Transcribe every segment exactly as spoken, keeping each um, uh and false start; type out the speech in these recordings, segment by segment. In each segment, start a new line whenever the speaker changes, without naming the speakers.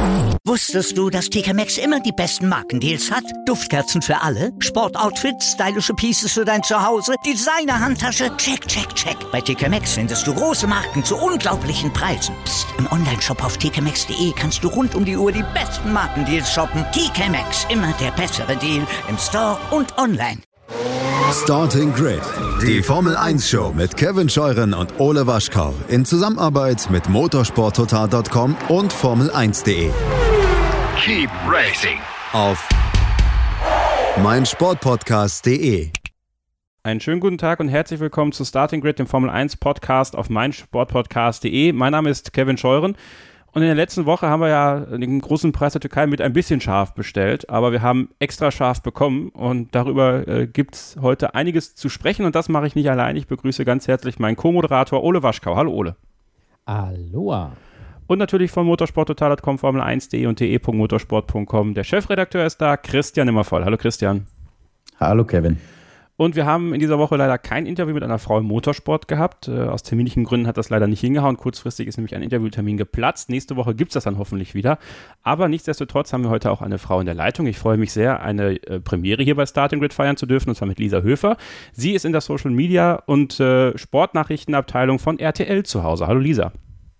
Wusstest du, dass T K Maxx immer die besten Markendeals hat? Duftkerzen für alle, Sportoutfits, stylische Pieces für dein Zuhause, Designer-Handtasche, check, check, check. Bei T K Maxx findest du große Marken zu unglaublichen Preisen. Psst. Im Onlineshop auf t k maxx punkt d e kannst du rund um die Uhr die besten Markendeals shoppen. T K Maxx, immer der bessere Deal im Store und online.
Starting Grid, die Formel eins Show mit Kevin Scheuren und Ole Waschkau in Zusammenarbeit mit motorsport total punkt com und Formel eins punkt de.
Keep racing
Auf meinsportpodcast punkt de.
Einen schönen guten Tag und herzlich willkommen zu Starting Grid, dem Formel eins Podcast auf meinsportpodcast punkt de. Mein Name ist Kevin Scheuren. Und in der letzten Woche haben wir ja den großen Preis der Türkei mit ein bisschen scharf bestellt, aber wir haben extra scharf bekommen und darüber äh, gibt es heute einiges zu sprechen und das mache ich nicht allein. Ich begrüße ganz herzlich meinen Co-Moderator Ole Waschkau. Hallo Ole.
Aloha.
Und natürlich von motorsport total punkt com, Formel eins punkt de und de punkt motorsport punkt com. Der Chefredakteur ist da, Christian Immervoll. Hallo Christian.
Hallo Kevin.
Und wir haben in dieser Woche leider kein Interview mit einer Frau im Motorsport gehabt. Äh, aus terminlichen Gründen hat das leider nicht hingehauen. Kurzfristig ist nämlich ein Interviewtermin geplatzt. Nächste Woche gibt es das dann hoffentlich wieder. Aber nichtsdestotrotz haben wir heute auch eine Frau in der Leitung. Ich freue mich sehr, eine äh, Premiere hier bei Starting Grid feiern zu dürfen, und zwar mit Lisa Höfer. Sie ist in der Social Media und äh, Sportnachrichtenabteilung von R T L zu Hause. Hallo Lisa.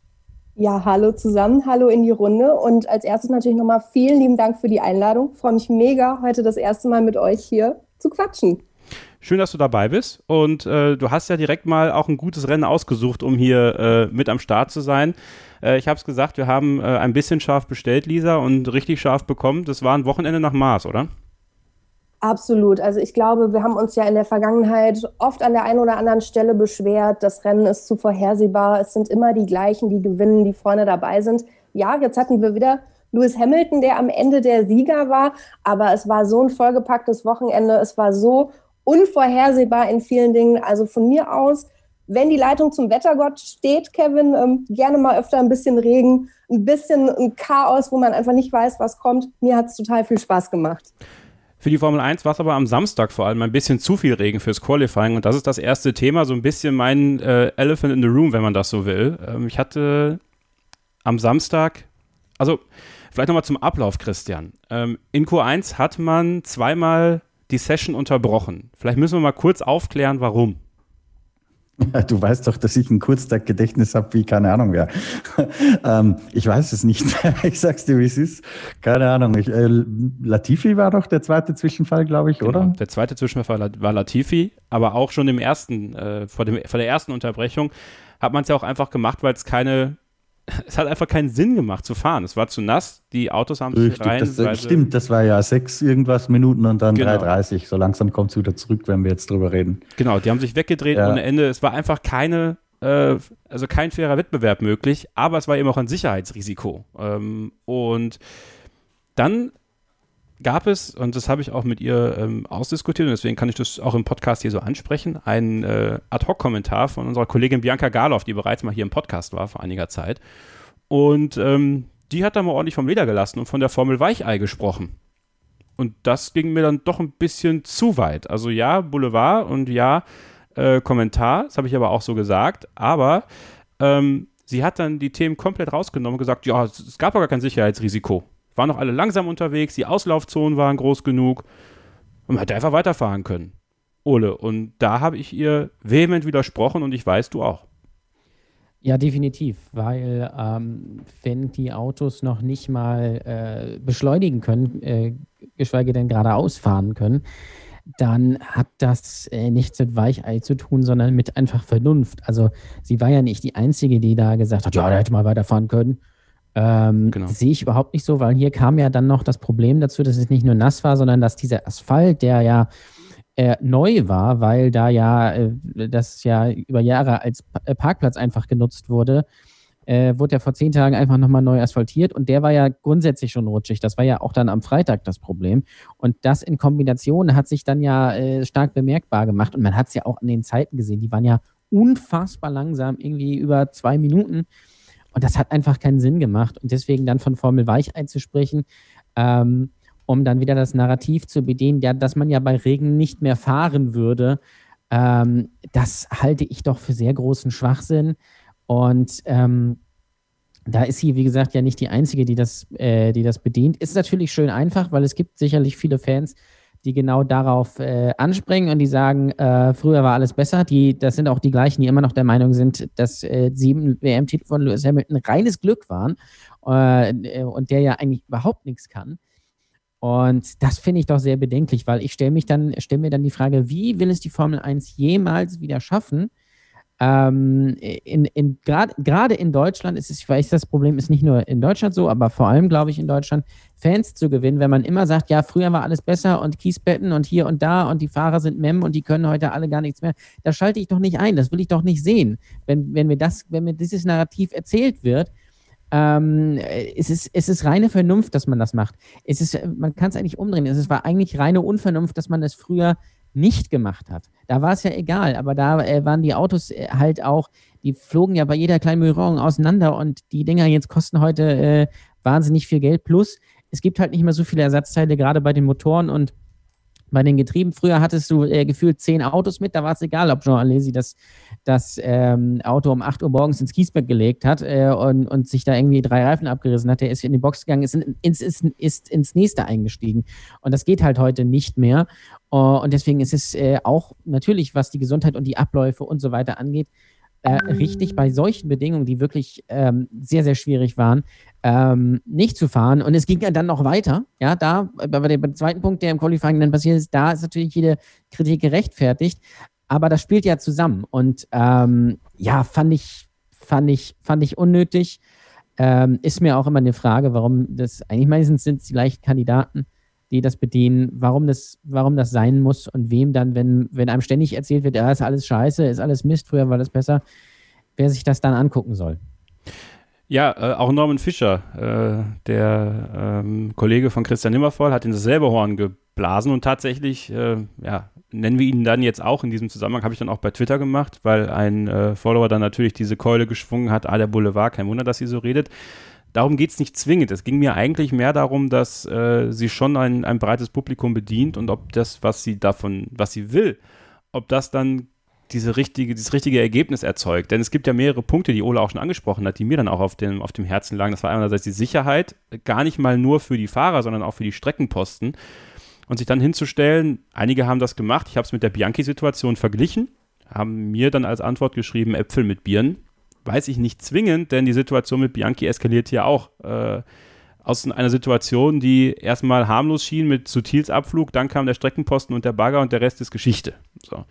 Ja, hallo zusammen, hallo in die Runde und als erstes natürlich nochmal vielen lieben Dank für die Einladung. Ich freue mich mega, heute das erste Mal mit euch hier zu quatschen.
Schön, dass du dabei bist und äh, du hast ja direkt mal auch ein gutes Rennen ausgesucht, um hier äh, mit am Start zu sein. Äh, ich habe es gesagt, wir haben äh, ein bisschen scharf bestellt, Lisa, und richtig scharf bekommen. Das war ein Wochenende nach Maß, oder?
Absolut. Also ich glaube, wir haben uns ja in der Vergangenheit oft an der einen oder anderen Stelle beschwert, das Rennen ist zu vorhersehbar, es sind immer die gleichen, die gewinnen, die vorne dabei sind. Ja, jetzt hatten wir wieder Lewis Hamilton, der am Ende der Sieger war, aber es war so ein vollgepacktes Wochenende, es war so unvorhersehbar in vielen Dingen. Also von mir aus, wenn die Leitung zum Wettergott steht, Kevin, ähm, gerne mal öfter ein bisschen Regen, ein bisschen ein Chaos, wo man einfach nicht weiß, was kommt. Mir hat es total viel Spaß gemacht.
Für die Formel eins war es aber am Samstag vor allem ein bisschen zu viel Regen fürs Qualifying und das ist das erste Thema, so ein bisschen mein äh, Elephant in the Room, wenn man das so will. Ähm, ich hatte am Samstag, also vielleicht nochmal zum Ablauf, Christian. Ähm, in Q eins hat man zweimal die Session unterbrochen. Vielleicht müssen wir mal kurz aufklären, warum.
Ja, du weißt doch, dass ich ein Kurztag-Gedächtnis habe, wie keine Ahnung wer. ähm, ich weiß es nicht. Ich sag's dir, wie es ist. Keine Ahnung. Ich, äh, Latifi war doch der zweite Zwischenfall, glaube ich, genau, oder?
Der zweite Zwischenfall war Latifi, aber auch schon im ersten, äh, vor, dem, vor der ersten Unterbrechung hat man es ja auch einfach gemacht, weil es keine Es hat einfach keinen Sinn gemacht zu fahren. Es war zu nass, die Autos haben sich rein.
Das, das stimmt, das war ja sechs irgendwas Minuten und dann
genau.
drei dreißig. So langsam kommt es wieder zurück, wenn wir jetzt drüber reden.
Genau, die haben sich weggedreht
ja.
ohne Ende. Es war einfach keine, äh, also kein fairer Wettbewerb möglich, aber es war eben auch ein Sicherheitsrisiko. Ähm, und dann gab es, und das habe ich auch mit ihr ähm, ausdiskutiert und deswegen kann ich das auch im Podcast hier so ansprechen, einen äh, Ad-Hoc-Kommentar von unserer Kollegin Bianca Garloff, die bereits mal hier im Podcast war vor einiger Zeit. Und ähm, die hat da mal ordentlich vom Leder gelassen und von der Formel Weichei gesprochen. Und das ging mir dann doch ein bisschen zu weit. Also ja, Boulevard und ja, äh, Kommentar, das habe ich aber auch so gesagt, aber ähm, sie hat dann die Themen komplett rausgenommen und gesagt, ja, es, es gab ja gar kein Sicherheitsrisiko. Waren noch alle langsam unterwegs, die Auslaufzonen waren groß genug und man hätte einfach weiterfahren können. Ole, und da habe ich ihr vehement widersprochen und ich weiß, du auch.
Ja, definitiv, weil ähm, wenn die Autos noch nicht mal äh, beschleunigen können, äh, geschweige denn geradeaus fahren können, dann hat das äh, nichts mit Weichei zu tun, sondern mit einfach Vernunft. Also sie war ja nicht die Einzige, die da gesagt hat, ja, da hätte man weiterfahren können. Ähm,
genau.
Sehe ich überhaupt nicht so, weil hier kam ja dann noch das Problem dazu, dass es nicht nur nass war, sondern dass dieser Asphalt, der ja äh, neu war, weil da ja äh, das ja über Jahre als pa- Parkplatz einfach genutzt wurde, äh, wurde ja vor zehn Tagen einfach nochmal neu asphaltiert und der war ja grundsätzlich schon rutschig. Das war ja auch dann am Freitag das Problem. Und das in Kombination hat sich dann ja äh, stark bemerkbar gemacht und man hat es ja auch an den Zeiten gesehen, die waren ja unfassbar langsam, irgendwie über zwei Minuten. Und das hat einfach keinen Sinn gemacht. Und deswegen dann von Formel Weichei zu sprechen, ähm, um dann wieder das Narrativ zu bedienen, ja, dass man ja bei Regen nicht mehr fahren würde, ähm, das halte ich doch für sehr großen Schwachsinn. Und ähm, da ist sie, wie gesagt, ja nicht die Einzige, die das, äh, die das bedient. Ist natürlich schön einfach, weil es gibt sicherlich viele Fans, die genau darauf äh, anspringen und die sagen, äh, früher war alles besser. Die, das sind auch die gleichen, die immer noch der Meinung sind, dass äh, sieben W M-Titel von Lewis Hamilton reines Glück waren äh, und der ja eigentlich überhaupt nichts kann. Und das finde ich doch sehr bedenklich, weil ich stelle mich dann, stelle mir dann die Frage, wie will es die Formel eins jemals wieder schaffen? Ähm, in, in, Gerade in Deutschland ist es, ich weiß, das Problem ist nicht nur in Deutschland so, aber vor allem, glaube ich, in Deutschland, Fans zu gewinnen, wenn man immer sagt, ja, früher war alles besser und Kiesbetten und hier und da und die Fahrer sind Mem und die können heute alle gar nichts mehr. Da schalte ich doch nicht ein, das will ich doch nicht sehen. Wenn, wenn mir das, wenn mir dieses Narrativ erzählt wird, ähm, es ist, es ist reine Vernunft, dass man das macht. Es ist, man kann es eigentlich umdrehen. Es war eigentlich reine Unvernunft, dass man es früher nicht gemacht hat. Da war es ja egal, aber da äh, waren die Autos äh, halt auch, die flogen ja bei jeder kleinen Berührung auseinander und die Dinger jetzt kosten heute äh, wahnsinnig viel Geld. Plus, es gibt halt nicht mehr so viele Ersatzteile, gerade bei den Motoren und bei den Getrieben. Früher hattest du äh, gefühlt zehn Autos mit, da war es egal, ob Jean Alesi das, das ähm, Auto um acht Uhr morgens ins Kiesberg gelegt hat äh, und, und sich da irgendwie drei Reifen abgerissen hat. Der ist in die Box gegangen, ist, in, ins, ist, ist ins nächste eingestiegen. Und das geht halt heute nicht mehr. Uh, und deswegen ist es äh, auch natürlich, was die Gesundheit und die Abläufe und so weiter angeht, äh, richtig bei solchen Bedingungen, die wirklich ähm, sehr, sehr schwierig waren, ähm, nicht zu fahren. Und es ging ja dann noch weiter. Ja, da, bei dem zweiten Punkt, der im Qualifying dann passiert ist, da ist natürlich jede Kritik gerechtfertigt. Aber das spielt ja zusammen. Und ähm, ja, fand ich, fand ich, fand ich unnötig. Ähm, ist mir auch immer eine Frage, warum das, eigentlich meistens sind es die gleichen Kandidaten, die das bedienen, warum das, warum das sein muss und wem dann, wenn, wenn einem ständig erzählt wird, ja, ist alles scheiße, ist alles Mist, früher war das besser, wer sich das dann angucken soll.
Ja, äh, auch Norman Fischer, äh, der ähm, Kollege von Christian Nimmervoll, hat in dasselbe Horn geblasen und tatsächlich, äh, ja, nennen wir ihn dann jetzt auch in diesem Zusammenhang, habe ich dann auch bei Twitter gemacht, weil ein äh, Follower dann natürlich diese Keule geschwungen hat, ah, der Boulevard, kein Wunder, dass sie so redet. Darum geht es nicht zwingend. Es ging mir eigentlich mehr darum, dass äh, sie schon ein, ein breites Publikum bedient und ob das, was sie davon, was sie will, ob das dann diese richtige, dieses richtige Ergebnis erzeugt. Denn es gibt ja mehrere Punkte, die Ole auch schon angesprochen hat, die mir dann auch auf dem, auf dem Herzen lagen. Das war einerseits die Sicherheit, gar nicht mal nur für die Fahrer, sondern auch für die Streckenposten. Und sich dann hinzustellen, einige haben das gemacht, ich habe es mit der Bianchi-Situation verglichen, haben mir dann als Antwort geschrieben, Äpfel mit Birnen. Weiß ich nicht zwingend, denn die Situation mit Bianchi eskaliert ja auch äh, aus einer Situation, die erstmal harmlos schien mit Sutils Abflug, dann kam der Streckenposten und der Bagger und der Rest ist Geschichte. So.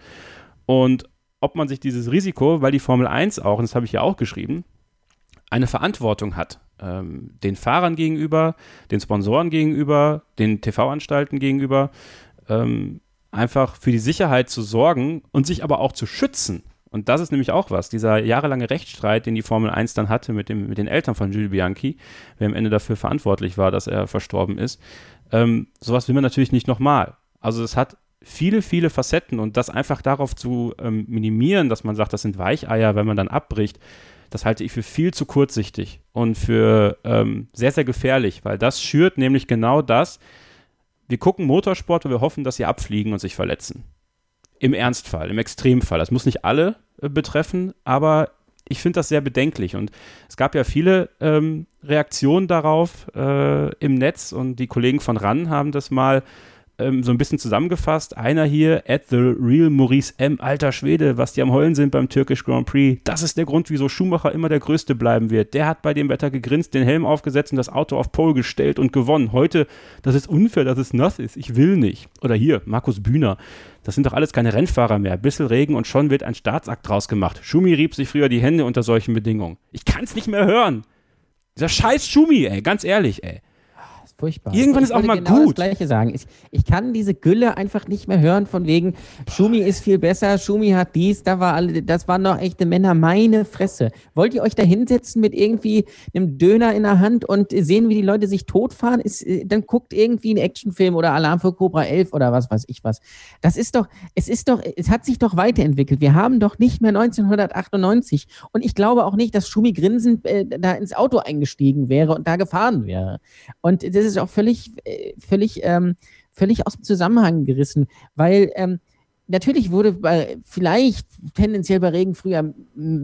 Und ob man sich dieses Risiko, weil die Formel eins auch, und das habe ich ja auch geschrieben, eine Verantwortung hat, ähm, den Fahrern gegenüber, den Sponsoren gegenüber, den T V-Anstalten gegenüber, ähm, einfach für die Sicherheit zu sorgen und sich aber auch zu schützen. Und das ist nämlich auch was, dieser jahrelange Rechtsstreit, den die Formel eins dann hatte mit, dem, mit den Eltern von Jules Bianchi, wer am Ende dafür verantwortlich war, dass er verstorben ist. Ähm, sowas will man natürlich nicht nochmal. Also es hat viele, viele Facetten und das einfach darauf zu ähm, minimieren, dass man sagt, das sind Weicheier, wenn man dann abbricht, das halte ich für viel zu kurzsichtig und für ähm, sehr, sehr gefährlich, weil das schürt nämlich genau das. Wir gucken Motorsport und wir hoffen, dass sie abfliegen und sich verletzen. Im Ernstfall, im Extremfall. Das muss nicht alle äh, betreffen, aber ich finde das sehr bedenklich. Und es gab ja viele ähm, Reaktionen darauf äh, im Netz und die Kollegen von R A N haben das mal ähm, so ein bisschen zusammengefasst. Einer hier, at the real Maurice M., alter Schwede, was die am Heulen sind beim Türkisch Grand Prix. Das ist der Grund, wieso Schumacher immer der Größte bleiben wird. Der hat bei dem Wetter gegrinst, den Helm aufgesetzt und das Auto auf Pole gestellt und gewonnen. Heute, das ist unfair, dass es nass ist. Ich will nicht. Oder hier, Markus Bühner. Das sind doch alles keine Rennfahrer mehr. Bisschen Regen und schon wird ein Staatsakt draus gemacht. Schumi rieb sich früher die Hände unter solchen Bedingungen. Ich kann's nicht mehr hören. Dieser scheiß Schumi, ey, ganz ehrlich, ey.
Das ist furchtbar.
Irgendwann ist auch mal
genau
gut.
Das Gleiche sagen. Ich, ich kann diese Gülle einfach nicht mehr hören von wegen, Schumi ist viel besser, Schumi hat dies, da war alle, das waren doch echte Männer, meine Fresse. Wollt ihr euch da hinsetzen mit irgendwie einem Döner in der Hand und sehen, wie die Leute sich totfahren? Ist, dann guckt irgendwie einen Actionfilm oder Alarm für Cobra elf oder was weiß ich was. Das ist doch, es ist doch, es hat sich doch weiterentwickelt. Wir haben doch nicht mehr neunzehnhundertachtundneunzig und ich glaube auch nicht, dass Schumi grinsend äh, da ins Auto eingestiegen wäre und da gefahren wäre. Und das ist auch völlig, völlig, ähm, völlig aus dem Zusammenhang gerissen, weil ähm, natürlich wurde bei, vielleicht tendenziell bei Regen früher m-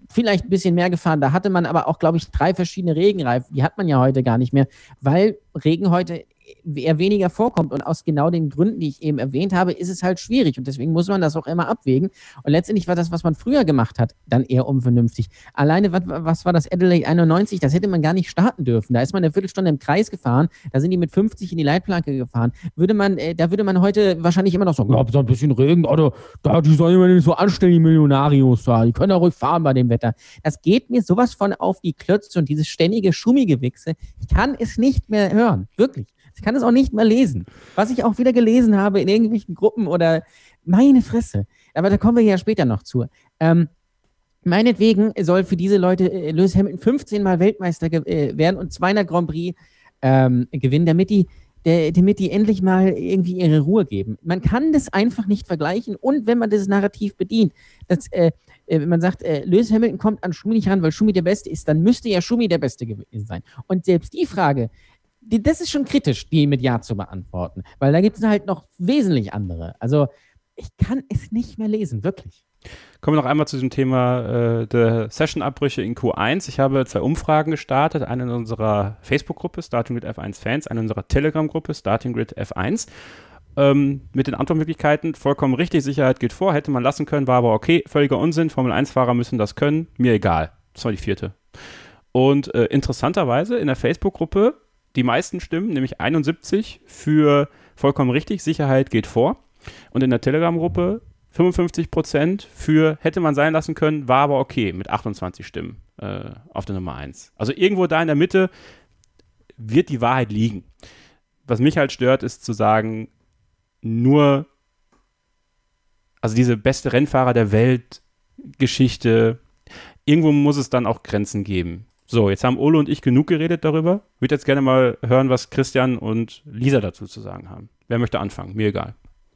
vielleicht ein bisschen mehr gefahren. Da hatte man aber auch, glaube ich, drei verschiedene Regenreifen. Die hat man ja heute gar nicht mehr, weil Regen heute eher weniger vorkommt. Und aus genau den Gründen, die ich eben erwähnt habe, ist es halt schwierig. Und deswegen muss man das auch immer abwägen. Und letztendlich war das, was man früher gemacht hat, dann eher unvernünftig. Alleine, was, was war das Adelaide einundneunzig? Das hätte man gar nicht starten dürfen. Da ist man eine Viertelstunde im Kreis gefahren. Da sind die mit fünfzig in die Leitplanke gefahren. Würde man, äh, da würde man heute wahrscheinlich immer noch sagen, ja, so ein bisschen Regen, oder da, die sollen immer nicht so anstellen, die Millionarios da. Die können auch ruhig fahren bei dem Wetter. Das geht mir sowas von auf die Klötze und dieses ständige Schummigewichse. Ich kann es nicht mehr hören. Wirklich. Ich kann es auch nicht mehr lesen. Was ich auch wieder gelesen habe in irgendwelchen Gruppen oder meine Fresse. Aber da kommen wir ja später noch zu. Ähm, meinetwegen soll für diese Leute äh, Lewis Hamilton fünfzehn Mal Weltmeister ge- äh, werden und zweihundert Grand Prix ähm, gewinnen, damit die, der, damit die endlich mal irgendwie ihre Ruhe geben. Man kann das einfach nicht vergleichen. Und wenn man dieses Narrativ bedient, dass äh, äh, wenn man sagt, äh, Lewis Hamilton kommt an Schumi nicht ran, weil Schumi der Beste ist, dann müsste ja Schumi der Beste gewesen sein. Und selbst die Frage, Die, das ist schon kritisch, die mit Ja zu beantworten, weil da gibt es halt noch wesentlich andere. Also ich kann es nicht mehr lesen, wirklich.
Kommen wir noch einmal zu dem Thema äh, der Session-Abbrüche in Q eins. Ich habe zwei Umfragen gestartet, eine in unserer Facebook-Gruppe Starting Grid F eins Fans, eine in unserer Telegram-Gruppe Starting Grid F eins. Ähm, mit den Antwortmöglichkeiten, vollkommen richtig, Sicherheit geht vor, hätte man lassen können, war aber okay, völliger Unsinn, Formel eins Fahrer müssen das können, mir egal. Das war die vierte. Und äh, interessanterweise in der Facebook-Gruppe die meisten Stimmen, nämlich einundsiebzig für vollkommen richtig, Sicherheit geht vor. Und in der Telegram-Gruppe fünfundfünfzig Prozent für hätte man sein lassen können, war aber okay, mit achtundzwanzig Stimmen äh, auf der Nummer eins. Also irgendwo da in der Mitte wird die Wahrheit liegen. Was mich halt stört, ist zu sagen, nur, also diese beste Rennfahrer der Welt Geschichte, irgendwo muss es dann auch Grenzen geben. So, jetzt haben Ole und ich genug geredet darüber. Ich würde jetzt gerne mal hören, was Christian und Lisa dazu zu sagen haben. Wer möchte anfangen? Mir egal.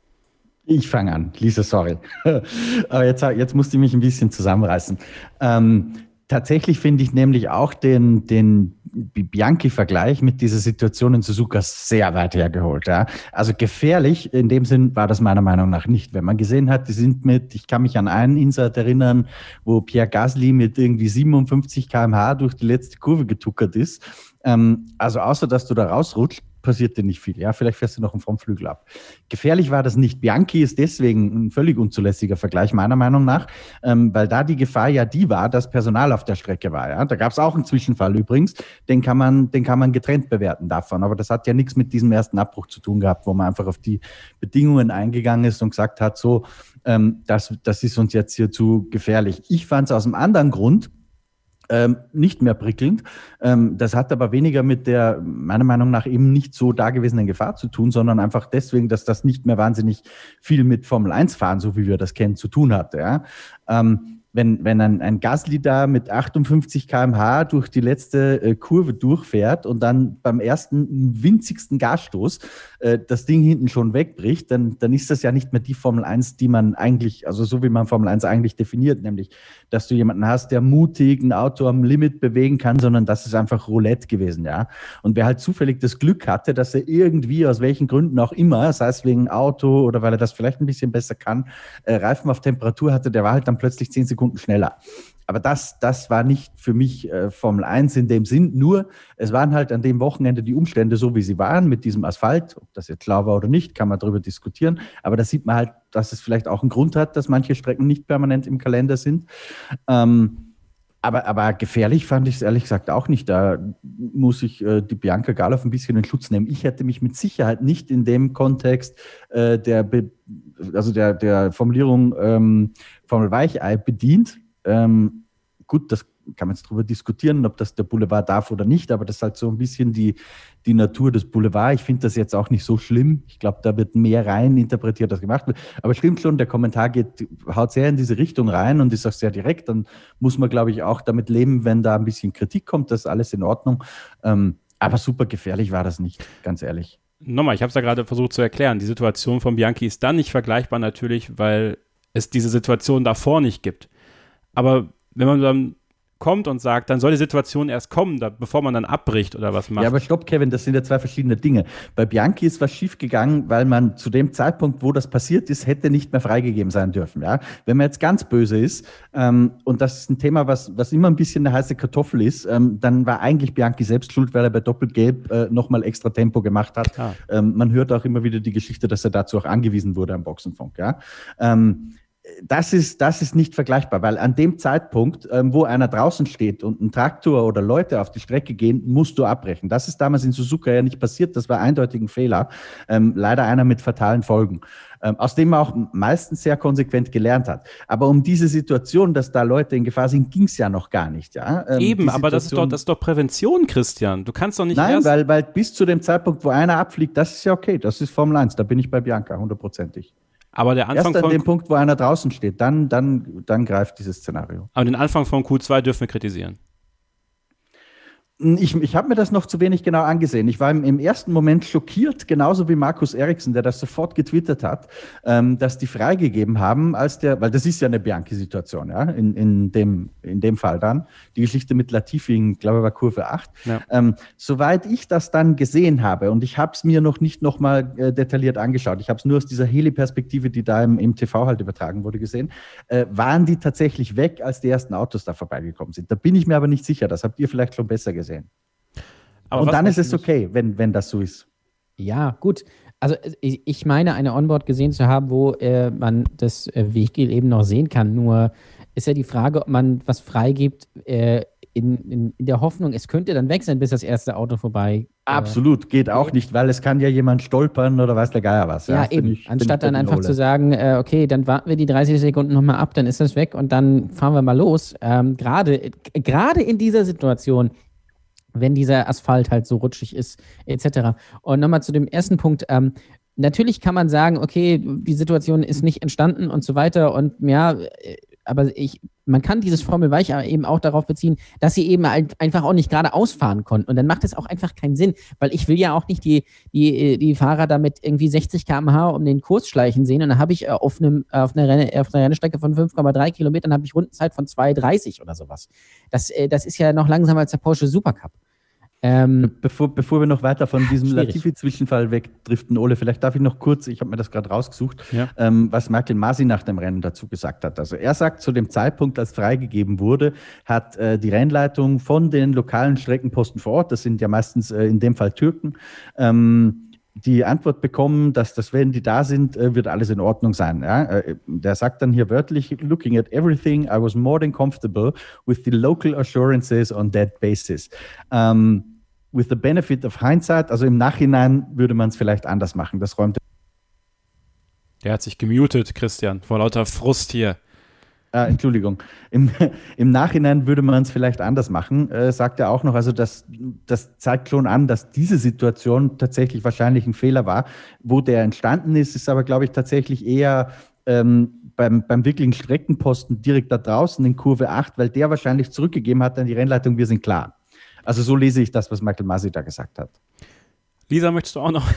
Ich fange an. Lisa, sorry. Aber jetzt, jetzt musste ich mich ein bisschen zusammenreißen. Ähm, tatsächlich finde ich nämlich auch den, den Bianchi-Vergleich mit dieser Situation in Suzuka sehr weit hergeholt. Ja. Also gefährlich in dem Sinn war das meiner Meinung nach nicht. Wenn man gesehen hat, die sind mit, ich kann mich an einen Insert erinnern, wo Pierre Gasly mit irgendwie siebenundfünfzig Kilometer pro Stunde durch die letzte Kurve getuckert ist. Ähm, also außer, dass du da rausrutscht, passiert dir nicht viel. Ja, vielleicht fährst du noch vom Flügel ab. Gefährlich war das nicht. Bianchi ist deswegen ein völlig unzulässiger Vergleich, meiner Meinung nach, ähm, weil da die Gefahr ja die war, dass Personal auf der Strecke war. Ja? Da gab es auch einen Zwischenfall übrigens, den kann man, den kann man getrennt bewerten davon. Aber das hat ja nichts mit diesem ersten Abbruch zu tun gehabt, wo man einfach auf die Bedingungen eingegangen ist und gesagt hat, so, ähm, das, das ist uns jetzt hier zu gefährlich. Ich fand es aus einem anderen Grund Ähm, nicht mehr prickelnd. Ähm, das hat aber weniger mit der, meiner Meinung nach, eben nicht so dagewesenen Gefahr zu tun, sondern einfach deswegen, dass das nicht mehr wahnsinnig viel mit Formel eins Fahren, so wie wir das kennen, zu tun hatte. Ja? Ähm, wenn, wenn ein, ein Gasly da mit achtundfünfzig Kilometer pro Stunde durch die letzte äh, Kurve durchfährt und dann beim ersten winzigsten Gasstoß äh, das Ding hinten schon wegbricht, dann, dann ist das ja nicht mehr die Formel eins, die man eigentlich, also so wie man Formel eins eigentlich definiert, nämlich, dass du jemanden hast, der mutig ein Auto am Limit bewegen kann, sondern das ist einfach Roulette gewesen, ja. Und wer halt zufällig das Glück hatte, dass er irgendwie, aus welchen Gründen auch immer, sei es wegen Auto oder weil er das vielleicht ein bisschen besser kann, äh, Reifen auf Temperatur hatte, der war halt dann plötzlich zehn Sekunden schneller. Aber das, das war nicht für mich äh, Formel eins in dem Sinn, nur es waren halt an dem Wochenende die Umstände so, wie sie waren, mit diesem Asphalt. Ob das jetzt schlau war oder nicht, kann man darüber diskutieren. Aber da sieht man halt, dass es vielleicht auch einen Grund hat, dass manche Strecken nicht permanent im Kalender sind. Ähm, aber, aber gefährlich fand ich es ehrlich gesagt auch nicht. Da muss ich äh, die Bianca Galoff ein bisschen in Schutz nehmen. Ich hätte mich mit Sicherheit nicht in dem Kontext äh, der, Be- also der, der Formulierung ähm, Formel Weichei bedient. Ähm, gut, das kann man jetzt darüber diskutieren, ob das der Boulevard darf oder nicht, aber das ist halt so ein bisschen die, die Natur des Boulevard. Ich finde das jetzt auch nicht so schlimm. Ich glaube, da wird mehr rein interpretiert, als gemacht wird. Aber stimmt schon, der Kommentar geht, haut sehr in diese Richtung rein und ist auch sehr direkt. Dann muss man, glaube ich, auch damit leben, wenn da ein bisschen Kritik kommt. Das ist alles in Ordnung. Ähm, aber super gefährlich war das nicht, ganz ehrlich.
Nochmal, ich habe es ja gerade versucht zu erklären. Die Situation von Bianchi ist dann nicht vergleichbar natürlich, weil es diese Situation davor nicht gibt. Aber wenn man dann kommt und sagt, dann soll die Situation erst kommen, da, bevor man dann abbricht oder was macht.
Ja, aber stopp, Kevin, das sind ja zwei verschiedene Dinge. Bei Bianchi ist was schiefgegangen, weil man zu dem Zeitpunkt, wo das passiert ist, hätte nicht mehr freigegeben sein dürfen. Ja? Wenn man jetzt ganz böse ist, ähm, und das ist ein Thema, was, was immer ein bisschen eine heiße Kartoffel ist, ähm, dann war eigentlich Bianchi selbst schuld, weil er bei Doppelgelb äh, nochmal extra Tempo gemacht hat. Ähm, man hört auch immer wieder die Geschichte, dass er dazu auch angewiesen wurde am Boxenfunk. Ja? Ähm, Das ist, das ist nicht vergleichbar, weil an dem Zeitpunkt, ähm, wo einer draußen steht und ein Traktor oder Leute auf die Strecke gehen, musst du abbrechen. Das ist damals in Suzuka ja nicht passiert. Das war eindeutig ein Fehler. Ähm, leider einer mit fatalen Folgen, ähm, aus dem man auch meistens sehr konsequent gelernt hat. Aber um diese Situation, dass da Leute in Gefahr sind, ging es ja noch gar nicht. Ja? Ähm,
Eben, aber das ist, doch, das ist doch Prävention, Christian. Du kannst doch nicht
Nein,
erst...
weil, weil bis zu dem Zeitpunkt, wo einer abfliegt, das ist ja okay. Das ist Formel eins. Da bin ich bei Bianca, hundertprozentig.
Aber der Anfang
Erst an
von,
dem Punkt, wo einer draußen steht, dann, dann, dann greift dieses Szenario.
aber den Anfang von Q zwei dürfen wir kritisieren.
Ich, ich habe mir das noch zu wenig genau angesehen. Ich war im, im ersten Moment schockiert, genauso wie Markus Eriksson, der das sofort getwittert hat, ähm, dass die freigegeben haben, als der, weil das ist ja eine Bianchi-Situation, ja, in, in, dem, in dem Fall dann. Die Geschichte mit Latifi, ich glaube, war Kurve acht.
Ja.
Ähm, soweit ich das dann gesehen habe, und ich habe es mir noch nicht nochmal äh, detailliert angeschaut, ich habe es nur aus dieser Heli-Perspektive, die da im, im T V halt übertragen wurde, gesehen, äh, waren die tatsächlich weg, als die ersten Autos da vorbeigekommen sind. Da bin ich mir aber nicht sicher. Das habt ihr vielleicht schon besser gesehen.
Aber
und dann ist es
natürlich-
okay, wenn, wenn das so ist.
Ja, gut. Also ich, ich meine, eine Onboard gesehen zu haben, wo äh, man das äh, Vehikel eben noch sehen kann. Nur ist ja die Frage, ob man was freigibt äh, in, in, in der Hoffnung, es könnte dann weg sein, bis das erste Auto vorbei. Äh,
Absolut, geht auch nicht, weil es kann ja jemand stolpern oder weiß der Geier was.
Ja,
bin
eben.
ich- bin
Anstatt
ich
dann
bei
einfach
Ole.
zu sagen, äh, okay, dann warten wir die dreißig Sekunden nochmal ab, dann ist das weg und dann fahren wir mal los. Ähm, Gerade äh, gerade in dieser Situation, wenn dieser Asphalt halt so rutschig ist, et cetera. Und nochmal zu dem ersten Punkt. Ähm, natürlich kann man sagen, okay, die Situation ist nicht entstanden und so weiter. Und ja, äh, aber ich, man kann dieses Formel-Weich eben auch darauf beziehen, dass sie eben halt einfach auch nicht gerade ausfahren konnten. Und dann macht es auch einfach keinen Sinn, weil ich will ja auch nicht die, die, die Fahrer damit irgendwie sechzig Kilometer pro Stunde um den Kurs schleichen sehen. Und dann habe ich äh, auf, einem, auf, einer Renne, auf einer Rennstrecke von fünf Komma drei Kilometern habe ich Rundenzeit von zwei Komma dreißig oder sowas. Das, äh, das ist ja noch langsamer als der Porsche Supercup. Ähm,
Bevor, bevor wir noch weiter von diesem
schwierig.
Latifi-Zwischenfall wegdriften, Ole, vielleicht darf ich noch kurz, ich habe mir das gerade rausgesucht,
Ja.
ähm, was Michael Masi nach dem Rennen dazu gesagt hat. Also er sagt, zu dem Zeitpunkt, als freigegeben wurde, hat äh, die Rennleitung von den lokalen Streckenposten vor Ort, das sind ja meistens äh, in dem Fall Türken, ähm, die Antwort bekommen, dass das, wenn die da sind, äh, wird alles in Ordnung sein. Ja? Äh, der sagt dann hier wörtlich, looking at everything, I was more than comfortable with the local assurances on that basis. Ähm, with the benefit of hindsight, also im Nachhinein würde man es vielleicht anders machen. Das räumt
Der hat sich gemutet, Christian, vor lauter Frust hier.
Ah, Entschuldigung. Im, Im Nachhinein würde man es vielleicht anders machen, äh, sagt er auch noch. Also das, das zeigt schon an, dass diese Situation tatsächlich wahrscheinlich ein Fehler war. Wo der entstanden ist, ist aber, glaube ich, tatsächlich eher ähm, beim, beim wirklichen Streckenposten direkt da draußen in Kurve acht, weil der wahrscheinlich zurückgegeben hat an die Rennleitung, wir sind klar. Also so lese ich das, was Michael Masi da gesagt hat.
Lisa, möchtest du auch noch?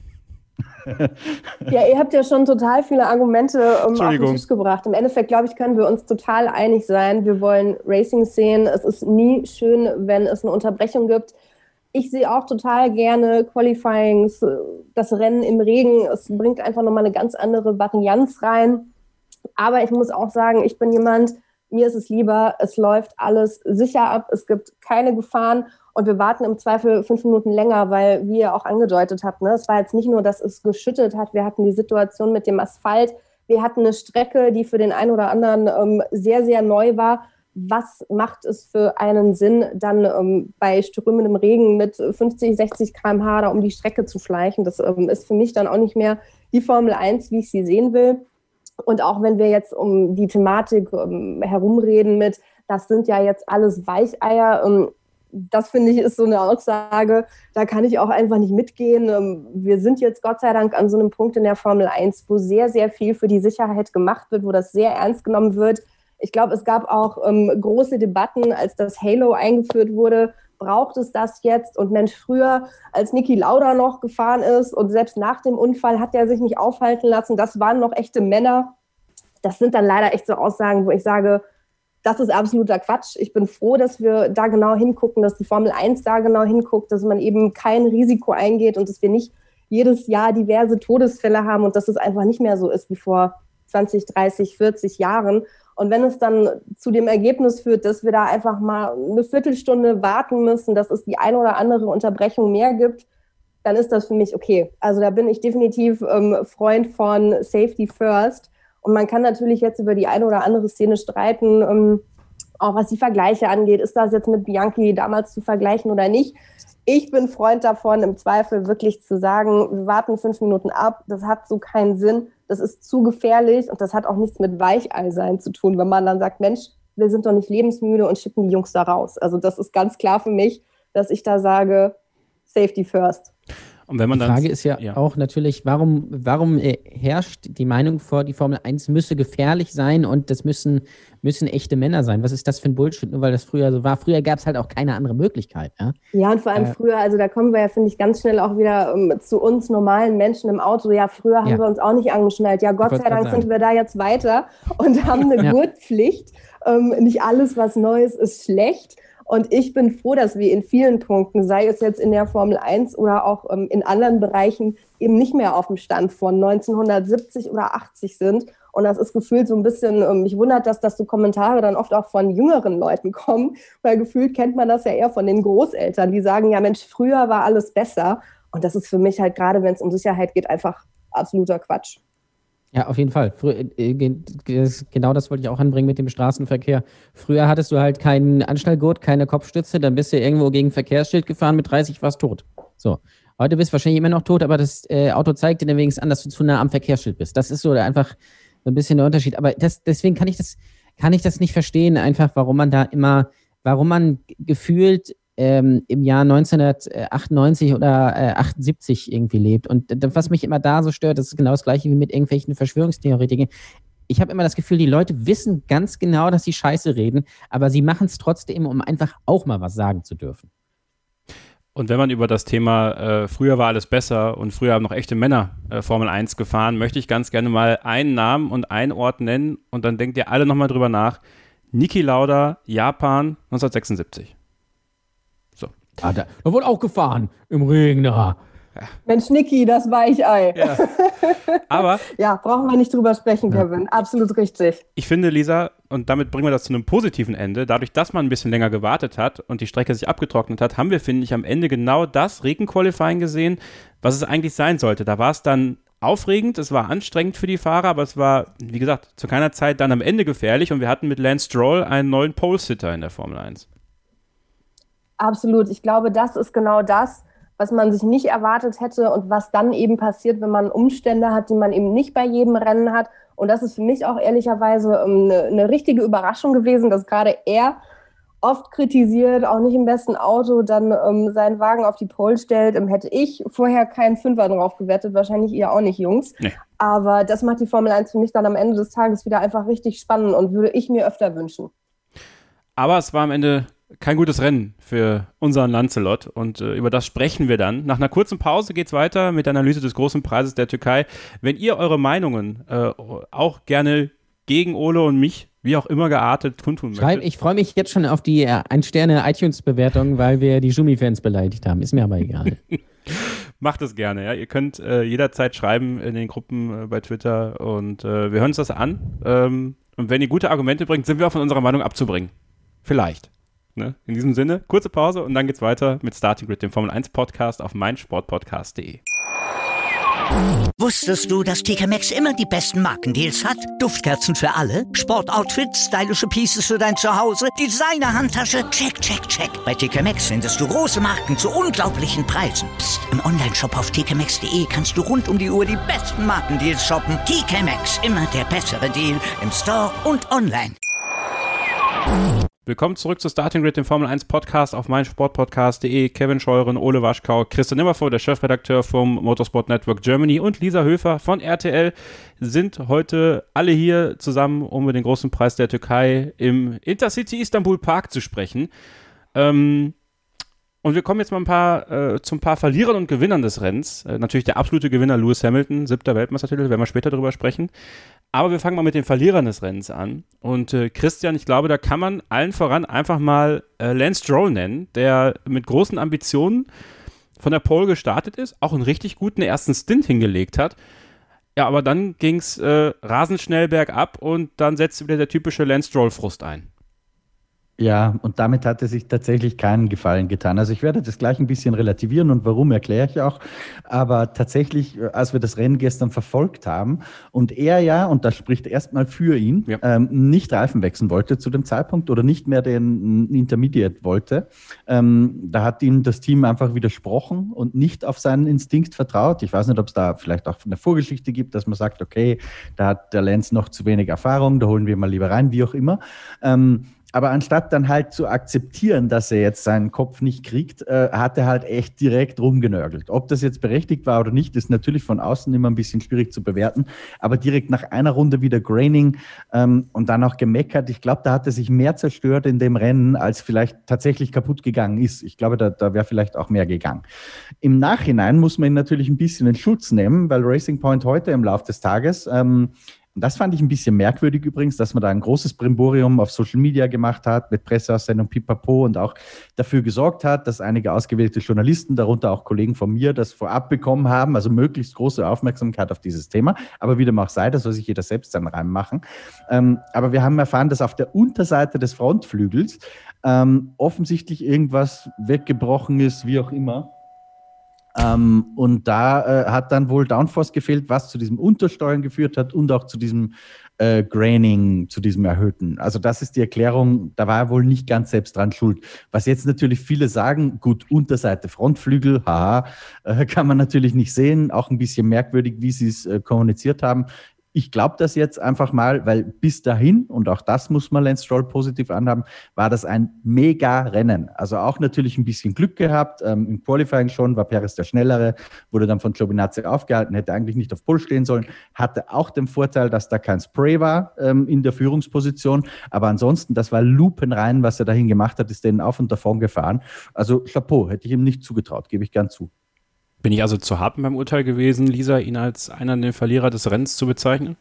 Ja, ihr habt ja schon total viele Argumente um, auf den
Entschuldigung.
Tisch gebracht. Im Endeffekt, glaube ich, können wir uns total einig sein. Wir wollen Racing sehen. Es ist nie schön, wenn es eine Unterbrechung gibt. Ich sehe auch total gerne Qualifyings, das Rennen im Regen. Es bringt einfach nochmal eine ganz andere Varianz rein. Aber ich muss auch sagen, ich bin jemand, mir ist es lieber, es läuft alles sicher ab, es gibt keine Gefahren und wir warten im Zweifel fünf Minuten länger, weil, wie ihr auch angedeutet habt, ne, es war jetzt nicht nur, dass es geschüttet hat, wir hatten die Situation mit dem Asphalt, wir hatten eine Strecke, die für den einen oder anderen ähm, sehr, sehr neu war. Was macht es für einen Sinn, dann ähm, bei strömendem Regen mit fünfzig, sechzig Kilometer pro Stunde da um die Strecke zu schleichen? Das ähm, ist für mich dann auch nicht mehr die Formel eins, wie ich sie sehen will. Und auch wenn wir jetzt um die Thematik um, herumreden mit, das sind ja jetzt alles Weicheier, um, das finde ich ist so eine Aussage, da kann ich auch einfach nicht mitgehen. Um, wir sind jetzt Gott sei Dank an so einem Punkt in der Formel eins, wo sehr, sehr viel für die Sicherheit gemacht wird, wo das sehr ernst genommen wird. Ich glaube, es gab auch um, große Debatten, als das Halo eingeführt wurde. Braucht es das jetzt? Und Mensch, früher, als Niki Lauda noch gefahren ist und selbst nach dem Unfall hat er sich nicht aufhalten lassen, das waren noch echte Männer. Das sind dann leider echt so Aussagen, wo ich sage, das ist absoluter Quatsch. Ich bin froh, dass wir da genau hingucken, dass die Formel eins da genau hinguckt, dass man eben kein Risiko eingeht und dass wir nicht jedes Jahr diverse Todesfälle haben und dass es einfach nicht mehr so ist wie vor zwanzig, dreißig, vierzig Jahren. Und wenn es dann zu dem Ergebnis führt, dass wir da einfach mal eine Viertelstunde warten müssen, dass es die eine oder andere Unterbrechung mehr gibt, dann ist das für mich okay. Also da bin ich definitiv ähm, Freund von Safety First. Und man kann natürlich jetzt über die eine oder andere Szene streiten, ähm, auch was die Vergleiche angeht. Ist das jetzt mit Bianchi damals zu vergleichen oder nicht? Ich bin Freund davon, im Zweifel wirklich zu sagen, wir warten fünf Minuten ab, das hat so keinen Sinn, das ist zu gefährlich und das hat auch nichts mit Weichei-Sein zu tun, wenn man dann sagt, Mensch, wir sind doch nicht lebensmüde und schicken die Jungs da raus. Also das ist ganz klar für mich, dass ich da sage, Safety first.
Und wenn man
die
dann,
Frage ist ja, ja auch natürlich, warum, warum äh, herrscht die Meinung vor, die Formel eins müsse gefährlich sein und das müssen, müssen echte Männer sein? Was ist das für ein Bullshit? Nur weil das früher so war. Früher gab es halt auch keine andere Möglichkeit. Ja,
ja und vor allem äh, früher, also da kommen wir ja, finde ich, ganz schnell auch wieder um, zu uns normalen Menschen im Auto. Ja, früher haben ja. wir uns auch nicht angeschnallt. Ja, Gott sei Dank sind wir da jetzt weiter und haben eine ja. Gurtpflicht. Ähm, nicht alles, was Neues, ist schlecht. Und ich bin froh, dass wir in vielen Punkten, sei es jetzt in der Formel eins oder auch ähm, in anderen Bereichen, eben nicht mehr auf dem Stand von neunzehnhundertsiebzig oder achtzig sind. Und das ist gefühlt so ein bisschen, ähm, mich wundert das, dass so Kommentare dann oft auch von jüngeren Leuten kommen, weil gefühlt kennt man das ja eher von den Großeltern, die sagen, ja Mensch, früher war alles besser. Und das ist für mich halt gerade, wenn es um Sicherheit geht, einfach absoluter Quatsch.
Ja, auf jeden Fall. Frü- äh, genau das wollte ich auch anbringen mit dem Straßenverkehr. Früher hattest du halt keinen Anschnallgurt, keine Kopfstütze, dann bist du irgendwo gegen ein Verkehrsschild gefahren, mit dreißig warst tot. So. Heute bist du wahrscheinlich immer noch tot, aber das äh, Auto zeigt dir dann wenigstens an, dass du zu nah am Verkehrsschild bist. Das ist so einfach so ein bisschen der Unterschied. Aber das, deswegen kann ich das, kann ich das nicht verstehen, einfach warum man da immer, warum man gefühlt Ähm, im Jahr neunzehnhundertachtundneunzig oder äh, achtundsiebzig irgendwie lebt. Und das, was mich immer da so stört, das ist genau das Gleiche wie mit irgendwelchen Verschwörungstheoretikern. Ich habe immer das Gefühl, die Leute wissen ganz genau, dass sie Scheiße reden, aber sie machen es trotzdem, um einfach auch mal was sagen zu dürfen.
Und wenn man über das Thema äh, früher war alles besser und früher haben noch echte Männer äh, Formel eins gefahren, möchte ich ganz gerne mal einen Namen und einen Ort nennen und dann denkt ihr alle nochmal drüber nach. Niki Lauda, Japan, neunzehnhundertsechsundsiebzig.
Ah, da, da wurde auch gefahren, im Regen da.
Ja. Mensch, Niki, das Weichei.
Ja. Aber
ja, brauchen wir nicht drüber sprechen, ja. Kevin. Absolut richtig.
Ich finde, Lisa, und damit bringen wir das zu einem positiven Ende, dadurch, dass man ein bisschen länger gewartet hat und die Strecke sich abgetrocknet hat, haben wir, finde ich, am Ende genau das Regenqualifying gesehen, was es eigentlich sein sollte. Da war es dann aufregend, es war anstrengend für die Fahrer, aber es war, wie gesagt, zu keiner Zeit dann am Ende gefährlich und wir hatten mit Lance Stroll einen neuen Pole-Sitter in der Formel eins.
Absolut. Ich glaube, das ist genau das, was man sich nicht erwartet hätte und was dann eben passiert, wenn man Umstände hat, die man eben nicht bei jedem Rennen hat. Und das ist für mich auch ehrlicherweise eine, eine richtige Überraschung gewesen, dass gerade er oft kritisiert, auch nicht im besten Auto, dann ähm, seinen Wagen auf die Pole stellt. Ähm, hätte ich vorher keinen Fünfer drauf gewettet, wahrscheinlich ihr auch nicht, Jungs. Nee. Aber das macht die Formel eins für mich dann am Ende des Tages wieder einfach richtig spannend und würde ich mir öfter wünschen.
Aber es war am Ende kein gutes Rennen für unseren Lancelot und äh, über das sprechen wir dann. Nach einer kurzen Pause geht's weiter mit der Analyse des großen Preises der Türkei. Wenn ihr eure Meinungen äh, auch gerne gegen Ole und mich, wie auch immer geartet, kundtun möchtet.
Schreib, ich freue mich jetzt schon auf die äh, Ein-Sterne-iTunes-Bewertung, weil wir die Jumi-Fans beleidigt haben. Ist mir aber egal.
Macht es gerne, ja. Ihr könnt äh, jederzeit schreiben in den Gruppen äh, bei Twitter und äh, wir hören uns das an. Ähm, und wenn ihr gute Argumente bringt, sind wir auch von unserer Meinung abzubringen. Vielleicht. Ne? In diesem Sinne, kurze Pause und dann geht's weiter mit Starting Grid, dem Formel eins Podcast auf meinsportpodcast punkt de.
Wusstest du, dass T K Maxx immer die besten Markendeals hat? Duftkerzen für alle, Sportoutfits, stylische Pieces für dein Zuhause, Designer-Handtasche, check, check, check. Bei T K Maxx findest du große Marken zu unglaublichen Preisen. Psst. Im Onlineshop auf t k maxx punkt de kannst du rund um die Uhr die besten Markendeals shoppen. T K Maxx, immer der bessere Deal im Store und online.
Willkommen zurück zu Starting Grid, dem Formel eins Podcast auf meinsportpodcast punkt de. Kevin Scheuren, Ole Waschkau, Christian Nimmervohr, der Chefredakteur vom Motorsport Network Germany und Lisa Höfer von R T L sind heute alle hier zusammen, um über den großen Preis der Türkei im Intercity Istanbul Park zu sprechen. Ähm, und wir kommen jetzt mal ein paar, äh, zu ein paar Verlierern und Gewinnern des Rennens. Äh, natürlich der absolute Gewinner Lewis Hamilton, siebter Weltmeistertitel, werden wir später darüber sprechen. Aber wir fangen mal mit den Verlierern des Rennens an. Und äh, Christian, ich glaube, da kann man allen voran einfach mal äh, Lance Stroll nennen, der mit großen Ambitionen von der Pole gestartet ist, auch einen richtig guten ersten Stint hingelegt hat. Ja, aber dann ging es äh, rasend schnell bergab und dann setzte wieder der typische Lance Stroll-Frust ein.
Ja, und damit hat er sich tatsächlich keinen Gefallen getan. Also ich werde das gleich ein bisschen relativieren und warum erkläre ich auch. Aber tatsächlich, als wir das Rennen gestern verfolgt haben und er ja, und das spricht erstmal für ihn, ja. ähm, nicht Reifen wechseln wollte zu dem Zeitpunkt oder nicht mehr den Intermediate wollte, ähm, da hat ihm das Team einfach widersprochen und nicht auf seinen Instinkt vertraut. Ich weiß nicht, ob es da vielleicht auch eine Vorgeschichte gibt, dass man sagt, okay, da hat der Lance noch zu wenig Erfahrung, da holen wir mal lieber rein, wie auch immer. Ähm, Aber anstatt dann halt zu akzeptieren, dass er jetzt seinen Kopf nicht kriegt, äh, hat er halt echt direkt rumgenörgelt. Ob das jetzt berechtigt war oder nicht, ist natürlich von außen immer ein bisschen schwierig zu bewerten. Aber direkt nach einer Runde wieder Graining ähm, und dann auch gemeckert. Ich glaube, da hat er sich mehr zerstört in dem Rennen, als vielleicht tatsächlich kaputt gegangen ist. Ich glaube, da, da wäre vielleicht auch mehr gegangen. Im Nachhinein muss man ihn natürlich ein bisschen in Schutz nehmen, weil Racing Point heute im Laufe des Tages ähm, und das fand ich ein bisschen merkwürdig übrigens, dass man da ein großes Brimborium auf Social Media gemacht hat, mit Presseaussendung Pipapo und auch dafür gesorgt hat, dass einige ausgewählte Journalisten, darunter auch Kollegen von mir, das vorab bekommen haben, also möglichst große Aufmerksamkeit auf dieses Thema. Aber wie dem auch sei, das soll sich jeder selbst dann reinmachen. Ähm, aber wir haben erfahren, dass auf der Unterseite des Frontflügels ähm, offensichtlich irgendwas weggebrochen ist, wie auch immer. Ähm, und da äh, hat dann wohl Downforce gefehlt, was zu diesem Untersteuern geführt hat und auch zu diesem äh, Graining, zu diesem Erhöhten. Also das ist die Erklärung, da war er wohl nicht ganz selbst dran schuld. Was jetzt natürlich viele sagen, gut, Unterseite Frontflügel, haha, äh, kann man natürlich nicht sehen, auch ein bisschen merkwürdig, wie sie es äh, kommuniziert haben. Ich glaube das jetzt einfach mal, weil bis dahin, und auch das muss man Lance Stroll positiv anhaben, war das ein Mega-Rennen. Also auch natürlich ein bisschen Glück gehabt. Ähm, im Qualifying schon war Perez der Schnellere, wurde dann von Giovinazzi aufgehalten, hätte eigentlich nicht auf Pole stehen sollen, hatte auch den Vorteil, dass da kein Spray war ähm, in der Führungsposition. Aber ansonsten, das war lupenrein, was er dahin gemacht hat, ist denen auf und davon gefahren. Also Chapeau, hätte ich ihm nicht zugetraut, gebe ich gern zu.
Bin ich also zu hart in meinem Urteil gewesen, Lisa, ihn als einer der Verlierer des Rennens zu bezeichnen?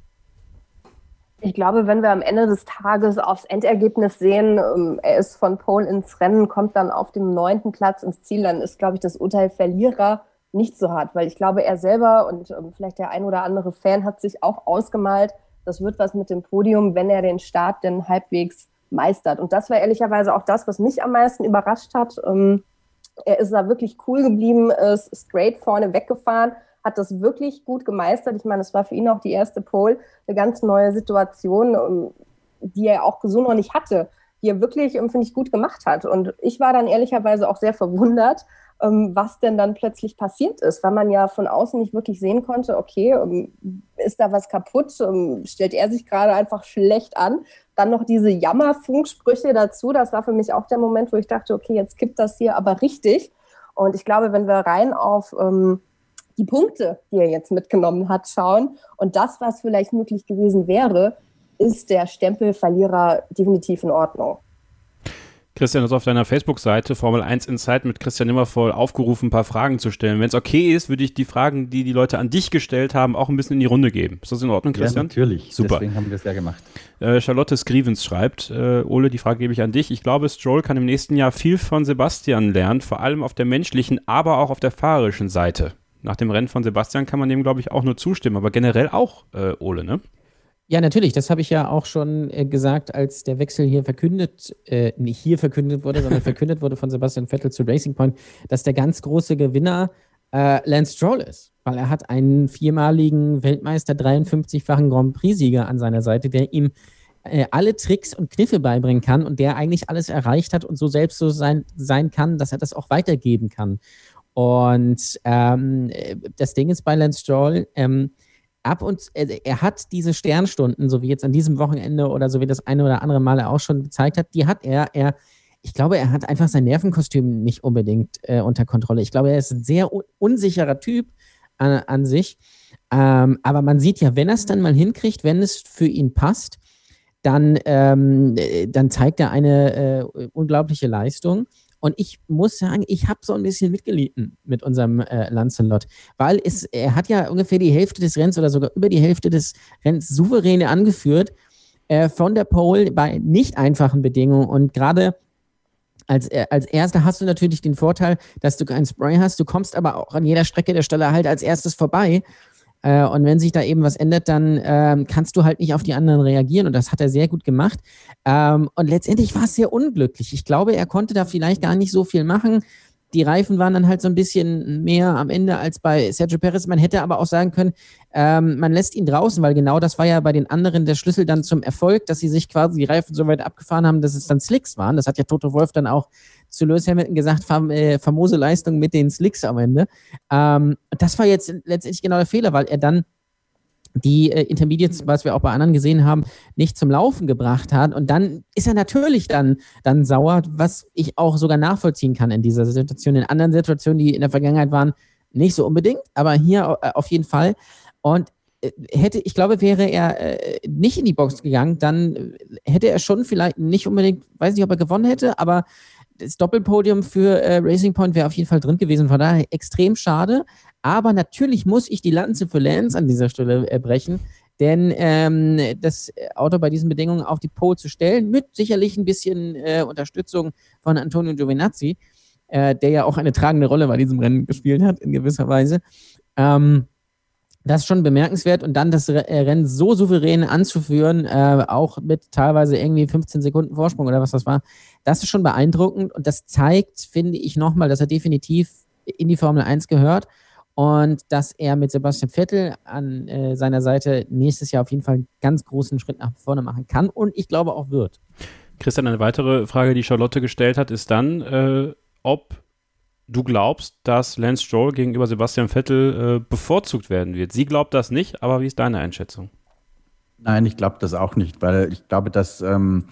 Ich glaube, wenn wir am Ende des Tages aufs Endergebnis sehen, er ist von Pole ins Rennen, kommt dann auf dem neunten Platz ins Ziel, dann ist, glaube ich, das Urteil Verlierer nicht so hart, weil ich glaube, er selber und ähm, vielleicht der ein oder andere Fan hat sich auch ausgemalt, das wird was mit dem Podium, wenn er den Start denn halbwegs meistert. Und das war ehrlicherweise auch das, was mich am meisten überrascht hat. Ähm, Er ist da wirklich cool geblieben, ist straight vorne weggefahren, hat das wirklich gut gemeistert. Ich meine, es war für ihn auch die erste Pole, eine ganz neue Situation, die er auch so noch nicht hatte, die er wirklich, finde ich, gut gemacht hat. Und ich war dann ehrlicherweise auch sehr verwundert, was denn dann plötzlich passiert ist, weil man ja von außen nicht wirklich sehen konnte, okay, ist da was kaputt, stellt er sich gerade einfach schlecht an. Dann noch diese Jammerfunksprüche dazu, das war für mich auch der Moment, wo ich dachte, okay, jetzt kippt das hier aber richtig. Und ich glaube, wenn wir rein auf ähm, die Punkte, die er jetzt mitgenommen hat, schauen und das, was vielleicht möglich gewesen wäre, ist der Stempel Verlierer definitiv in Ordnung.
Christian, du hast auf deiner Facebook-Seite Formel eins Insight mit Christian Nimmervoll aufgerufen, ein paar Fragen zu stellen. Wenn es okay ist, würde ich die Fragen, die die Leute an dich gestellt haben, auch ein bisschen in die Runde geben. Ist das in Ordnung, Christian?
Ja, natürlich.
Super.
Deswegen haben wir es ja gemacht.
Äh, Charlotte Scrivens schreibt, äh, Ole, die Frage gebe ich an dich. Ich glaube, Stroll kann im nächsten Jahr viel von Sebastian lernen, vor allem auf der menschlichen, aber auch auf der fahrerischen Seite. Nach dem Rennen von Sebastian kann man dem, glaube ich, auch nur zustimmen, aber generell auch, äh, Ole, ne?
Ja, natürlich. Das habe ich ja auch schon äh, gesagt, als der Wechsel hier verkündet, äh, nicht hier verkündet wurde, sondern verkündet wurde von Sebastian Vettel zu Racing Point, dass der ganz große Gewinner äh, Lance Stroll ist. Weil er hat einen viermaligen Weltmeister, dreiundfünfzigfachen Grand Prix-Sieger an seiner Seite, der ihm äh, alle Tricks und Kniffe beibringen kann und der eigentlich alles erreicht hat und so selbst so sein, sein kann, dass er das auch weitergeben kann. Und ähm, das Ding ist bei Lance Stroll, ähm, ab und er hat diese Sternstunden, so wie jetzt an diesem Wochenende oder so wie das eine oder andere Mal er auch schon gezeigt hat, die hat er. Er, ich glaube, er hat einfach sein Nervenkostüm nicht unbedingt äh, unter Kontrolle. Ich glaube, er ist ein sehr un- unsicherer Typ an, an sich. Ähm, aber man sieht ja, wenn er es dann mal hinkriegt, wenn es für ihn passt, dann, ähm, dann zeigt er eine äh, unglaubliche Leistung. Und ich muss sagen, ich habe so ein bisschen mitgelitten mit unserem äh, Lancelot, weil es, er hat ja ungefähr die Hälfte des Rennens oder sogar über die Hälfte des Rennens souverän angeführt äh, von der Pole bei nicht einfachen Bedingungen. Und gerade als, äh, als Erster hast du natürlich den Vorteil, dass du keinen Spray hast. Du kommst aber auch an jeder Strecke der Stelle halt als erstes vorbei. Äh, und wenn sich da eben was ändert, dann ähm, kannst du halt nicht auf die anderen reagieren. Und das hat er sehr gut gemacht. Ähm, und letztendlich war es sehr unglücklich. Ich glaube, er konnte da vielleicht gar nicht so viel machen. Die Reifen waren dann halt so ein bisschen mehr am Ende als bei Sergio Perez. Man hätte aber auch sagen können, ähm, man lässt ihn draußen, weil genau das war ja bei den anderen der Schlüssel dann zum Erfolg, dass sie sich quasi die Reifen so weit abgefahren haben, dass es dann Slicks waren. Das hat ja Toto Wolff dann auch zu Lewis Hamilton gesagt, fam- äh, famose Leistung mit den Slicks am Ende. Ähm, das war jetzt letztendlich genau der Fehler, weil er dann die äh, Intermediates, was wir auch bei anderen gesehen haben, nicht zum Laufen gebracht hat. Und dann ist er natürlich dann, dann sauer, was ich auch sogar nachvollziehen kann in dieser Situation. In anderen Situationen, die in der Vergangenheit waren, nicht so unbedingt, aber hier äh, auf jeden Fall. Und äh, hätte, ich glaube, wäre er äh, nicht in die Box gegangen, dann hätte er schon vielleicht nicht unbedingt, weiß nicht, ob er gewonnen hätte, aber das Doppelpodium für äh, Racing Point wäre auf jeden Fall drin gewesen. Von daher extrem schade. Aber natürlich muss ich die Lanze für Lance an dieser Stelle äh, brechen, denn ähm, das Auto bei diesen Bedingungen auf die Pole zu stellen, mit sicherlich ein bisschen äh, Unterstützung von Antonio Giovinazzi, äh, der ja auch eine tragende Rolle bei diesem Rennen gespielt hat, in gewisser Weise, ähm, das ist schon bemerkenswert. Und dann das Rennen so souverän anzuführen, äh, auch mit teilweise irgendwie fünfzehn Sekunden Vorsprung oder was das war, das ist schon beeindruckend. Und das zeigt, finde ich, nochmal, dass er definitiv in die Formel eins gehört und dass er mit Sebastian Vettel an äh, seiner Seite nächstes Jahr auf jeden Fall einen ganz großen Schritt nach vorne machen kann und ich glaube auch wird.
Christian, eine weitere Frage, die Charlotte gestellt hat, ist dann, äh, ob du glaubst, dass Lance Stroll gegenüber Sebastian Vettel äh, bevorzugt werden wird. Sie glaubt das nicht, aber wie ist deine Einschätzung?
Nein, ich glaube das auch nicht, weil ich glaube, dass ähm,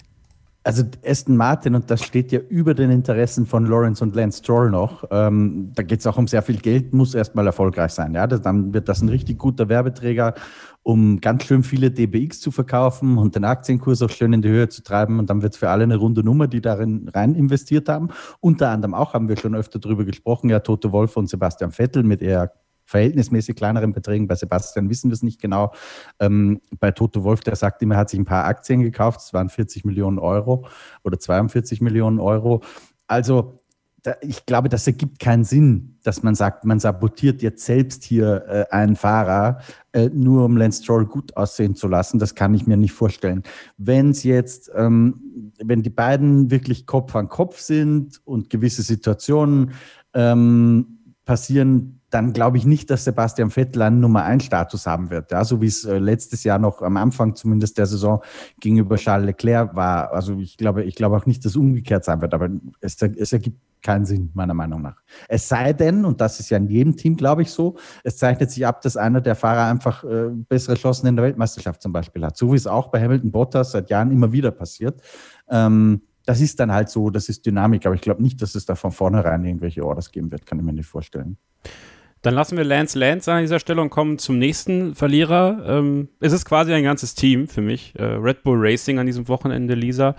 also Aston Martin, und das steht ja über den Interessen von Lawrence und Lance Stroll noch, ähm, da geht es auch um sehr viel Geld, muss erstmal erfolgreich sein. Ja? Das, dann wird das ein richtig guter Werbeträger, um ganz schön viele D B X zu verkaufen und den Aktienkurs auch schön in die Höhe zu treiben. Und dann wird es für alle eine runde Nummer, die darin rein investiert haben. Unter anderem auch, haben wir schon öfter drüber gesprochen, ja, Toto Wolff und Sebastian Vettel mit eher verhältnismäßig kleineren Beträgen. Bei Sebastian wissen wir es nicht genau. Ähm, bei Toto Wolff, der sagt immer, er hat sich ein paar Aktien gekauft. Das waren vierzig Millionen Euro oder zweiundvierzig Millionen Euro. Also da, ich glaube, das ergibt keinen Sinn, dass man sagt, man sabotiert jetzt selbst hier äh, einen Fahrer, äh, nur um Lance Stroll gut aussehen zu lassen. Das kann ich mir nicht vorstellen. Wenn es jetzt, ähm, wenn die beiden wirklich Kopf an Kopf sind und gewisse Situationen ähm, passieren, dann glaube ich nicht, dass Sebastian Vettel einen Nummer eins Status haben wird. Ja, so wie es äh, letztes Jahr noch am Anfang zumindest der Saison gegenüber Charles Leclerc war. Also ich glaube, ich glaube auch nicht, dass es umgekehrt sein wird, aber es, es ergibt keinen Sinn, meiner Meinung nach. Es sei denn, und das ist ja in jedem Team, glaube ich, so, es zeichnet sich ab, dass einer der Fahrer einfach äh, bessere Chancen in der Weltmeisterschaft zum Beispiel hat. So wie es auch bei Hamilton Bottas seit Jahren immer wieder passiert. Ähm, das ist dann halt so, das ist Dynamik, aber ich glaube nicht, dass es da von vornherein irgendwelche Orders geben wird, kann ich mir nicht vorstellen.
Dann lassen wir Lance Lance an dieser Stelle und kommen zum nächsten Verlierer. Ähm, es ist quasi ein ganzes Team für mich. Äh, Red Bull Racing an diesem Wochenende, Lisa.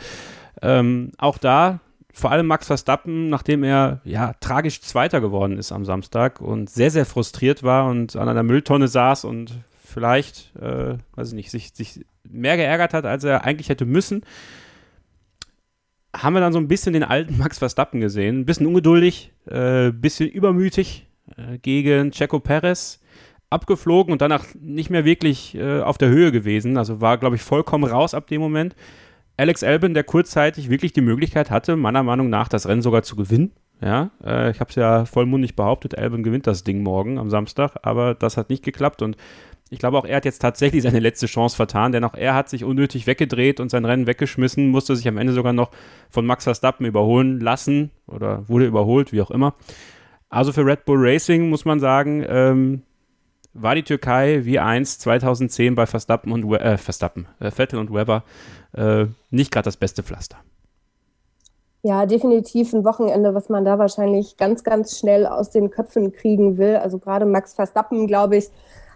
Ähm, auch da vor allem Max Verstappen, nachdem er ja tragisch Zweiter geworden ist am Samstag und sehr, sehr frustriert war und an einer Mülltonne saß und vielleicht, äh, weiß ich nicht, sich, sich mehr geärgert hat, als er eigentlich hätte müssen, haben wir dann so ein bisschen den alten Max Verstappen gesehen. Ein bisschen ungeduldig, ein äh, bisschen übermütig äh, gegen Checo Perez. Abgeflogen und danach nicht mehr wirklich äh, auf der Höhe gewesen. Also war, glaube ich, vollkommen raus ab dem Moment. Alex Albon, der kurzzeitig wirklich die Möglichkeit hatte, meiner Meinung nach das Rennen sogar zu gewinnen. Ja, äh, ich habe es ja vollmundig behauptet, Albon gewinnt das Ding morgen am Samstag, aber das hat nicht geklappt und ich glaube auch, er hat jetzt tatsächlich seine letzte Chance vertan, denn auch er hat sich unnötig weggedreht und sein Rennen weggeschmissen, musste sich am Ende sogar noch von Max Verstappen überholen lassen oder wurde überholt, wie auch immer. Also für Red Bull Racing muss man sagen, ähm, war die Türkei wie einst zweitausendzehn bei Verstappen und We- äh, Verstappen, äh, Vettel und Webber äh, nicht gerade das beste Pflaster.
Ja, definitiv ein Wochenende, was man da wahrscheinlich ganz, ganz schnell aus den Köpfen kriegen will. Also gerade Max Verstappen, glaube ich,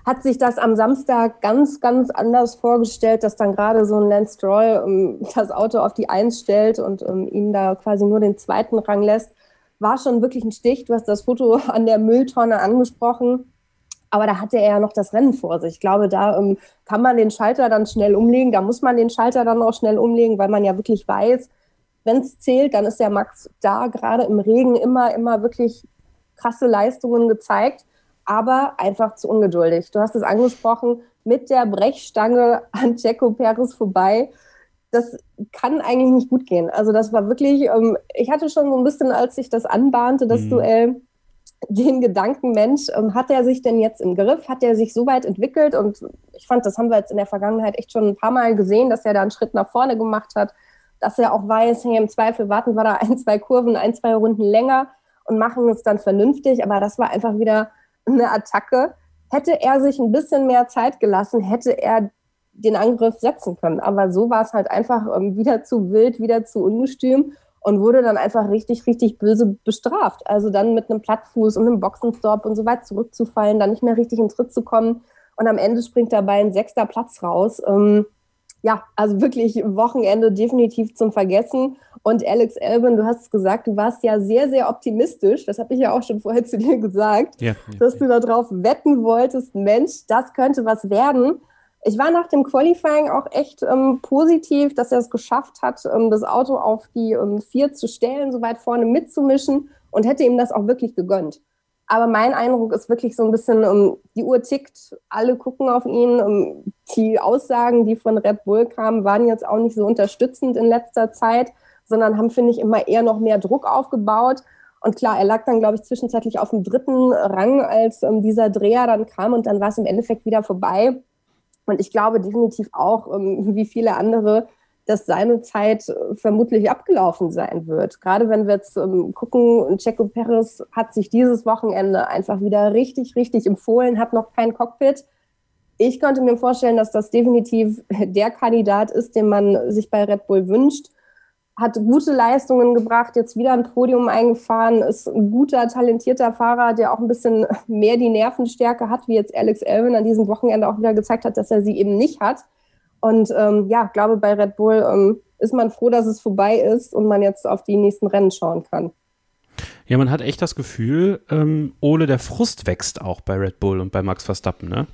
hat sich das am Samstag ganz, ganz anders vorgestellt, dass dann gerade so ein Lance Stroll um, das Auto auf die Eins stellt und um, ihn da quasi nur den zweiten Rang lässt. War schon wirklich ein Stich. Du hast das Foto an der Mülltonne angesprochen. Aber da hatte er ja noch das Rennen vor sich. Ich glaube, da um, kann man den Schalter dann schnell umlegen. Da muss man den Schalter dann auch schnell umlegen, weil man ja wirklich weiß, wenn es zählt, dann ist der Max da gerade im Regen immer, immer wirklich krasse Leistungen gezeigt, aber einfach zu ungeduldig. Du hast es angesprochen, mit der Brechstange an Checo Perez vorbei. Das kann eigentlich nicht gut gehen. Also das war wirklich, ähm, ich hatte schon so ein bisschen, als sich das anbahnte, das mhm. Duell, den Gedanken, Mensch, ähm, hat er sich denn jetzt im Griff? Hat er sich so weit entwickelt? Und ich fand, das haben wir jetzt in der Vergangenheit echt schon ein paar Mal gesehen, dass er da einen Schritt nach vorne gemacht hat, dass er auch weiß, hey, im Zweifel warten wir da ein, zwei Kurven, ein, zwei Runden länger und machen es dann vernünftig. Aber das war einfach wieder eine Attacke. Hätte er sich ein bisschen mehr Zeit gelassen, hätte er den Angriff setzen können. Aber so war es halt einfach ähm, wieder zu wild, wieder zu ungestüm und wurde dann einfach richtig, richtig böse bestraft. Also dann mit einem Plattfuß und einem Boxenstopp und so weit zurückzufallen, dann nicht mehr richtig in Tritt zu kommen und am Ende springt dabei ein sechster Platz raus. Ähm, ja, also wirklich Wochenende definitiv zum Vergessen. Und Alex Albon, du hast es gesagt, du warst ja sehr, sehr optimistisch, das habe ich ja auch schon vorher zu dir gesagt, ja, ja, dass du darauf wetten wolltest, Mensch, das könnte was werden. Ich war nach dem Qualifying auch echt ähm, positiv, dass er es geschafft hat, ähm, das Auto auf die ähm, vier zu stellen, so weit vorne mitzumischen und hätte ihm das auch wirklich gegönnt. Aber mein Eindruck ist wirklich so ein bisschen, um, die Uhr tickt, alle gucken auf ihn. Um, die Aussagen, die von Red Bull kamen, waren jetzt auch nicht so unterstützend in letzter Zeit, sondern haben, finde ich, immer eher noch mehr Druck aufgebaut. Und klar, er lag dann, glaube ich, zwischenzeitlich auf dem dritten Rang, als um, dieser Dreher dann kam und dann war es im Endeffekt wieder vorbei. Und ich glaube definitiv auch, um, wie viele andere, dass seine Zeit vermutlich abgelaufen sein wird. Gerade wenn wir jetzt ähm, gucken, Checo Perez hat sich dieses Wochenende einfach wieder richtig, richtig empfohlen, hat noch kein Cockpit. Ich könnte mir vorstellen, dass das definitiv der Kandidat ist, den man sich bei Red Bull wünscht. Hat gute Leistungen gebracht, jetzt wieder ein Podium eingefahren, ist ein guter, talentierter Fahrer, der auch ein bisschen mehr die Nervenstärke hat, wie jetzt Alex Albon an diesem Wochenende auch wieder gezeigt hat, dass er sie eben nicht hat. Und ähm, ja, ich glaube, bei Red Bull ähm, ist man froh, dass es vorbei ist und man jetzt auf die nächsten Rennen schauen kann.
Ja, man hat echt das Gefühl, ähm, Ole, der Frust wächst auch bei Red Bull und bei Max Verstappen, ne?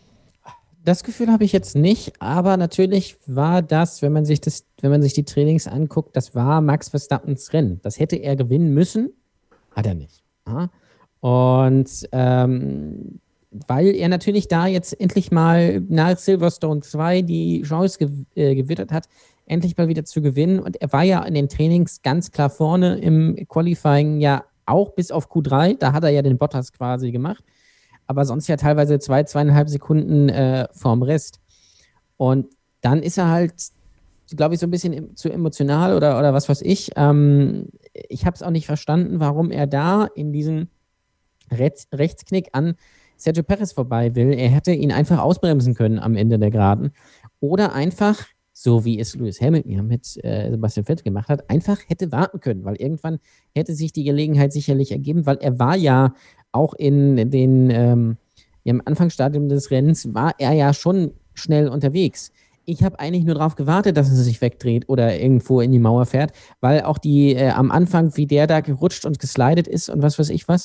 Das Gefühl habe ich jetzt nicht, aber natürlich war das, wenn man sich das, wenn man sich die Trainings anguckt, das war Max Verstappens Rennen. Das hätte er gewinnen müssen, hat er nicht. Ja? Und ähm, weil er natürlich da jetzt endlich mal nach Silverstone zwei die Chance gew- äh, gewittert hat, endlich mal wieder zu gewinnen. Und er war ja in den Trainings ganz klar vorne, im Qualifying ja auch bis auf Q drei. Da hat er ja den Bottas quasi gemacht. Aber sonst ja teilweise zwei, zweieinhalb Sekunden äh, vorm Rest. Und dann ist er halt, glaube ich, so ein bisschen im, zu emotional oder, oder was weiß ich. Ähm, ich habe es auch nicht verstanden, warum er da in diesen Rechts- Rechtsknick an Sergio Perez vorbei will. Er hätte ihn einfach ausbremsen können am Ende der Geraden. Oder einfach, so wie es Lewis Hamilton ja mit äh, Sebastian Vettel gemacht hat, einfach hätte warten können, weil irgendwann hätte sich die Gelegenheit sicherlich ergeben, weil er war ja auch in den ähm, im Anfangsstadium des Rennens war er ja schon schnell unterwegs. Ich habe eigentlich nur darauf gewartet, dass er sich wegdreht oder irgendwo in die Mauer fährt, weil auch die äh, am Anfang, wie der da gerutscht und geslidet ist und was weiß ich was,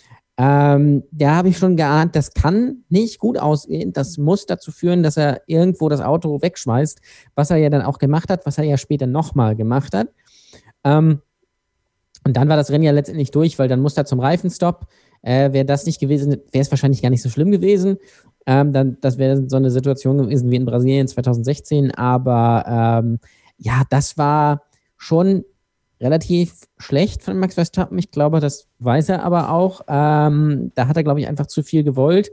ähm, da habe ich schon geahnt, das kann nicht gut ausgehen. Das muss dazu führen, dass er irgendwo das Auto wegschmeißt, was er ja dann auch gemacht hat, was er ja später nochmal gemacht hat. Ähm, und dann war das Rennen ja letztendlich durch, weil dann musste er zum Reifenstopp. Äh, wäre das nicht gewesen, wäre es wahrscheinlich gar nicht so schlimm gewesen. Ähm, dann, das wäre so eine Situation gewesen wie in Brasilien zwanzig sechzehn. Aber ähm, ja, das war schon relativ schlecht von Max Verstappen. Ich glaube, das weiß er aber auch. Ähm, da hat er, glaube ich, einfach zu viel gewollt.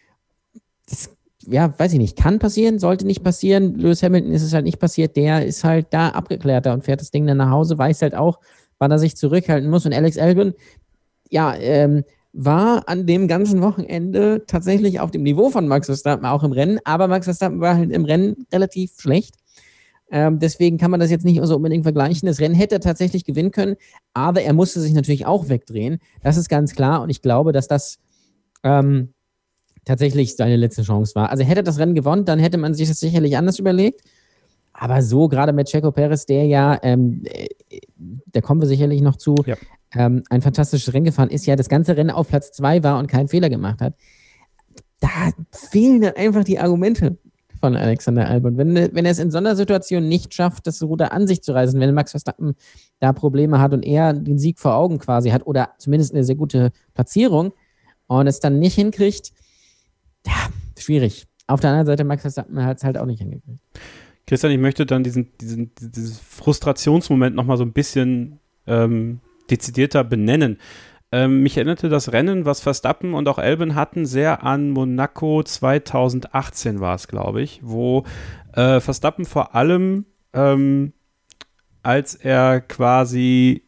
Das, ja, weiß ich nicht, kann passieren, sollte nicht passieren. Lewis Hamilton ist es halt nicht passiert. Der ist halt da abgeklärter und fährt das Ding dann nach Hause, weiß halt auch, wann er sich zurückhalten muss. Und Alex Albon, ja, ähm, war an dem ganzen Wochenende tatsächlich auf dem Niveau von Max Verstappen, auch im Rennen. Aber Max Verstappen war halt im Rennen relativ schlecht. Ähm, deswegen kann man das jetzt nicht so unbedingt vergleichen. Das Rennen hätte er tatsächlich gewinnen können, aber er musste sich natürlich auch wegdrehen. Das ist ganz klar und ich glaube, dass das ähm, tatsächlich seine letzte Chance war. Also hätte das Rennen gewonnen, dann hätte man sich das sicherlich anders überlegt. Aber so, gerade mit Checo Perez, der ja, ähm, da kommen wir sicherlich noch zu, ja. ähm, ein fantastisches Rennen gefahren ist, ja das ganze Rennen auf Platz zwei war und keinen Fehler gemacht hat. Da fehlen einfach die Argumente von Alexander Albon. Wenn, wenn er es in so einer Situation nicht schafft, das Ruder an sich zu reißen, wenn Max Verstappen da Probleme hat und er den Sieg vor Augen quasi hat oder zumindest eine sehr gute Platzierung und es dann nicht hinkriegt, ja, schwierig. Auf der anderen Seite, Max Verstappen hat es halt auch nicht hingekriegt.
Christian, ich möchte dann diesen, diesen, diesen Frustrationsmoment nochmal so ein bisschen ähm, dezidierter benennen. Ähm, mich erinnerte das Rennen, was Verstappen und auch Albon hatten, sehr an Monaco zweitausendachtzehn war es, glaube ich, wo äh, Verstappen vor allem, ähm, als er quasi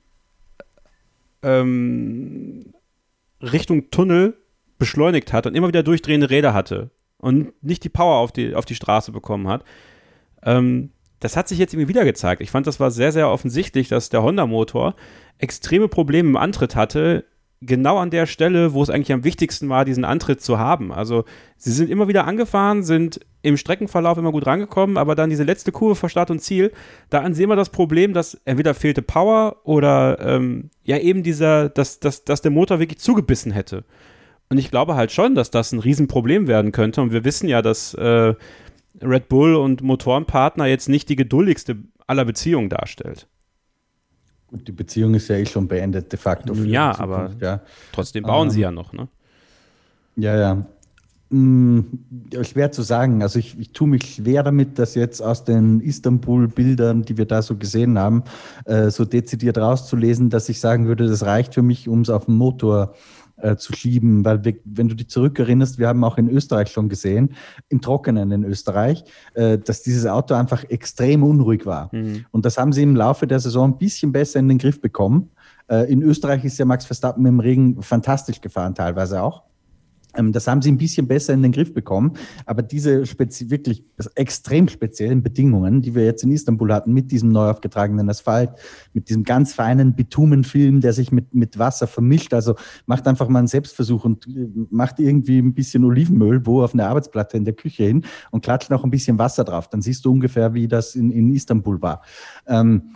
ähm, Richtung Tunnel beschleunigt hat und immer wieder durchdrehende Räder hatte und nicht die Power auf die, auf die Straße bekommen hat. Ähm, das hat sich jetzt irgendwie wieder gezeigt. Ich fand, das war sehr, sehr offensichtlich, dass der Honda-Motor extreme Probleme im Antritt hatte, genau an der Stelle, wo es eigentlich am wichtigsten war, diesen Antritt zu haben. Also sie sind immer wieder angefahren, sind im Streckenverlauf immer gut rangekommen, aber dann diese letzte Kurve vor Start und Ziel, da sehen wir das Problem, dass entweder fehlte Power oder ähm, ja eben dieser, dass, dass, dass der Motor wirklich zugebissen hätte. Und ich glaube halt schon, dass das ein Riesenproblem werden könnte. Und wir wissen ja, dass äh, Red Bull und Motorenpartner jetzt nicht die geduldigste aller Beziehungen darstellt.
Gut, die Beziehung ist ja eh schon beendet, de facto.
Ja, aber ja. Trotzdem bauen ähm, sie ja noch, ne?
Ja, ja. Hm, schwer zu sagen. Also ich, ich tue mich schwer damit, dass jetzt aus den Istanbul-Bildern, die wir da so gesehen haben, äh, so dezidiert rauszulesen, dass ich sagen würde, das reicht für mich, um es auf den Motor äh, zu schieben. Weil wir, wenn du dich zurückerinnerst, wir haben auch in Österreich schon gesehen, im Trockenen in Österreich, äh, dass dieses Auto einfach extrem unruhig war. Mhm. Und das haben sie im Laufe der Saison ein bisschen besser in den Griff bekommen. Äh, in Österreich ist ja Max Verstappen im Regen fantastisch gefahren, teilweise auch. Das haben sie ein bisschen besser in den Griff bekommen, aber diese spezi- wirklich extrem speziellen Bedingungen, die wir jetzt in Istanbul hatten, mit diesem neu aufgetragenen Asphalt, mit diesem ganz feinen Bitumenfilm, der sich mit, mit Wasser vermischt, also macht einfach mal einen Selbstversuch und macht irgendwie ein bisschen Olivenöl, wo auf eine Arbeitsplatte in der Küche hin und klatscht noch ein bisschen Wasser drauf. Dann siehst du ungefähr, wie das in, in Istanbul war. Ähm,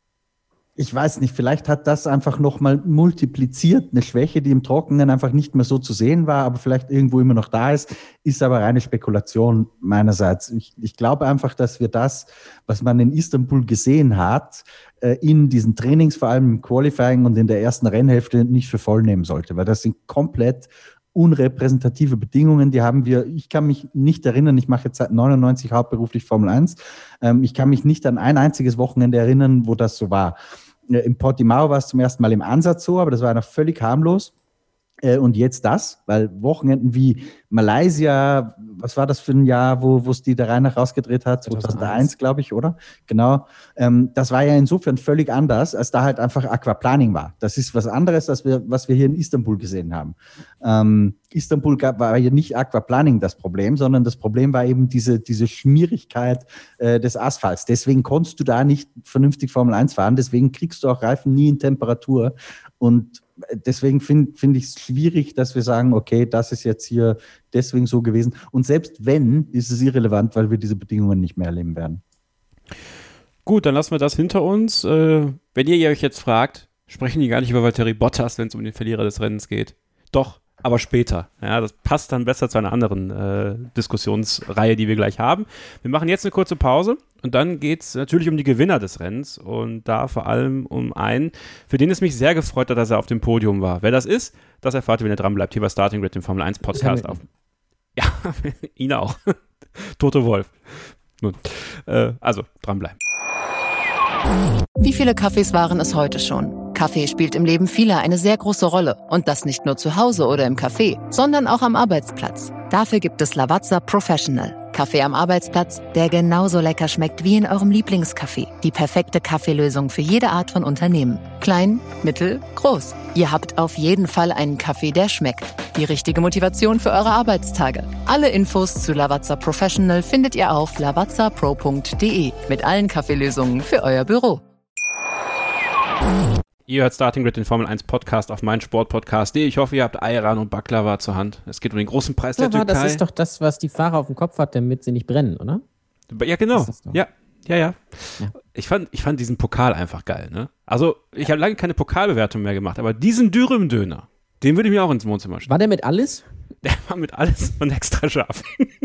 Ich weiß nicht, vielleicht hat das einfach nochmal multipliziert, eine Schwäche, die im Trockenen einfach nicht mehr so zu sehen war, aber vielleicht irgendwo immer noch da ist, ist aber reine Spekulation meinerseits. Ich, ich glaube einfach, dass wir das, was man in Istanbul gesehen hat, in diesen Trainings, vor allem im Qualifying und in der ersten Rennhälfte nicht für voll nehmen sollte, weil das sind komplett unrepräsentative Bedingungen, die haben wir, ich kann mich nicht erinnern, ich mache jetzt seit neunundneunzig hauptberuflich Formel eins, ich kann mich nicht an ein einziges Wochenende erinnern, wo das so war. In Portimao war es zum ersten Mal im Ansatz so, aber das war noch völlig harmlos. Und jetzt das, weil Wochenenden wie Malaysia, was war das für ein Jahr, wo es die der Reihe rausgedreht hat? zweitausendeins, glaube ich, oder? Genau. Ähm, das war ja insofern völlig anders, als da halt einfach Aquaplaning war. Das ist was anderes, als wir, was wir hier in Istanbul gesehen haben. Ähm, Istanbul gab, war ja nicht Aquaplaning das Problem, sondern das Problem war eben diese, diese Schmierigkeit äh, des Asphalts. Deswegen konntest du da nicht vernünftig Formel eins fahren, deswegen kriegst du auch Reifen nie in Temperatur und deswegen finde find ich es schwierig, dass wir sagen, okay, das ist jetzt hier deswegen so gewesen. Und selbst wenn, ist es irrelevant, weil wir diese Bedingungen nicht mehr erleben werden.
Gut, dann lassen wir das hinter uns. Äh, wenn ihr euch jetzt fragt, sprechen die gar nicht über Valtteri Bottas, wenn es um den Verlierer des Rennens geht. Doch, aber später. Ja, das passt dann besser zu einer anderen äh, Diskussionsreihe, die wir gleich haben. Wir machen jetzt eine kurze Pause und dann geht es natürlich um die Gewinner des Rennens und da vor allem um einen, für den es mich sehr gefreut hat, dass er auf dem Podium war. Wer das ist, das erfahrt ihr, wenn ihr dran bleibt, hier bei Starting Grid, dem Formel eins Podcast. Auf. Ja, ihn auch. Toto Wolff. Nun, äh, also, dranbleiben.
Wie viele Kaffees waren es heute schon? Kaffee spielt im Leben vieler eine sehr große Rolle. Und das nicht nur zu Hause oder im Café, sondern auch am Arbeitsplatz. Dafür gibt es Lavazza Professional. Kaffee am Arbeitsplatz, der genauso lecker schmeckt wie in eurem Lieblingscafé. Die perfekte Kaffeelösung für jede Art von Unternehmen. Klein, mittel, groß. Ihr habt auf jeden Fall einen Kaffee, der schmeckt. Die richtige Motivation für eure Arbeitstage. Alle Infos zu Lavazza Professional findet ihr auf lavazza pro punkt de mit allen Kaffeelösungen für euer Büro.
Ihr hört Starting Grid, den Formel eins Podcast auf meinsportpodcast punkt de. Ich hoffe, ihr habt Ayran und Baklava zur Hand. Es geht um den großen Preis der
Baklava,
Türkei.
Das ist doch das, was die Fahrer auf dem Kopf hat, damit sie nicht brennen, oder?
Ja, genau. Ja, ja, ja.
Ja.
Ich fand, ich fand diesen Pokal einfach geil, ne? Also, ich habe lange keine Pokalbewertung mehr gemacht, aber diesen Dürüm-Döner, den würde ich mir auch ins Wohnzimmer stellen.
War der mit alles?
Der war mit alles und extra scharf.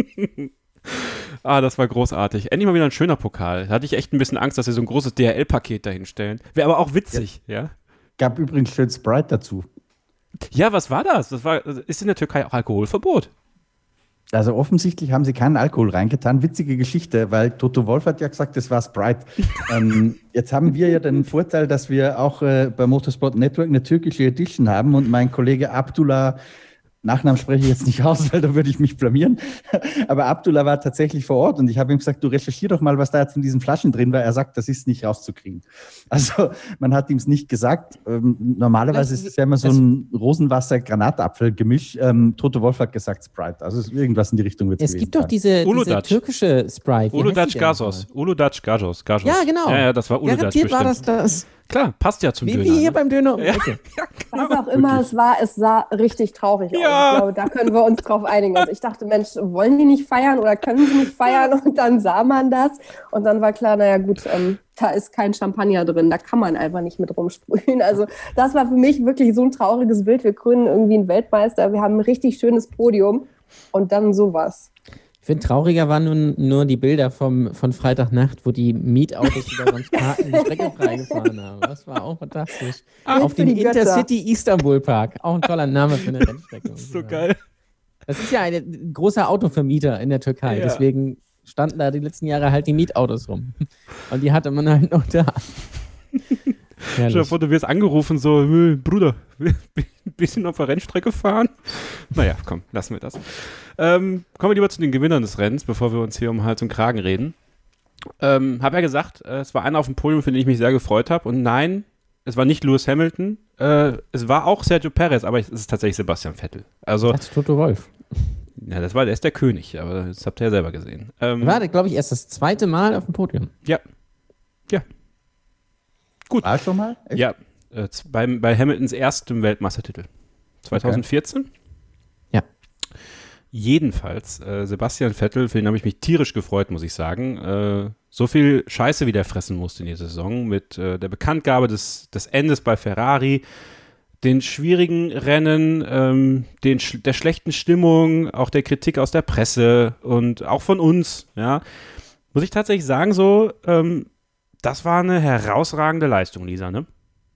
Ah, das war großartig. Endlich mal wieder ein schöner Pokal. Da hatte ich echt ein bisschen Angst, dass sie so ein großes D H L-Paket dahin stellen. Wäre aber auch witzig, ja. ja.
Gab übrigens schön Sprite dazu.
Ja, was war das? Das war, ist in der Türkei auch Alkoholverbot?
Also offensichtlich haben sie keinen Alkohol reingetan. Witzige Geschichte, weil Toto Wolff hat ja gesagt, das war Sprite. ähm, jetzt haben wir ja den Vorteil, dass wir auch äh, bei Motorsport Network eine türkische Edition haben und mein Kollege Abdullah, Nachnamen spreche ich jetzt nicht aus, weil da würde ich mich blamieren. Aber Abdullah war tatsächlich vor Ort und ich habe ihm gesagt, du recherchier doch mal, was da jetzt in diesen Flaschen drin war. Er sagt, das ist nicht rauszukriegen. Also man hat ihm es nicht gesagt. Ähm, normalerweise das, ist es ja immer so ein Rosenwasser-Granatapfel-Gemisch. Ähm, Toto Wolff hat gesagt Sprite. Also irgendwas in die Richtung wird es
Es gibt doch diese, diese türkische Sprite.
Uludac Gazos. Uludac Gazos.
Ja, genau.
Ja, ja, das war Uludac
bestimmt. war das das.
Klar, passt ja zum
wie,
Döner.
Wie hier
ne?
beim Döner.
Ja,
okay.
ja, genau.
Was auch immer es war, es sah richtig traurig
ja.
aus. Ich glaube, da können wir uns drauf einigen. Also ich dachte, Mensch, wollen die nicht feiern oder können sie nicht feiern? Und dann sah man das. Und dann war klar, naja gut, ähm, da ist kein Champagner drin. Da kann man einfach nicht mit rumsprühen. Also das war für mich wirklich so ein trauriges Bild. Wir krönen irgendwie einen Weltmeister. Wir haben ein richtig schönes Podium. Und dann sowas.
Ich finde, trauriger waren nun nur die Bilder vom, von Freitagnacht, wo die Mietautos wieder sonst Parken die Strecke freigefahren haben. Das war auch fantastisch.
Ah,
Auf dem Intercity Istanbul Park. Auch ein toller Name für eine Rennstrecke.
Das ist so geil.
Das ist ja ein großer Autovermieter in der Türkei.
Ja.
Deswegen standen da die letzten Jahre halt die Mietautos rum. Und die hatte man halt noch da.
Stell dir vor, du wirst angerufen, so, hey, Bruder, ein bisschen auf der Rennstrecke fahren. Naja, komm, lassen wir das. Ähm, kommen wir lieber zu den Gewinnern des Rennens, bevor wir uns hier um Hals und Kragen reden. Ähm, hab ja gesagt, äh, es war einer auf dem Podium, für den ich mich sehr gefreut habe. Und nein, es war nicht Lewis Hamilton, äh, es war auch Sergio Perez, aber es ist tatsächlich Sebastian Vettel. Also,
das ist Toto Wolff.
Ja, das war, der ist der König, aber das habt ihr ja selber gesehen. Ähm,
war, glaube ich, erst das zweite Mal auf dem Podium.
Ja. Ja. Gut.
War schon mal? Echt?
Ja, äh, beim, bei Hamiltons erstem Weltmeistertitel. zwanzig vierzehn?
Okay. Ja.
Jedenfalls, äh, Sebastian Vettel, für den habe ich mich tierisch gefreut, muss ich sagen. Äh, so viel Scheiße, wie der fressen musste in dieser Saison, mit äh, der Bekanntgabe des, des Endes bei Ferrari, den schwierigen Rennen, ähm, den, der schlechten Stimmung, auch der Kritik aus der Presse und auch von uns, ja. Muss ich tatsächlich sagen, so, ähm, das war eine herausragende Leistung, Lisa, ne?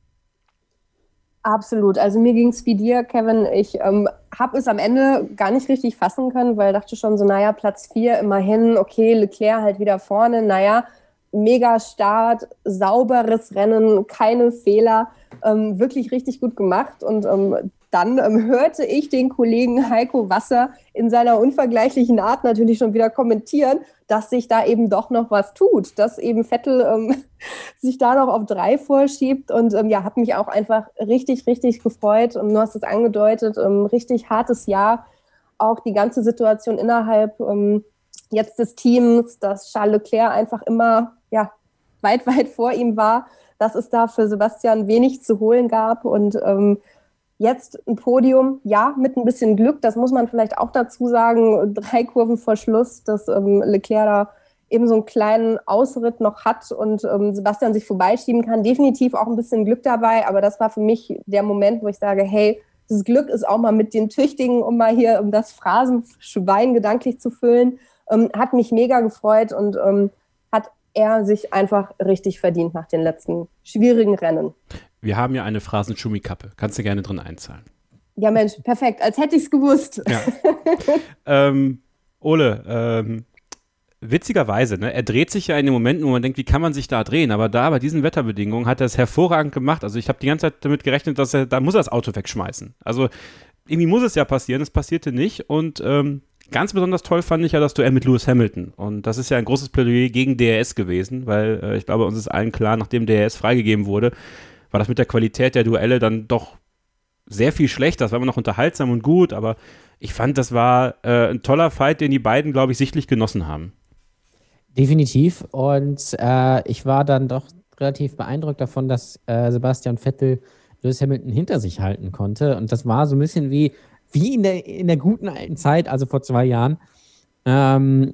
Absolut. Also mir ging es wie dir, Kevin. Ich ähm, habe es am Ende gar nicht richtig fassen können, weil ich dachte schon so, naja, Platz vier immerhin, okay, Leclerc halt wieder vorne, naja, mega Start, sauberes Rennen, keine Fehler, ähm, wirklich richtig gut gemacht. Und ähm, dann ähm, hörte ich den Kollegen Heiko Wasser in seiner unvergleichlichen Art natürlich schon wieder kommentieren, dass sich da eben doch noch was tut, dass eben Vettel ähm, sich da noch auf drei vorschiebt und ähm, ja, habe mich auch einfach richtig, richtig gefreut. Und du hast es angedeutet, ähm, richtig hartes Jahr, auch die ganze Situation innerhalb ähm, jetzt des Teams, dass Charles Leclerc einfach immer ja, weit, weit vor ihm war, dass es da für Sebastian wenig zu holen gab und ähm, jetzt ein Podium, ja, mit ein bisschen Glück, das muss man vielleicht auch dazu sagen, drei Kurven vor Schluss, dass ähm, Leclerc da eben so einen kleinen Ausritt noch hat und ähm, Sebastian sich vorbeischieben kann. Definitiv auch ein bisschen Glück dabei, aber das war für mich der Moment, wo ich sage, hey, das Glück ist auch mal mit den Tüchtigen, um mal hier um das Phrasenschwein gedanklich zu füllen. Ähm, hat mich mega gefreut und ähm, hat er sich einfach richtig verdient nach den letzten schwierigen Rennen.
Wir haben ja eine Phrasenschumikappe. Kannst du gerne drin einzahlen.
Ja, Mensch, perfekt. Als hätte ich es gewusst.
Ja. ähm, Ole, ähm, witzigerweise, ne, er dreht sich ja in den Momenten, wo man denkt, wie kann man sich da drehen? Aber da, bei diesen Wetterbedingungen, hat er es hervorragend gemacht. Also ich habe die ganze Zeit damit gerechnet, dass er, da muss er das Auto wegschmeißen. Also irgendwie muss es ja passieren, es passierte nicht. Und ähm, ganz besonders toll fand ich ja das Duell mit Lewis Hamilton. Und das ist ja ein großes Plädoyer gegen D R S gewesen, weil äh, ich glaube, uns ist allen klar, nachdem D R S freigegeben wurde, war das mit der Qualität der Duelle dann doch sehr viel schlechter. Das war immer noch unterhaltsam und gut, aber ich fand, das war äh, ein toller Fight, den die beiden, glaube ich, sichtlich genossen haben.
Definitiv. Und äh, ich war dann doch relativ beeindruckt davon, dass äh, Sebastian Vettel Lewis Hamilton hinter sich halten konnte. Und das war so ein bisschen wie, wie in der, in der guten alten Zeit, also vor zwei Jahren. Ähm,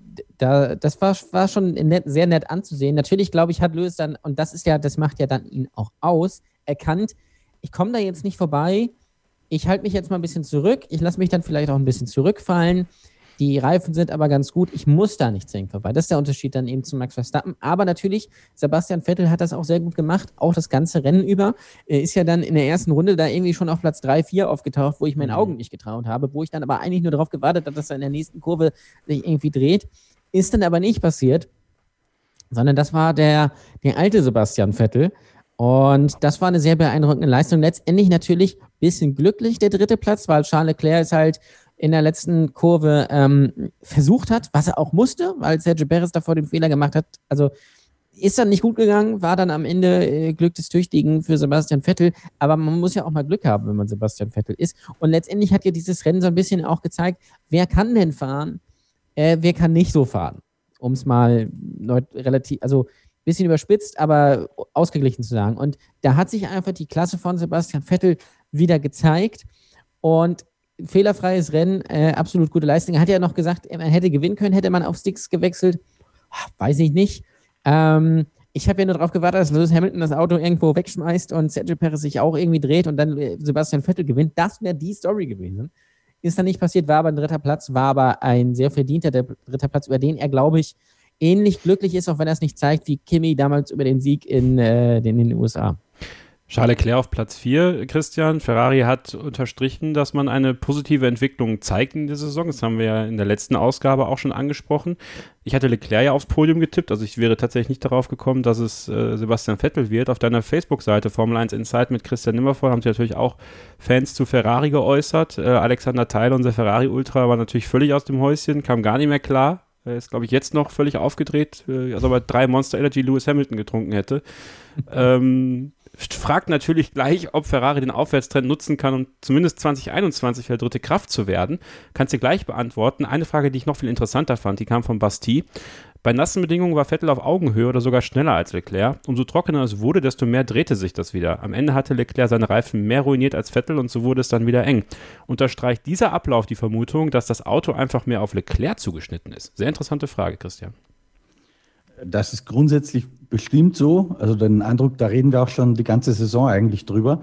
da, das war, war schon nett, sehr nett anzusehen. Natürlich, glaube ich, hat Lewis dann, und das ist ja, das macht ja dann ihn auch aus, erkannt, ich komme da jetzt nicht vorbei, ich halte mich jetzt mal ein bisschen zurück, ich lasse mich dann vielleicht auch ein bisschen zurückfallen. Die Reifen sind aber ganz gut, ich muss da nicht zwingend vorbei. Das ist der Unterschied dann eben zu Max Verstappen. Aber natürlich, Sebastian Vettel hat das auch sehr gut gemacht, auch das ganze Rennen über. Er ist ja dann in der ersten Runde da irgendwie schon auf Platz drei, vier aufgetaucht, wo ich meinen Augen nicht getraut habe, wo ich dann aber eigentlich nur darauf gewartet habe, dass er in der nächsten Kurve sich irgendwie dreht. Ist dann aber nicht passiert, sondern das war der, der alte Sebastian Vettel. Und das war eine sehr beeindruckende Leistung. Letztendlich natürlich ein bisschen glücklich, der dritte Platz, weil Charles Leclerc ist halt in der letzten Kurve ähm, versucht hat, was er auch musste, weil Sergio Perez davor den Fehler gemacht hat. Also ist dann nicht gut gegangen, war dann am Ende äh, Glück des Tüchtigen für Sebastian Vettel. Aber man muss ja auch mal Glück haben, wenn man Sebastian Vettel ist. Und letztendlich hat ja dieses Rennen so ein bisschen auch gezeigt, wer kann denn fahren, äh, wer kann nicht so fahren. Um es mal neut- relativ, also ein bisschen überspitzt, aber ausgeglichen zu sagen. Und da hat sich einfach die Klasse von Sebastian Vettel wieder gezeigt. Und fehlerfreies Rennen, äh, absolut gute Leistung. Er hat ja noch gesagt, man hätte gewinnen können, hätte man auf Sticks gewechselt. Ach, weiß ich nicht. Ähm, ich habe ja nur darauf gewartet, dass Lewis Hamilton das Auto irgendwo wegschmeißt und Sergio Perez sich auch irgendwie dreht und dann Sebastian Vettel gewinnt. Das wäre die Story gewesen. Ist dann nicht passiert, war aber ein dritter Platz, war aber ein sehr verdienter dritter Platz, über den er, glaube ich, ähnlich glücklich ist, auch wenn er es nicht zeigt, wie Kimi damals über den Sieg in, äh, in den U S A.
Charles Leclerc auf Platz vier, Christian. Ferrari hat unterstrichen, dass man eine positive Entwicklung zeigt in der Saison. Das haben wir ja in der letzten Ausgabe auch schon angesprochen. Ich hatte Leclerc ja aufs Podium getippt, also ich wäre tatsächlich nicht darauf gekommen, dass es äh, Sebastian Vettel wird. Auf deiner Facebook-Seite Formel eins Insight mit Christian Nimmervoll haben sich natürlich auch Fans zu Ferrari geäußert. Äh, Alexander Theil, unser Ferrari-Ultra, war natürlich völlig aus dem Häuschen, kam gar nicht mehr klar. Er ist, glaube ich, jetzt noch völlig aufgedreht, äh, als ob er drei Monster Energy Lewis Hamilton getrunken hätte. ähm, fragt natürlich gleich, ob Ferrari den Aufwärtstrend nutzen kann, um zumindest zwanzig einundzwanzig für dritte Kraft zu werden. Kannst du gleich beantworten. Eine Frage, die ich noch viel interessanter fand, die kam von Basti. Bei nassen Bedingungen war Vettel auf Augenhöhe oder sogar schneller als Leclerc. Umso trockener es wurde, desto mehr drehte sich das wieder. Am Ende hatte Leclerc seine Reifen mehr ruiniert als Vettel und so wurde es dann wieder eng. Unterstreicht dieser Ablauf die Vermutung, dass das Auto einfach mehr auf Leclerc zugeschnitten ist? Sehr interessante Frage, Christian.
Das ist grundsätzlich bestimmt so. Also den Eindruck, da reden wir auch schon die ganze Saison eigentlich drüber.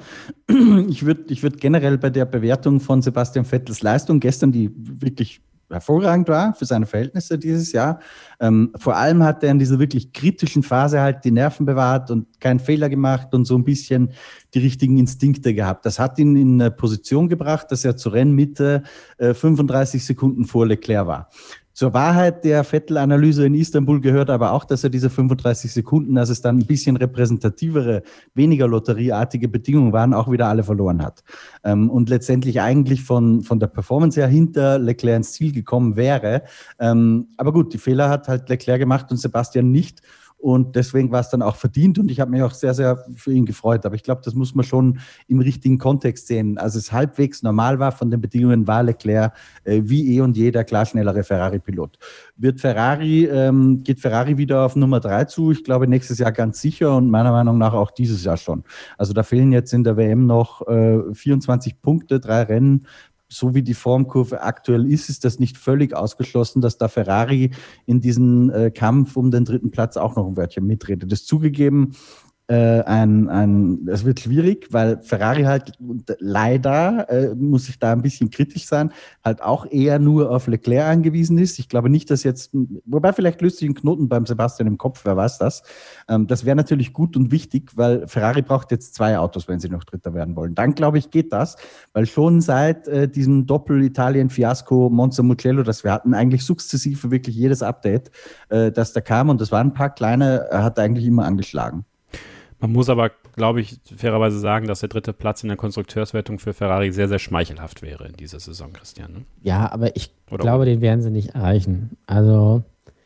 Ich würde ich würd generell bei der Bewertung von Sebastian Vettels Leistung gestern, die wirklich hervorragend war für seine Verhältnisse dieses Jahr. Ähm, vor allem hat er in dieser wirklich kritischen Phase halt die Nerven bewahrt und keinen Fehler gemacht und so ein bisschen die richtigen Instinkte gehabt. Das hat ihn in eine Position gebracht, dass er zur Rennmitte äh, fünfunddreißig Sekunden vor Leclerc war. Zur Wahrheit der Vettel-Analyse in Istanbul gehört aber auch, dass er diese fünfunddreißig Sekunden, als es dann ein bisschen repräsentativere, weniger lotterieartige Bedingungen waren, auch wieder alle verloren hat. Und letztendlich eigentlich von, von der Performance her hinter Leclerc ins Ziel gekommen wäre. Aber gut, die Fehler hat halt Leclerc gemacht und Sebastian nicht. Und deswegen war es dann auch verdient und ich habe mich auch sehr, sehr für ihn gefreut. Aber ich glaube, das muss man schon im richtigen Kontext sehen. Als es halbwegs normal war von den Bedingungen, war Leclerc äh, wie eh und je der klar schnellere Ferrari-Pilot. Wird Ferrari, ähm, geht Ferrari wieder auf Nummer drei zu? Ich glaube, nächstes Jahr ganz sicher und meiner Meinung nach auch dieses Jahr schon. Also da fehlen jetzt in der W M noch äh, vierundzwanzig Punkte, drei Rennen. So wie die Formkurve aktuell ist, ist das nicht völlig ausgeschlossen, dass da Ferrari in diesem äh, Kampf um den dritten Platz auch noch ein Wörtchen mitredet. Das ist zugegeben, äh, ein, ein, es wird schwierig, weil Ferrari halt leider, äh, muss ich da ein bisschen kritisch sein, halt auch eher nur auf Leclerc angewiesen ist. Ich glaube nicht, dass jetzt, wobei vielleicht löst sich ein Knoten beim Sebastian im Kopf, wer weiß das. Ähm, das wäre natürlich gut und wichtig, weil Ferrari braucht jetzt zwei Autos, wenn sie noch Dritter werden wollen. Dann, glaube ich, geht das, weil schon seit äh, diesem Doppel-Italien-Fiasko Monza Mugello, das wir hatten, eigentlich sukzessive wirklich jedes Update, äh, das da kam, und das waren ein paar kleine, hat eigentlich immer angeschlagen.
Man muss aber, glaube ich, fairerweise sagen, dass der dritte Platz in der Konstrukteurswertung für Ferrari sehr, sehr schmeichelhaft wäre in dieser Saison, Christian. Ne?
Ja, aber ich
Oder
glaube,
oder?
den werden sie nicht erreichen. Also,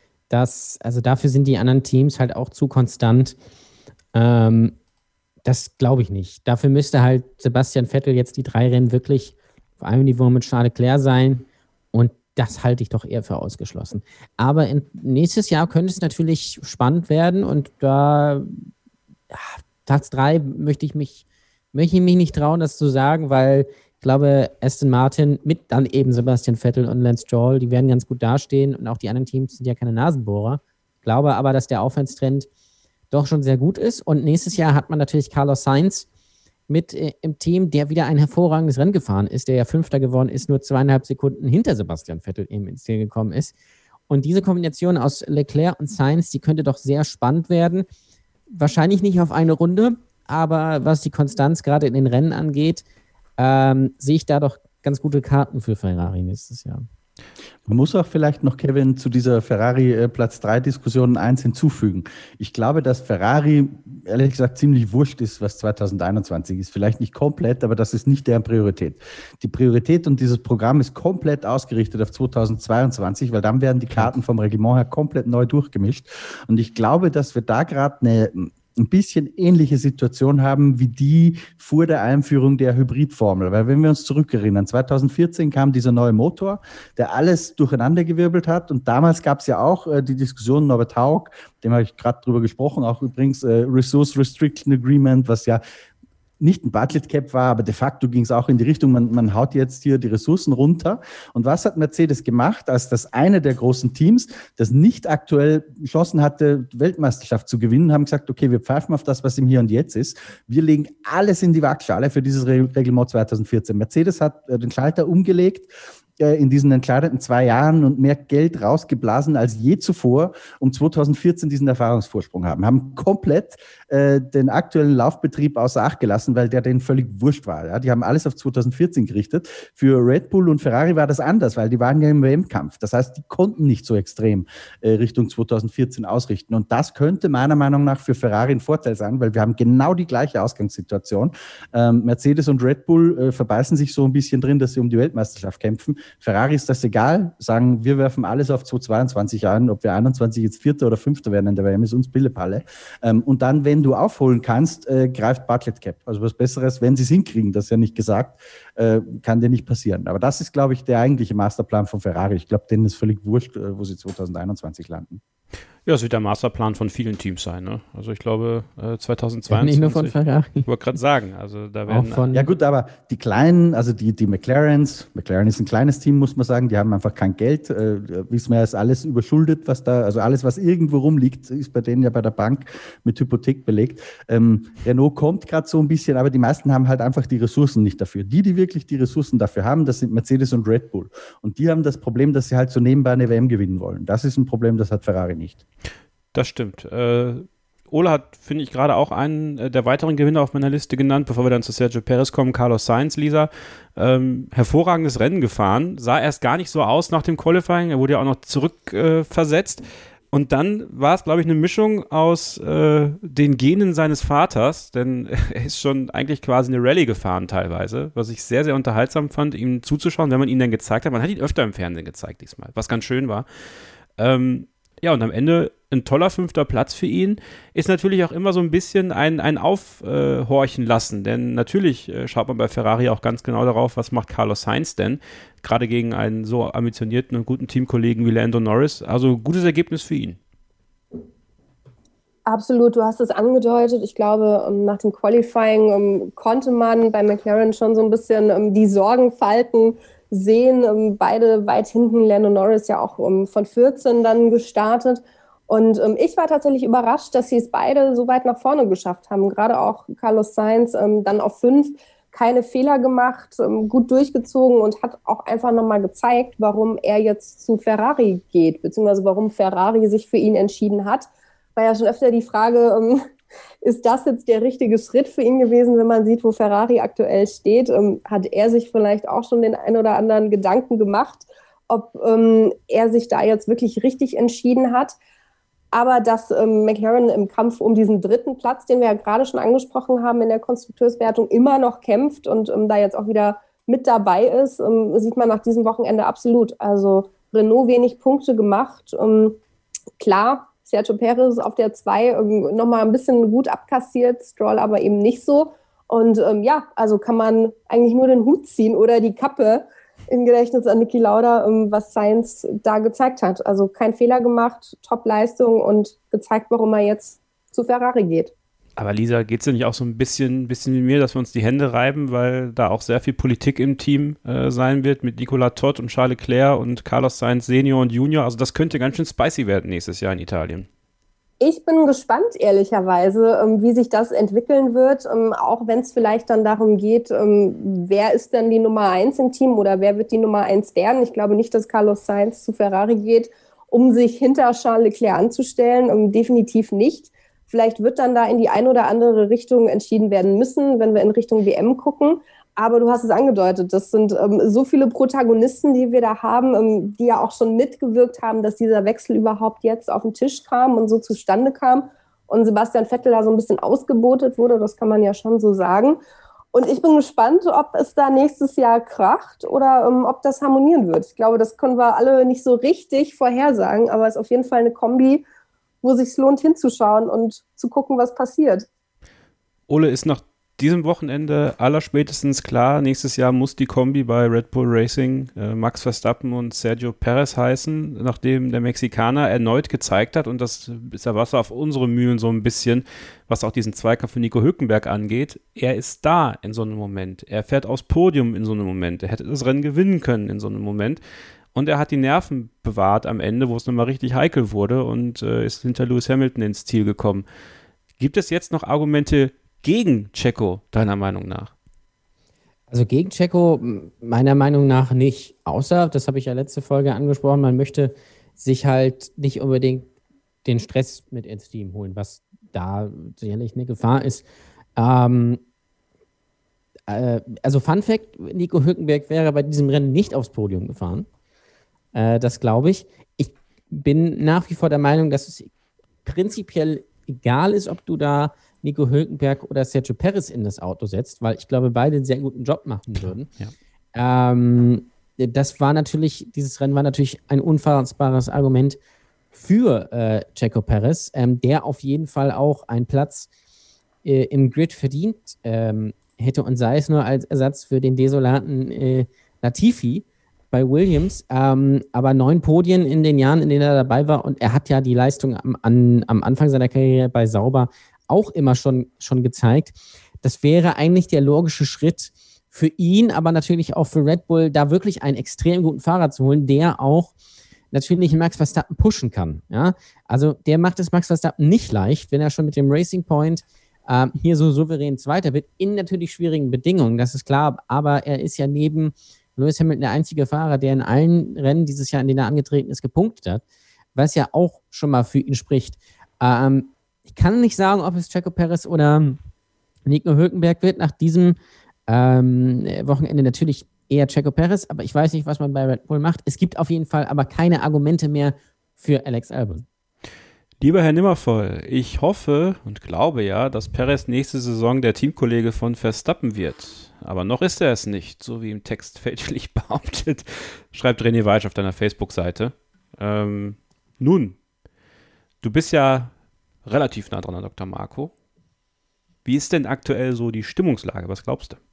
das, also dafür sind die anderen Teams halt auch zu konstant. Ähm, das glaube ich nicht. Dafür müsste halt Sebastian Vettel jetzt die drei Rennen wirklich auf einem Niveau mit Charles Leclerc sein. Und das halte ich doch eher für ausgeschlossen. Aber in, nächstes Jahr könnte es natürlich spannend werden und da ja, Platz drei möchte ich mich, möchte ich mich nicht trauen, das zu sagen, weil ich glaube, Aston Martin mit dann eben Sebastian Vettel und Lance Stroll, die werden ganz gut dastehen und auch die anderen Teams sind ja keine Nasenbohrer. Ich glaube aber, dass der Aufwärtstrend doch schon sehr gut ist und nächstes Jahr hat man natürlich Carlos Sainz mit äh, im Team, der wieder ein hervorragendes Rennen gefahren ist, der ja Fünfter geworden ist, nur zweieinhalb Sekunden hinter Sebastian Vettel eben ins Ziel gekommen ist. Und diese Kombination aus Leclerc und Sainz, die könnte doch sehr spannend werden. Wahrscheinlich nicht auf eine Runde, aber was die Konstanz gerade in den Rennen angeht, ähm, sehe ich da doch ganz gute Karten für Ferrari nächstes Jahr.
Man muss auch vielleicht noch, Kevin, zu dieser Ferrari-Platz drei Diskussion eins hinzufügen. Ich glaube, dass Ferrari, ehrlich gesagt, ziemlich wurscht ist, was zwanzig einundzwanzig ist. Vielleicht nicht komplett, aber das ist nicht deren Priorität. Die Priorität und dieses Programm ist komplett ausgerichtet auf zweitausendzweiundzwanzig, weil dann werden die Karten vom Reglement her komplett neu durchgemischt. Und ich glaube, dass wir da gerade eine ein bisschen ähnliche Situation haben wie die vor der Einführung der Hybridformel. Weil wenn wir uns zurückerinnern, zwanzig vierzehn kam dieser neue Motor, der alles durcheinandergewirbelt hat. Und damals gab es ja auch äh, die Diskussion, Norbert Haug, dem habe ich gerade drüber gesprochen, auch übrigens äh, Resource Restriction Agreement, was ja nicht ein Budget Cap war, aber de facto ging es auch in die Richtung, man, man haut jetzt hier die Ressourcen runter. Und was hat Mercedes gemacht, als das eine der großen Teams, das nicht aktuell Chancen hatte, die Weltmeisterschaft zu gewinnen, haben gesagt, okay, wir pfeifen auf das, was im Hier und Jetzt ist. Wir legen alles in die Waagschale für dieses Re- Reglement zwanzig vierzehn. Mercedes hat äh, den Schalter umgelegt in diesen entscheidenden zwei Jahren und mehr Geld rausgeblasen als je zuvor, um zwanzig vierzehn diesen Erfahrungsvorsprung haben. Haben komplett äh, den aktuellen Laufbetrieb außer Acht gelassen, weil der denen völlig wurscht war. Ja? Die haben alles auf zwanzig vierzehn gerichtet. Für Red Bull und Ferrari war das anders, weil die waren ja im W M-Kampf. Das heißt, die konnten nicht so extrem äh, Richtung zwanzig vierzehn ausrichten. Und das könnte meiner Meinung nach für Ferrari ein Vorteil sein, weil wir haben genau die gleiche Ausgangssituation. Ähm, Mercedes und Red Bull äh, verbeißen sich so ein bisschen drin, dass sie um die Weltmeisterschaft kämpfen. Ferrari ist das egal, sagen, wir werfen alles auf zwanzig zweiundzwanzig an, ob wir einundzwanzig jetzt Vierter oder Fünfter werden in der W M, ist uns Pillepalle. Ähm, und dann, wenn du aufholen kannst, äh, greift Budget Cap. Also was Besseres, wenn sie es hinkriegen, das ist ja nicht gesagt, äh, kann dir nicht passieren. Aber das ist, glaube ich, der eigentliche Masterplan von Ferrari. Ich glaube, denen ist völlig wurscht, äh, wo sie zwanzig einundzwanzig landen.
Ja, das wird der Masterplan von vielen Teams sein. Ne? Also ich glaube, äh, zwanzig zweiundzwanzig. Ja,
nicht nur von Ferrari.
Ich wollte gerade sagen, also da werden...
Auch von
ja gut, aber die kleinen, also die, die McLarens, McLaren ist ein kleines Team, muss man sagen, die haben einfach kein Geld. Äh, wissen wir, ist alles überschuldet, was da, also alles, was irgendwo rumliegt, ist bei denen ja bei der Bank mit Hypothek belegt. Ähm, Renault kommt gerade so ein bisschen, aber die meisten haben halt einfach die Ressourcen nicht dafür. Die, die wirklich die Ressourcen dafür haben, das sind Mercedes und Red Bull. Und die haben das Problem, dass sie halt so nebenbei eine W M gewinnen wollen. Das ist ein Problem, das hat Ferrari nicht.
Das stimmt. Äh, Ole hat, finde ich, gerade auch einen äh, der weiteren Gewinner auf meiner Liste genannt, bevor wir dann zu Sergio Perez kommen. Carlos Sainz, Lisa, ähm, hervorragendes Rennen gefahren, sah erst gar nicht so aus nach dem Qualifying, er wurde ja auch noch zurückversetzt. Äh, Und dann war es, glaube ich, eine Mischung aus äh, den Genen seines Vaters, denn er ist schon eigentlich quasi eine Rallye gefahren teilweise, was ich sehr, sehr unterhaltsam fand, ihm zuzuschauen, wenn man ihn dann gezeigt hat. Man hat ihn öfter im Fernsehen gezeigt diesmal, was ganz schön war. Ähm, Ja, und am Ende ein toller fünfter Platz für ihn ist natürlich auch immer so ein bisschen ein, ein Aufhorchen äh, lassen, denn natürlich äh, schaut man bei Ferrari auch ganz genau darauf, was macht Carlos Sainz denn, gerade gegen einen so ambitionierten und guten Teamkollegen wie Lando Norris, also gutes Ergebnis für ihn.
Absolut, du hast es angedeutet. Ich glaube, nach dem Qualifying konnte man bei McLaren schon so ein bisschen die Sorgenfalten sehen. Beide weit hinten, Lando Norris ja auch von vierzehn dann gestartet. Und ich war tatsächlich überrascht, dass sie es beide so weit nach vorne geschafft haben. Gerade auch Carlos Sainz dann auf fünf, keine Fehler gemacht, gut durchgezogen und hat auch einfach nochmal gezeigt, warum er jetzt zu Ferrari geht, beziehungsweise warum Ferrari sich für ihn entschieden hat. War ja schon öfter die Frage, ähm, ist das jetzt der richtige Schritt für ihn gewesen, wenn man sieht, wo Ferrari aktuell steht? Ähm, hat er sich vielleicht auch schon den ein oder anderen Gedanken gemacht, ob ähm, er sich da jetzt wirklich richtig entschieden hat? Aber dass ähm, McLaren im Kampf um diesen dritten Platz, den wir ja gerade schon angesprochen haben, in der Konstrukteurswertung immer noch kämpft und ähm, da jetzt auch wieder mit dabei ist, ähm, sieht man nach diesem Wochenende absolut. Also Renault wenig Punkte gemacht. Ähm, klar, Sergio Perez auf der zwei ähm, nochmal ein bisschen gut abkassiert, Stroll aber eben nicht so. Und ähm, ja, also kann man eigentlich nur den Hut ziehen oder die Kappe im Gedächtnis an Niki Lauda, ähm, was Sainz da gezeigt hat. Also kein Fehler gemacht, Top-Leistung und gezeigt, warum er jetzt zu Ferrari geht.
Aber Lisa, geht es dir nicht auch so ein bisschen, bisschen wie mir, dass wir uns die Hände reiben, weil da auch sehr viel Politik im Team äh, sein wird mit Nicolas Todt und Charles Leclerc und Carlos Sainz Senior und Junior. Also das könnte ganz schön spicy werden nächstes Jahr in Italien.
Ich bin gespannt, ehrlicherweise, wie sich das entwickeln wird, auch wenn es vielleicht dann darum geht, wer ist denn die Nummer eins im Team oder wer wird die Nummer eins werden. Ich glaube nicht, dass Carlos Sainz zu Ferrari geht, um sich hinter Charles Leclerc anzustellen, definitiv nicht. Vielleicht wird dann da in die eine oder andere Richtung entschieden werden müssen, wenn wir in Richtung W M gucken. Aber du hast es angedeutet, das sind ähm, so viele Protagonisten, die wir da haben, ähm, die ja auch schon mitgewirkt haben, dass dieser Wechsel überhaupt jetzt auf den Tisch kam und so zustande kam. Und Sebastian Vettel da so ein bisschen ausgebotet wurde, das kann man ja schon so sagen. Und ich bin gespannt, ob es da nächstes Jahr kracht oder ähm, ob das harmonieren wird. Ich glaube, das können wir alle nicht so richtig vorhersagen, aber es ist auf jeden Fall eine Kombi, wo es sich lohnt hinzuschauen und zu gucken, was passiert.
Ole, ist nach diesem Wochenende allerspätestens klar, nächstes Jahr muss die Kombi bei Red Bull Racing äh, Max Verstappen und Sergio Perez heißen, nachdem der Mexikaner erneut gezeigt hat, und das ist ja Wasser auf unsere Mühlen so ein bisschen, was auch diesen Zweikampf für Nico Hülkenberg angeht. Er ist da in so einem Moment. Er fährt aufs Podium in so einem Moment. Er hätte das Rennen gewinnen können in so einem Moment. Und er hat die Nerven bewahrt am Ende, wo es nochmal richtig heikel wurde, und äh, ist hinter Lewis Hamilton ins Ziel gekommen. Gibt es jetzt noch Argumente gegen Checo, deiner Meinung nach?
Also gegen Checo meiner Meinung nach nicht, außer, das habe ich ja letzte Folge angesprochen, man möchte sich halt nicht unbedingt den Stress mit ins Team holen, was da sicherlich eine Gefahr ist. Ähm, äh, also Fun Fact, Nico Hülkenberg wäre bei diesem Rennen nicht aufs Podium gefahren. Äh, das glaube ich. Ich bin nach wie vor der Meinung, dass es prinzipiell egal ist, ob du da Nico Hülkenberg oder Sergio Perez in das Auto setzt, weil ich glaube, beide einen sehr guten Job machen würden. Ja. Ähm, das war natürlich, dieses Rennen war natürlich ein unfassbares Argument für äh, Checo Perez, ähm, der auf jeden Fall auch einen Platz äh, im Grid verdient ähm, hätte, und sei es nur als Ersatz für den desolaten äh, Latifi bei Williams, ähm, aber neun Podien in den Jahren, in denen er dabei war, und er hat ja die Leistung am, an, am Anfang seiner Karriere bei Sauber auch immer schon, schon gezeigt. Das wäre eigentlich der logische Schritt für ihn, aber natürlich auch für Red Bull, da wirklich einen extrem guten Fahrer zu holen, der auch natürlich Max Verstappen pushen kann. Ja? Also der macht es Max Verstappen nicht leicht, wenn er schon mit dem Racing Point ähm, hier so souverän Zweiter wird, in natürlich schwierigen Bedingungen, das ist klar, aber er ist ja neben Lewis Hamilton der einzige Fahrer, der in allen Rennen dieses Jahr, in denen er angetreten ist, gepunktet hat, was ja auch schon mal für ihn spricht. Ähm, Ich kann nicht sagen, ob es Checo Perez oder Nico Hülkenberg wird. Nach diesem ähm, Wochenende natürlich eher Checo Perez, aber ich weiß nicht, was man bei Red Bull macht. Es gibt auf jeden Fall aber keine Argumente mehr für Alex Albon.
Lieber Herr Nimmervoll, ich hoffe und glaube ja, dass Perez nächste Saison der Teamkollege von Verstappen wird. Aber noch ist er es nicht, so wie im Text fälschlich behauptet, schreibt René Weisch auf deiner Facebook-Seite. Ähm, nun, du bist ja relativ nah dran an Doktor Marco. Wie ist denn aktuell so die Stimmungslage? Was glaubst du?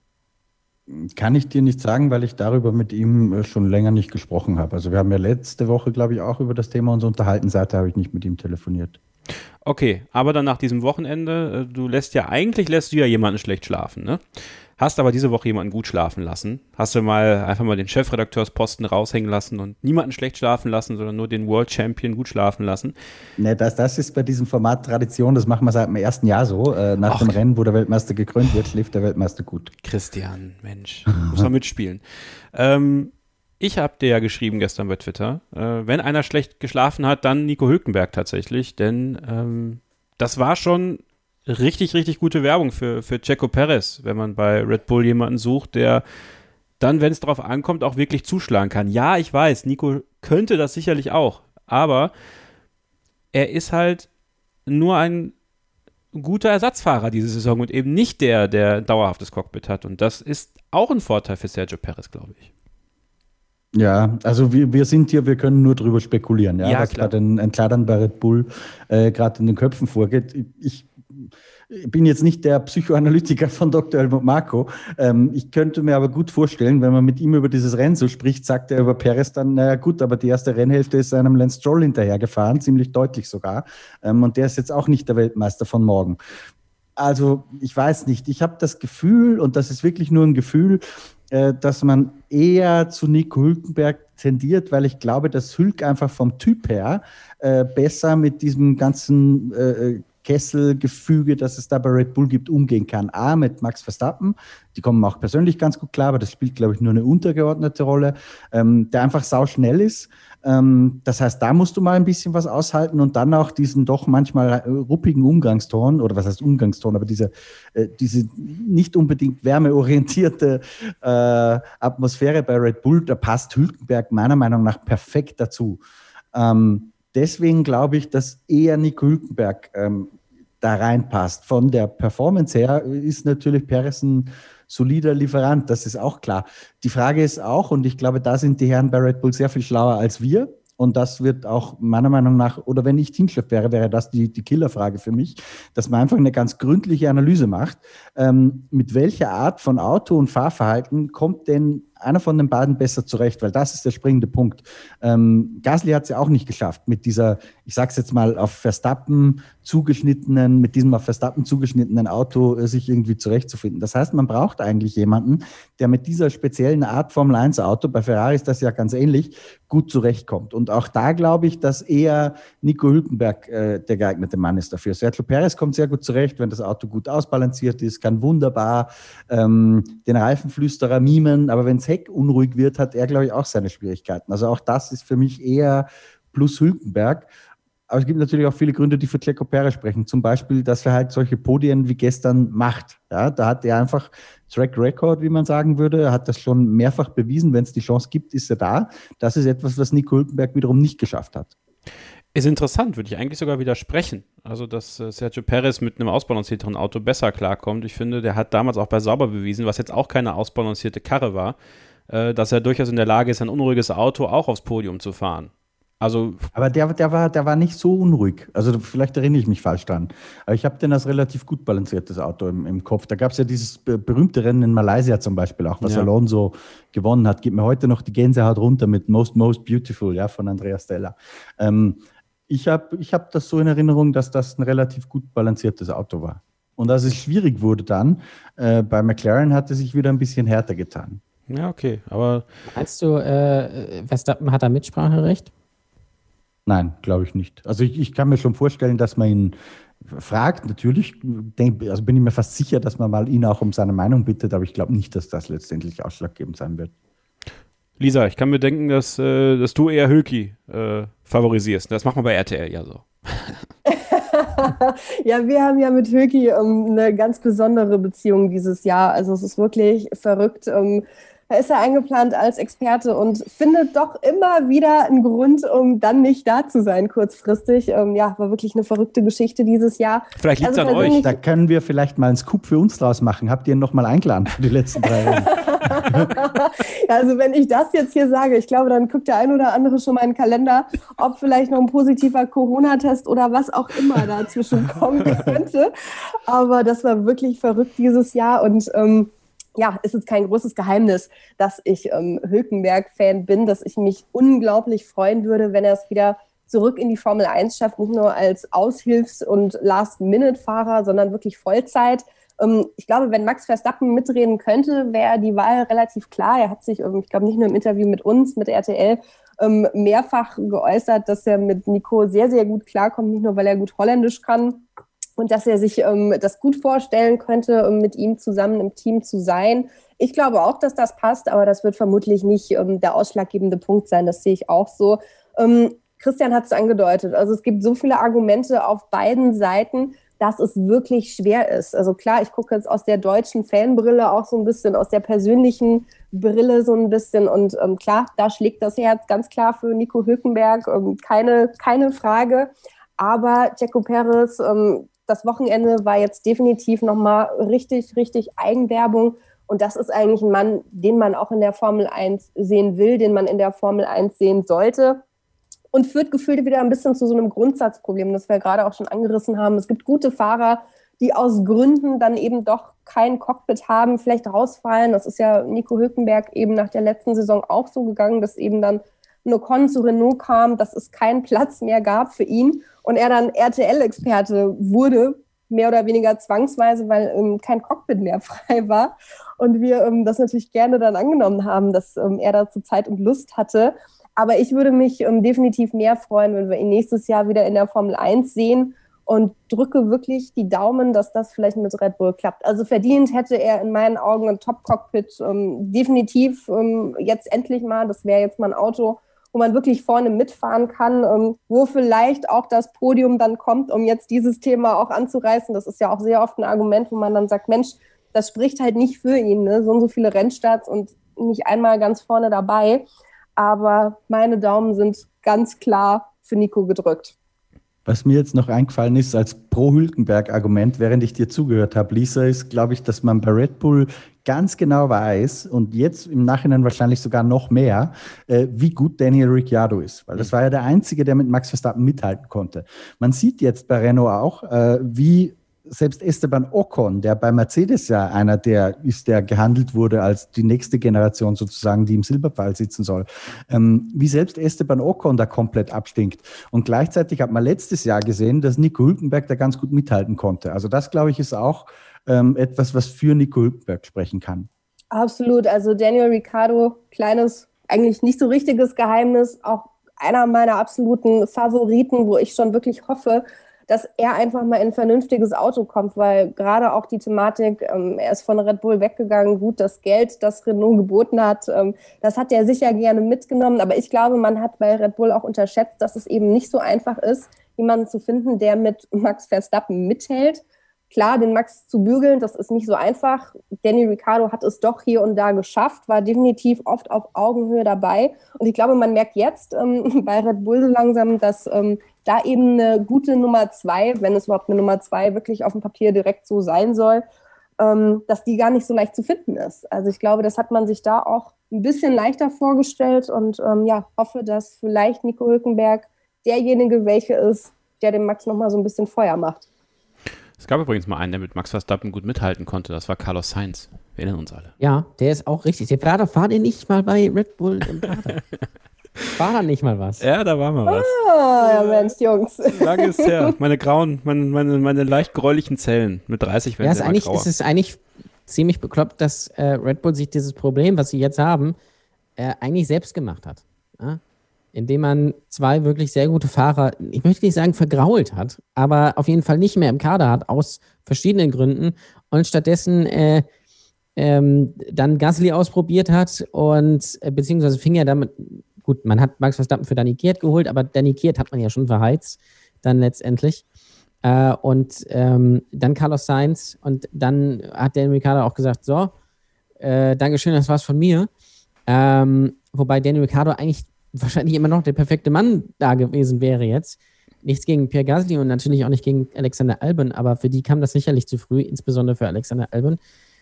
Kann ich dir nicht sagen, weil ich darüber mit ihm schon länger nicht gesprochen habe. Also wir haben ja letzte Woche, glaube ich, auch über das Thema uns unterhalten. Seither habe ich nicht mit ihm telefoniert. Okay, aber dann nach diesem Wochenende, du lässt ja, eigentlich lässt du ja jemanden schlecht schlafen, ne? Hast aber diese Woche jemanden gut schlafen lassen. Hast du mal einfach mal den Chefredakteursposten raushängen lassen und niemanden schlecht schlafen lassen, sondern nur den World Champion gut schlafen lassen? Ne, das, das ist bei diesem Format Tradition, das machen wir seit dem ersten Jahr so. Äh, nach Ach. dem Rennen, wo der Weltmeister gekrönt wird, schläft der Weltmeister gut. Christian, Mensch, muss man mitspielen. ähm, ich habe dir ja geschrieben gestern bei Twitter, äh, wenn einer schlecht geschlafen hat, dann Nico Hülkenberg tatsächlich, denn ähm, das war schon richtig, richtig gute Werbung für, für Checo Perez, wenn man bei Red Bull jemanden sucht, der dann, wenn es drauf ankommt, auch wirklich zuschlagen kann. Ja, ich weiß, Nico könnte das sicherlich auch, aber er ist halt nur ein guter Ersatzfahrer diese Saison und eben nicht der, der ein dauerhaftes Cockpit hat, und das ist auch ein Vorteil für Sergio Perez, glaube ich. Ja, also wir, wir sind hier, wir können nur drüber spekulieren, ja, ja was klar. bei den Entscheidern bei Red Bull äh, gerade in den Köpfen vorgeht. Ich ich bin jetzt nicht der Psychoanalytiker von Doktor Helmut Marko. Ähm, ich könnte mir aber gut vorstellen, wenn man mit ihm über dieses Rennen so spricht, sagt er über Perez dann, naja gut, aber die erste Rennhälfte ist einem Lance Stroll hinterhergefahren, ziemlich deutlich sogar. Ähm, und der ist jetzt auch nicht der Weltmeister von morgen. Also ich weiß nicht, ich habe das Gefühl, und das ist wirklich nur ein Gefühl, äh, dass man eher zu Nico Hülkenberg tendiert, weil ich glaube, dass Hülk einfach vom Typ her äh, besser mit diesem ganzen äh, Kesselgefüge, das es da bei Red Bull gibt, umgehen kann. A, mit Max Verstappen, die kommen auch persönlich ganz gut klar, aber das spielt, glaube ich, nur eine untergeordnete Rolle, ähm, der einfach sauschnell ist. Ähm, das heißt, da musst du mal ein bisschen was aushalten und dann auch diesen doch manchmal ruppigen Umgangston, oder was heißt Umgangston, aber diese, äh, diese nicht unbedingt wärmeorientierte äh, Atmosphäre bei Red Bull, da passt Hülkenberg meiner Meinung nach perfekt dazu. Ähm, Deswegen glaube ich, dass eher Nico Hülkenberg ähm, da reinpasst. Von der Performance her ist natürlich Perez ein solider Lieferant, das ist auch klar. Die Frage ist auch, und ich glaube, da sind die Herren bei Red Bull sehr viel schlauer als wir. Und das wird auch meiner Meinung nach, oder wenn ich Teamchef wäre, wäre das die, die Killerfrage für mich, dass man einfach eine ganz gründliche Analyse macht. Ähm, mit welcher Art von Auto- und Fahrverhalten kommt denn einer von den beiden besser zurecht? Weil das ist der springende Punkt. Ähm, Gasly hat es ja auch nicht geschafft, mit dieser, ich sag's jetzt mal, auf Verstappen zugeschnittenen, mit diesem auf Verstappen zugeschnittenen Auto äh, sich irgendwie zurechtzufinden. Das heißt, man braucht eigentlich jemanden, der mit dieser speziellen Art Formel eins Auto, bei Ferrari ist das ja ganz ähnlich, gut zurechtkommt. Und auch da glaube ich, dass eher Nico Hülkenberg äh, der geeignete Mann ist dafür. Sergio Perez kommt sehr gut zurecht, wenn das Auto gut ausbalanciert ist, kann wunderbar ähm, den Reifenflüsterer mimen, aber wenn das Heck unruhig wird, hat er, glaube ich, auch seine Schwierigkeiten. Also auch das ist für mich eher plus Hülkenberg. Aber es gibt natürlich auch viele Gründe, die für Checo Perez sprechen. Zum Beispiel, dass er halt solche Podien wie gestern macht. Ja, da hat er einfach Track Record, wie man sagen würde. Er hat das schon mehrfach bewiesen. Wenn es die Chance gibt, ist er da. Das ist etwas, was Nico Hülkenberg wiederum nicht geschafft hat.
Ist interessant, würde ich eigentlich sogar widersprechen. Also, dass äh, Sergio Perez mit einem ausbalancierteren Auto besser klarkommt. Ich finde, der hat damals auch bei Sauber bewiesen, was jetzt auch keine ausbalancierte Karre war, äh, dass er durchaus in der Lage ist, ein unruhiges Auto auch aufs Podium zu fahren. Also,
aber der, der, war, der war nicht so unruhig. Also vielleicht erinnere ich mich falsch dran. Aber ich habe den als relativ gut balanciertes Auto im, im Kopf. Da gab es ja dieses berühmte Rennen in Malaysia zum Beispiel auch, was ja. Alonso gewonnen hat. Gibt mir heute noch die Gänsehaut runter mit Most, Most Beautiful, ja, von Andrea Stella. Ähm, ich habe ich hab das so in Erinnerung, dass das ein relativ gut balanciertes Auto war. Und als es schwierig wurde dann, äh, bei McLaren hat es sich wieder ein bisschen härter getan.
Ja, okay. Aber
meinst du, äh, Verstappen hat da Mitspracherecht?
Nein, glaube ich nicht. Also ich, ich kann mir schon vorstellen, dass man ihn fragt. Natürlich denk, also bin ich mir fast sicher, dass man mal ihn auch um seine Meinung bittet, aber ich glaube nicht, dass das letztendlich ausschlaggebend sein wird.
Lisa, ich kann mir denken, dass, äh, dass du eher Hülki äh, favorisierst. Das macht man bei R T L ja so.
Ja, wir haben ja mit Hülki ähm, eine ganz besondere Beziehung dieses Jahr. Also es ist wirklich verrückt. Ähm, Da ist er eingeplant als Experte und findet doch immer wieder einen Grund, um dann nicht da zu sein, kurzfristig. Ähm, ja, war wirklich eine verrückte Geschichte dieses Jahr.
Vielleicht liegt es also an euch.
Da können wir vielleicht mal einen Scoop für uns draus machen. Habt ihr ihn noch mal eingeladen für die letzten drei Jahre?
Ja, also wenn ich das jetzt hier sage, ich glaube, dann guckt der ein oder andere schon mal in den Kalender, ob vielleicht noch ein positiver Corona-Test oder was auch immer dazwischen kommen könnte. Aber das war wirklich verrückt dieses Jahr und ähm, ja, ist jetzt kein großes Geheimnis, dass ich ähm, Hülkenberg-Fan bin, dass ich mich unglaublich freuen würde, wenn er es wieder zurück in die Formel eins schafft, nicht nur als Aushilfs- und Last-Minute-Fahrer, sondern wirklich Vollzeit. Ähm, ich glaube, wenn Max Verstappen mitreden könnte, wäre die Wahl relativ klar. Er hat sich, ähm, ich glaube, nicht nur im Interview mit uns, mit R T L, ähm, mehrfach geäußert, dass er mit Nico sehr, sehr gut klarkommt, nicht nur, weil er gut Holländisch kann, und dass er sich ähm, das gut vorstellen könnte, um mit ihm zusammen im Team zu sein. Ich glaube auch, dass das passt, aber das wird vermutlich nicht ähm, der ausschlaggebende Punkt sein. Das sehe ich auch so. Ähm, Christian hat es angedeutet. Also es gibt so viele Argumente auf beiden Seiten, dass es wirklich schwer ist. Also klar, ich gucke jetzt aus der deutschen Fanbrille auch so ein bisschen, aus der persönlichen Brille so ein bisschen. Und ähm, klar, da schlägt das Herz ganz klar für Nico Hülkenberg. Ähm, keine, keine Frage. Aber Checo Perez, ähm, das Wochenende war jetzt definitiv nochmal richtig, richtig Eigenwerbung. Und das ist eigentlich ein Mann, den man auch in der Formel eins sehen will, den man in der Formel eins sehen sollte. Und führt gefühlt wieder ein bisschen zu so einem Grundsatzproblem, das wir gerade auch schon angerissen haben. Es gibt gute Fahrer, die aus Gründen dann eben doch kein Cockpit haben, vielleicht rausfallen. Das ist ja Nico Hülkenberg eben nach der letzten Saison auch so gegangen, dass eben dann ein Ocon zu Renault kam, dass es keinen Platz mehr gab für ihn und er dann R T L-Experte wurde, mehr oder weniger zwangsweise, weil ähm, kein Cockpit mehr frei war und wir ähm, das natürlich gerne dann angenommen haben, dass ähm, er dazu Zeit und Lust hatte. Aber ich würde mich ähm, definitiv mehr freuen, wenn wir ihn nächstes Jahr wieder in der Formel eins sehen und drücke wirklich die Daumen, dass das vielleicht mit Red Bull klappt. Also verdient hätte er in meinen Augen ein Top-Cockpit ähm, definitiv ähm, jetzt endlich mal. Das wäre jetzt mal ein Auto, wo man wirklich vorne mitfahren kann, ähm, wo vielleicht auch das Podium dann kommt, um jetzt dieses Thema auch anzureißen. Das ist ja auch sehr oft ein Argument, wo man dann sagt, Mensch, das spricht halt nicht für ihn, ne? So und so viele Rennstarts und nicht einmal ganz vorne dabei. Aber meine Daumen sind ganz klar für Nico gedrückt.
Was mir jetzt noch eingefallen ist als Pro-Hülkenberg-Argument, während ich dir zugehört habe, Lisa, ist, glaube ich, dass man bei Red Bull ganz genau weiß und jetzt im Nachhinein wahrscheinlich sogar noch mehr, äh, wie gut Daniel Ricciardo ist. Weil das war ja der Einzige, der mit Max Verstappen mithalten konnte. Man sieht jetzt bei Renault auch, äh, wie selbst Esteban Ocon, der bei Mercedes ja einer der ist, der gehandelt wurde als die nächste Generation sozusagen, die im Silberpfahl sitzen soll, ähm, wie selbst Esteban Ocon da komplett abstinkt. Und gleichzeitig hat man letztes Jahr gesehen, dass Nico Hülkenberg da ganz gut mithalten konnte. Also das, glaube ich, ist auch ähm, etwas, was für Nico Hülkenberg sprechen kann. Absolut.
Also Daniel Ricciardo, kleines, eigentlich nicht so richtiges Geheimnis, auch einer meiner absoluten Favoriten, wo ich schon wirklich hoffe, dass er einfach mal in ein vernünftiges Auto kommt, weil gerade auch die Thematik, ähm, er ist von Red Bull weggegangen, gut, das Geld, das Renault geboten hat, ähm, das hat er sicher gerne mitgenommen, aber ich glaube, man hat bei Red Bull auch unterschätzt, dass es eben nicht so einfach ist, jemanden zu finden, der mit Max Verstappen mithält. Klar, den Max zu bügeln, das ist nicht so einfach. Danny Ricciardo hat es doch hier und da geschafft, war definitiv oft auf Augenhöhe dabei. Und ich glaube, man merkt jetzt ähm, bei Red Bull so langsam, dass ähm, da eben eine gute Nummer zwei, wenn es überhaupt eine Nummer zwei wirklich auf dem Papier direkt so sein soll, ähm, dass die gar nicht so leicht zu finden ist. Also ich glaube, das hat man sich da auch ein bisschen leichter vorgestellt und ähm, ja, hoffe, dass vielleicht Nico Hülkenberg derjenige welche ist, der dem Max nochmal so ein bisschen Feuer macht.
Es gab übrigens mal einen, der mit Max Verstappen gut mithalten konnte. Das war Carlos Sainz. Wir erinnern uns alle.
Ja, der ist auch richtig. Der Vater, fahr den nicht mal bei Red Bull im Vater. War da nicht mal was?
Ja, da war mal was.
Ah, ja Mensch, Jungs.
Lange ist her. Meine grauen, meine, meine, meine leicht gräulichen Zellen. Mit dreißig werden
ja,
sie
immer
grauer.
Es ist eigentlich ziemlich bekloppt, dass äh, Red Bull sich dieses Problem, was sie jetzt haben, äh, eigentlich selbst gemacht hat. Ja? Indem man zwei wirklich sehr gute Fahrer, ich möchte nicht sagen vergrault hat, aber auf jeden Fall nicht mehr im Kader hat, aus verschiedenen Gründen und stattdessen äh, ähm, dann Gasly ausprobiert hat und äh, beziehungsweise fing ja damit, gut, man hat Max Verstappen für Danny Kiert geholt, aber Danny Kiert hat man ja schon verheizt, dann letztendlich. Äh, und ähm, dann Carlos Sainz und dann hat Daniel Ricciardo auch gesagt, so, äh, Dankeschön, das war's von mir. Ähm, wobei Daniel Ricciardo eigentlich wahrscheinlich immer noch der perfekte Mann da gewesen wäre jetzt. Nichts gegen Pierre Gasly und natürlich auch nicht gegen Alexander Albon, aber für die kam das sicherlich zu früh, insbesondere für Alexander Albon.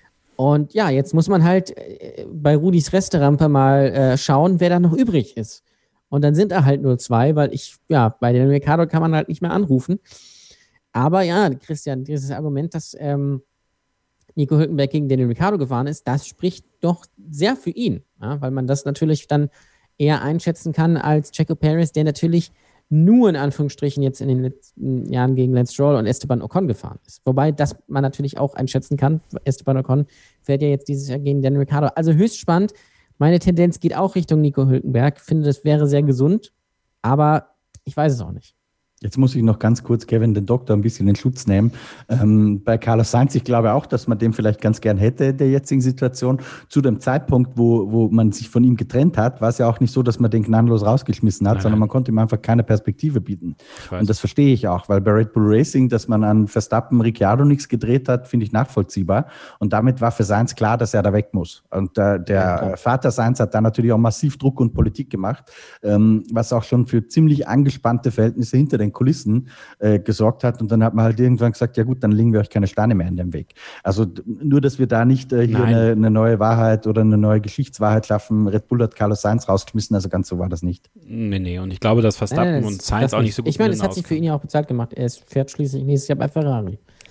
Und ja, jetzt muss man halt äh, bei Rudis Resterampe mal äh, schauen, wer da noch übrig ist. Und dann sind da halt nur zwei, weil ich, ja, bei Daniel Ricciardo kann man halt nicht mehr anrufen. Aber ja, Christian, dieses Argument, dass ähm, Nico Hülkenberg gegen Daniel Ricciardo gefahren ist, das spricht doch sehr für ihn, ja, weil man das natürlich dann eher einschätzen kann als Checo Perez, der natürlich nur in Anführungsstrichen jetzt in den letzten Jahren gegen Lance Stroll und Esteban Ocon gefahren ist. Wobei das man natürlich auch einschätzen kann. Esteban Ocon fährt ja jetzt dieses Jahr gegen Daniel Ricciardo. Also höchst spannend. Meine Tendenz geht auch Richtung Nico Hülkenberg. Ich finde, das wäre sehr gesund, aber ich weiß es auch nicht.
Jetzt muss ich noch ganz kurz Kevin, den Doktor, ein bisschen in Schutz nehmen. Ähm, bei Carlos Sainz, ich glaube auch, dass man den vielleicht ganz gern hätte in der jetzigen Situation. Zu dem Zeitpunkt, wo, wo man sich von ihm getrennt hat, war es ja auch nicht so, dass man den gnadenlos rausgeschmissen hat, nein, sondern man konnte ihm einfach keine Perspektive bieten. Und das verstehe ich auch, weil bei Red Bull Racing, dass man an Verstappen, Ricciardo nichts gedreht hat, finde ich nachvollziehbar. Und damit war für Sainz klar, dass er da weg muss. Und äh, der ja, Vater Sainz hat da natürlich auch massiv Druck und Politik gemacht, ähm, was auch schon für ziemlich angespannte Verhältnisse hinter den Kulissen äh, gesorgt hat. Und dann hat man halt irgendwann gesagt, ja gut, dann legen wir euch keine Steine mehr in den Weg. Also nur, dass wir da nicht äh, hier eine, eine neue Wahrheit oder eine neue Geschichtswahrheit schaffen. Red Bull hat Carlos Sainz rausgeschmissen, also ganz so war das nicht.
Nee, nee, und ich glaube, dass Verstappen
nein, nein, das,
und Sainz auch nicht so gut
Ich meine, es hat sich für ihn ja auch bezahlt gemacht. Er fährt schließlich nächstes Jahr bei Ferrari.
Genau.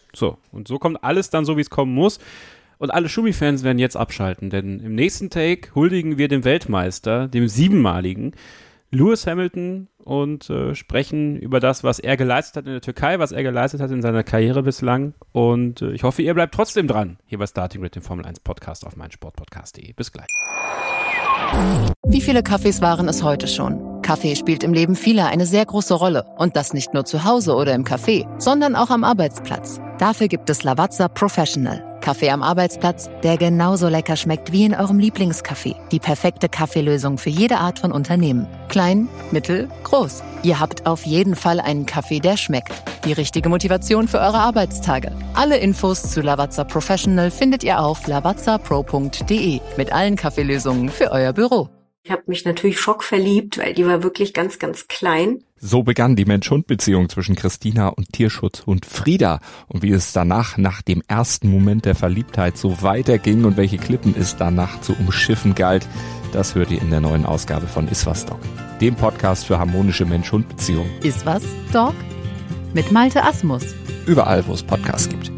So, und so kommt alles dann so, wie es kommen muss. Und alle Schumi-Fans werden jetzt abschalten, denn im nächsten Take huldigen wir dem Weltmeister, dem siebenmaligen Lewis Hamilton und äh, sprechen über das, was er geleistet hat in der Türkei, was er geleistet hat in seiner Karriere bislang. Und äh, ich hoffe, ihr bleibt trotzdem dran, hier bei Starting Grid, dem Formel eins Podcast auf meinsportpodcast punkt de. Bis gleich.
Wie viele Kaffees waren es heute schon? Kaffee spielt im Leben vieler eine sehr große Rolle. Und das nicht nur zu Hause oder im Café, sondern auch am Arbeitsplatz. Dafür gibt es Lavazza Professional. Kaffee am Arbeitsplatz, der genauso lecker schmeckt wie in eurem Lieblingscafé. Die perfekte Kaffeelösung für jede Art von Unternehmen. Klein, mittel, groß. Ihr habt auf jeden Fall einen Kaffee, der schmeckt. Die richtige Motivation für eure Arbeitstage. Alle Infos zu Lavazza Professional findet ihr auf lavazza pro punkt de mit allen Kaffeelösungen für euer Büro.
Ich habe mich natürlich schockverliebt, weil die war wirklich ganz, ganz klein.
So begann die Mensch-Hund-Beziehung zwischen Christina und Tierschutzhund Frieda. Und wie es danach, nach dem ersten Moment der Verliebtheit, so weiterging und welche Klippen es danach zu umschiffen galt, das hört ihr in der neuen Ausgabe von Iswas Dog, dem Podcast für harmonische Mensch-Hund-Beziehungen.
Iswas Dog? Mit Malte Asmus.
Überall, wo es Podcasts gibt.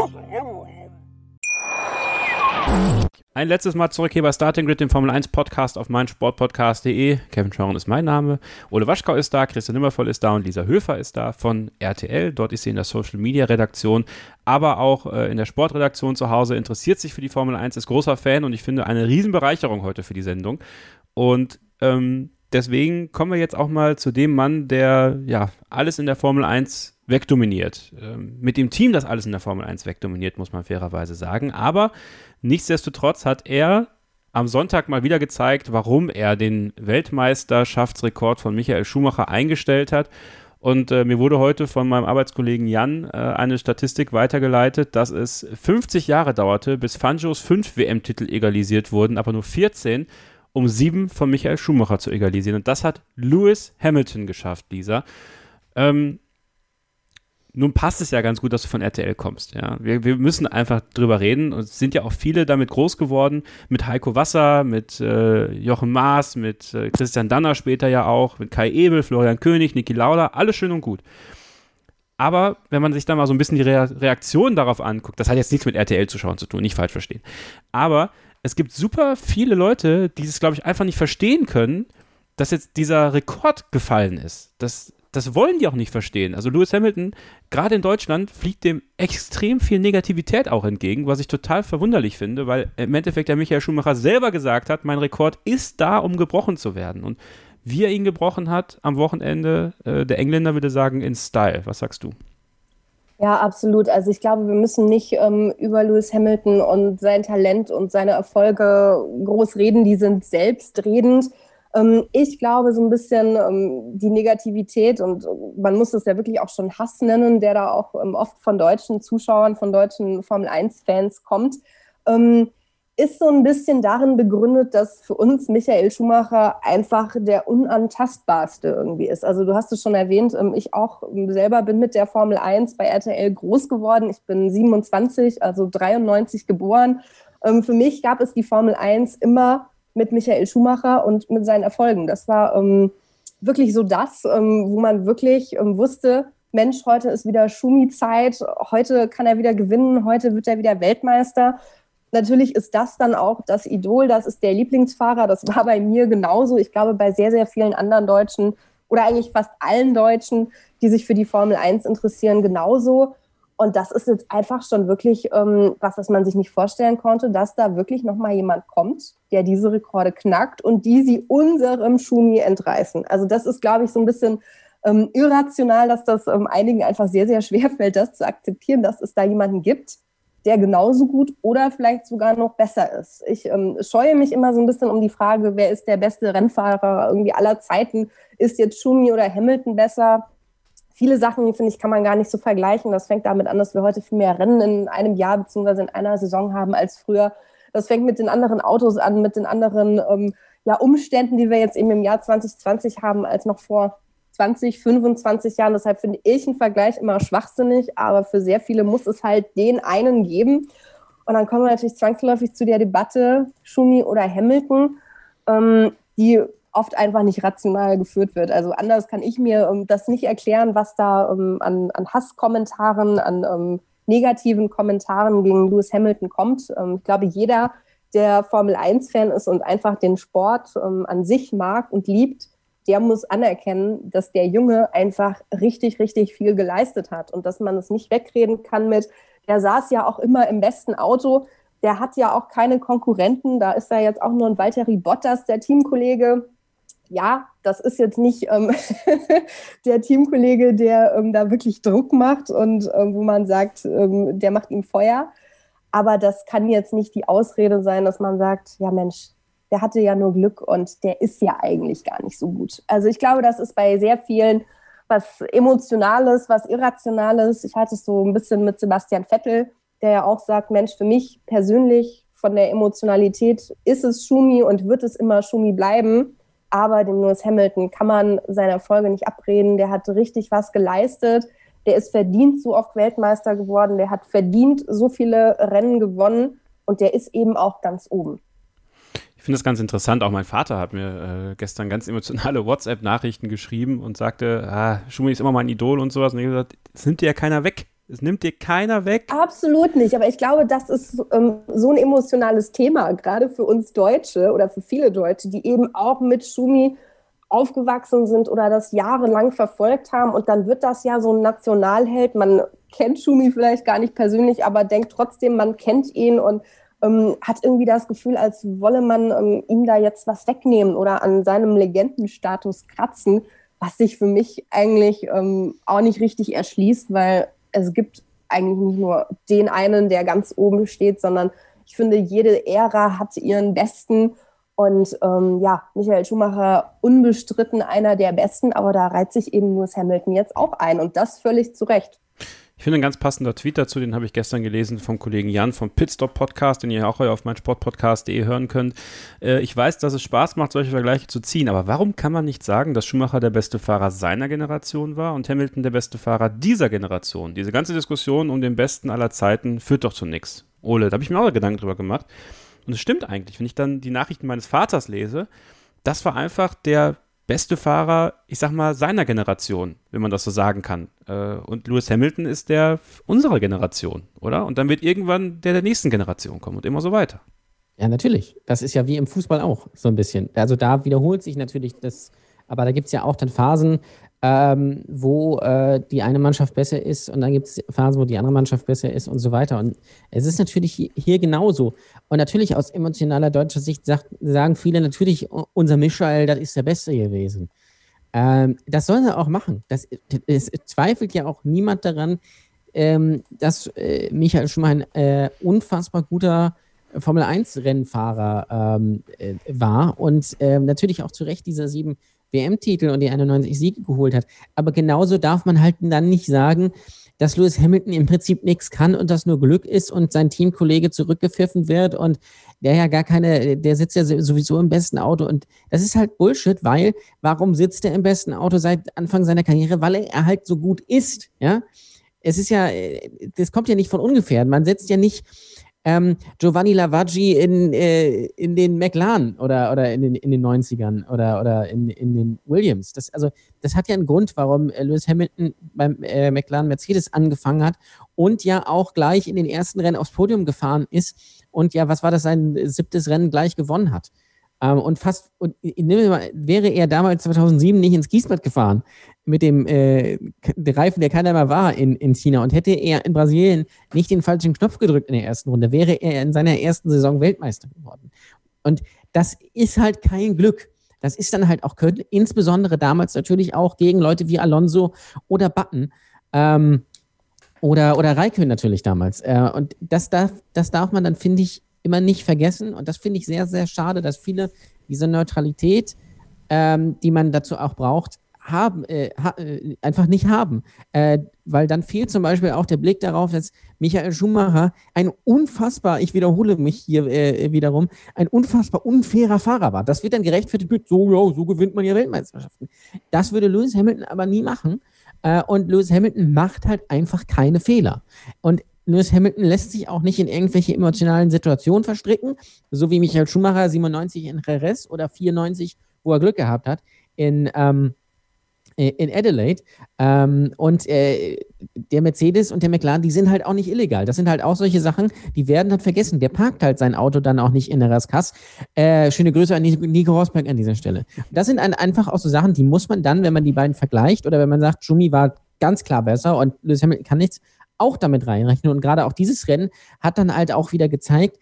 Ein letztes Mal zurück hier bei Starting Grid, dem Formel eins Podcast auf meinsportpodcast punkt de. Kevin Scheuren ist mein Name. Ole Waschkau ist da, Christian Nimmervoll ist da und Lisa Höfer ist da von R T L. Dort ist sie in der Social Media Redaktion, aber auch äh, in der Sportredaktion zu Hause, interessiert sich für die Formel eins, ist großer Fan und ich finde eine Riesenbereicherung heute für die Sendung. Und ähm, deswegen kommen wir jetzt auch mal zu dem Mann, der ja alles in der Formel eins wegdominiert. Ähm, mit dem Team, das alles in der Formel eins wegdominiert, muss man fairerweise sagen. Aber nichtsdestotrotz hat er am Sonntag mal wieder gezeigt, warum er den Weltmeisterschaftsrekord von Michael Schumacher eingestellt hat. Und äh, mir wurde heute von meinem Arbeitskollegen Jan äh, eine Statistik weitergeleitet, dass es fünfzig Jahre dauerte, bis Fangos fünf W M-Titel egalisiert wurden, aber nur vierzehn, um sieben von Michael Schumacher zu egalisieren. Und das hat Lewis Hamilton geschafft, Lisa. Ähm, Nun passt es ja ganz gut, dass du von R T L kommst. Ja. Wir, wir müssen einfach drüber reden. Und es sind ja auch viele damit groß geworden. Mit Heiko Wasser, mit äh, Jochen Maas, mit äh, Christian Danner später ja auch, mit Kai Ebel, Florian König, Niki Lauda. Alles schön und gut. Aber wenn man sich da mal so ein bisschen die Re- Reaktion darauf anguckt, das hat jetzt nichts mit R T L-Zuschauern zu tun, nicht falsch verstehen. Aber es gibt super viele Leute, die es, glaube ich, einfach nicht verstehen können, dass jetzt dieser Rekord gefallen ist. Das Das wollen die auch nicht verstehen. Also Lewis Hamilton, gerade in Deutschland, fliegt dem extrem viel Negativität auch entgegen, was ich total verwunderlich finde, weil im Endeffekt der Michael Schumacher selber gesagt hat, mein Rekord ist da, um gebrochen zu werden. Und wie er ihn gebrochen hat am Wochenende, äh, der Engländer würde sagen, in Style. Was sagst du?
Ja, absolut. Also ich glaube, wir müssen nicht ähm, über Lewis Hamilton und sein Talent und seine Erfolge groß reden. Die sind selbstredend. Ich glaube, so ein bisschen ähm, die Negativität, und man muss es ja wirklich auch schon Hass nennen, der da auch ähm, oft von deutschen Zuschauern, von deutschen Formel eins Fans kommt, ähm, ist so ein bisschen darin begründet, dass für uns Michael Schumacher einfach der unantastbarste irgendwie ist. Also du hast es schon erwähnt, ähm, ich auch ähm, selber bin mit der Formel eins bei R T L groß geworden. Ich bin siebenundzwanzig, also dreiundneunzig geboren. Ähm, für mich gab es die Formel eins immer mit Michael Schumacher und mit seinen Erfolgen. Das war ähm, wirklich so das, ähm, wo man wirklich ähm, wusste, Mensch, heute ist wieder Schumi-Zeit, heute kann er wieder gewinnen, heute wird er wieder Weltmeister. Natürlich ist das dann auch das Idol, das ist der Lieblingsfahrer, das war bei mir genauso. Ich glaube, bei sehr, sehr vielen anderen Deutschen oder eigentlich fast allen Deutschen, die sich für die Formel eins interessieren, genauso. Und das ist jetzt einfach schon wirklich ähm, was, was man sich nicht vorstellen konnte, dass da wirklich nochmal jemand kommt, der diese Rekorde knackt und die sie unserem Schumi entreißen. Also das ist, glaube ich, so ein bisschen ähm, irrational, dass das ähm, einigen einfach sehr, sehr schwer fällt, das zu akzeptieren, dass es da jemanden gibt, der genauso gut oder vielleicht sogar noch besser ist. Ich ähm, scheue mich immer so ein bisschen um die Frage, wer ist der beste Rennfahrer irgendwie aller Zeiten? Ist jetzt Schumi oder Hamilton besser? Viele Sachen, finde ich, kann man gar nicht so vergleichen. Das fängt damit an, dass wir heute viel mehr Rennen in einem Jahr bzw. in einer Saison haben als früher. Das fängt mit den anderen Autos an, mit den anderen ähm, ja, Umständen, die wir jetzt eben im Jahr zwanzig zwanzig haben, als noch vor zwanzig, fünfundzwanzig Jahren. Deshalb finde ich einen Vergleich immer schwachsinnig, aber für sehr viele muss es halt den einen geben. Und dann kommen wir natürlich zwangsläufig zu der Debatte Schumi oder Hamilton, ähm, die oft einfach nicht rational geführt wird. Also anders kann ich mir ähm, das nicht erklären, was da ähm, an, an Hasskommentaren, an ähm, negativen Kommentaren gegen Lewis Hamilton kommt. Ähm, ich glaube, jeder, der Formel eins Fan ist und einfach den Sport ähm, an sich mag und liebt, der muss anerkennen, dass der Junge einfach richtig, richtig viel geleistet hat und dass man es nicht wegreden kann mit, der saß ja auch immer im besten Auto, der hat ja auch keine Konkurrenten, da ist ja jetzt auch nur ein Valtteri Bottas, der Teamkollege. Ja, das ist jetzt nicht ähm, der Teamkollege, der ähm, da wirklich Druck macht und ähm, wo man sagt, ähm, der macht ihm Feuer. Aber das kann jetzt nicht die Ausrede sein, dass man sagt, ja Mensch, der hatte ja nur Glück und der ist ja eigentlich gar nicht so gut. Also ich glaube, das ist bei sehr vielen was Emotionales, was Irrationales. Ich halte es so ein bisschen mit Sebastian Vettel, der ja auch sagt, Mensch, für mich persönlich von der Emotionalität ist es Schumi und wird es immer Schumi bleiben. Aber dem Lewis Hamilton kann man seine Erfolge nicht abreden. Der hat richtig was geleistet. Der ist verdient so oft Weltmeister geworden. Der hat verdient so viele Rennen gewonnen. Und der ist eben auch ganz oben.
Ich finde das ganz interessant. Auch mein Vater hat mir äh, gestern ganz emotionale WhatsApp-Nachrichten geschrieben und sagte, ah, Schumi ist immer mein Idol und sowas. Und ich habe gesagt, das nimmt dir ja keiner weg. Es nimmt dir keiner weg.
Absolut nicht. Aber ich glaube, das ist ähm, so ein emotionales Thema, gerade für uns Deutsche oder für viele Deutsche, die eben auch mit Schumi aufgewachsen sind oder das jahrelang verfolgt haben. Und dann wird das ja so ein Nationalheld. Man kennt Schumi vielleicht gar nicht persönlich, aber denkt trotzdem, man kennt ihn und ähm, hat irgendwie das Gefühl, als wolle man ähm, ihm da jetzt was wegnehmen oder an seinem Legendenstatus kratzen, was sich für mich eigentlich ähm, auch nicht richtig erschließt, weil es gibt eigentlich nicht nur den einen, der ganz oben steht, sondern ich finde, jede Ära hat ihren Besten. Und ähm, ja, Michael Schumacher unbestritten einer der Besten, aber da reiht sich eben Lewis Hamilton jetzt auch ein und das völlig zu Recht.
Ich finde ein ganz passender Tweet dazu, den habe ich gestern gelesen vom Kollegen Jan vom Pitstop Podcast, den ihr auch auf meinsportpodcast punkt de hören könnt. Äh, ich weiß, dass es Spaß macht, solche Vergleiche zu ziehen, aber warum kann man nicht sagen, dass Schumacher der beste Fahrer seiner Generation war und Hamilton der beste Fahrer dieser Generation? Diese ganze Diskussion um den Besten aller Zeiten führt doch zu nichts. Ole, da habe ich mir auch Gedanken drüber gemacht. Und es stimmt eigentlich, wenn ich dann die Nachrichten meines Vaters lese, das war einfach der beste Fahrer, ich sag mal, seiner Generation, wenn man das so sagen kann. Und Lewis Hamilton ist der unserer Generation, oder? Und dann wird irgendwann der der nächsten Generation kommen und immer so weiter.
Ja, natürlich. Das ist ja wie im Fußball auch so ein bisschen. Also da wiederholt sich natürlich das, aber da gibt es ja auch dann Phasen, ähm, wo äh, die eine Mannschaft besser ist und dann gibt es Phasen, wo die andere Mannschaft besser ist und so weiter. Und es ist natürlich hier, hier genauso. Und natürlich aus emotionaler deutscher Sicht sagt, sagen viele natürlich, unser Michael, das ist der Beste gewesen. Ähm, das sollen sie auch machen. Das, es zweifelt ja auch niemand daran, ähm, dass äh, Michael Schumacher ein äh, unfassbar guter Formel eins Rennfahrer ähm, äh, war und äh, natürlich auch zu Recht diese sieben W M-Titel und die einundneunzig Siege geholt hat. Aber genauso darf man halt dann nicht sagen, dass Lewis Hamilton im Prinzip nichts kann und das nur Glück ist und sein Teamkollege zurückgepfiffen wird und der ja gar keine, der sitzt ja sowieso im besten Auto und das ist halt Bullshit, weil warum sitzt er im besten Auto seit Anfang seiner Karriere? Weil er halt so gut ist, ja. Es ist ja, das kommt ja nicht von ungefähr. Man setzt ja nicht Ähm, Giovanni Lavaggi in, äh, in den McLaren oder, oder in, den, in den neunzigern oder, oder in, in den Williams. Das, also, das hat ja einen Grund, warum äh, Lewis Hamilton beim äh, McLaren Mercedes angefangen hat und ja auch gleich in den ersten Rennen aufs Podium gefahren ist und ja, was war das, sein siebtes Rennen gleich gewonnen hat. Ähm, und fast, und, wäre er damals zweitausendsieben nicht ins Kiesbad gefahren mit dem äh, Reifen, der keiner mehr war in, in China und hätte er in Brasilien nicht den falschen Knopf gedrückt in der ersten Runde, wäre er in seiner ersten Saison Weltmeister geworden. Und das ist halt kein Glück. Das ist dann halt auch, insbesondere damals natürlich auch gegen Leute wie Alonso oder Button ähm, oder, oder Raikkonen natürlich damals. Äh, und das darf, das darf man dann, finde ich, immer nicht vergessen. Und das finde ich sehr, sehr schade, dass viele diese Neutralität, ähm, die man dazu auch braucht, haben, äh, ha, äh, einfach nicht haben. Äh, weil dann fehlt zum Beispiel auch der Blick darauf, dass Michael Schumacher ein unfassbar, ich wiederhole mich hier äh, wiederum, ein unfassbar unfairer Fahrer war. Das wird dann gerechtfertigt mit, so, ja, so gewinnt man ja Weltmeisterschaften. Das würde Lewis Hamilton aber nie machen. Äh, und Lewis Hamilton macht halt einfach keine Fehler. Und Lewis Hamilton lässt sich auch nicht in irgendwelche emotionalen Situationen verstricken, so wie Michael Schumacher siebenundneunzig in Jerez oder vierundneunzig, wo er Glück gehabt hat, in, ähm, in Adelaide. Ähm, und äh, der Mercedes und der McLaren, die sind halt auch nicht illegal. Das sind halt auch solche Sachen, die werden halt vergessen. Der parkt halt sein Auto dann auch nicht in der Raskas. Äh, schöne Grüße an Nico Rosberg an dieser Stelle. Das sind ein, einfach auch so Sachen, die muss man dann, wenn man die beiden vergleicht oder wenn man sagt, Schumi war ganz klar besser und Lewis Hamilton kann nichts, auch damit reinrechnen. Und gerade auch dieses Rennen hat dann halt auch wieder gezeigt,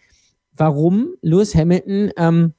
warum Lewis Hamilton ähm,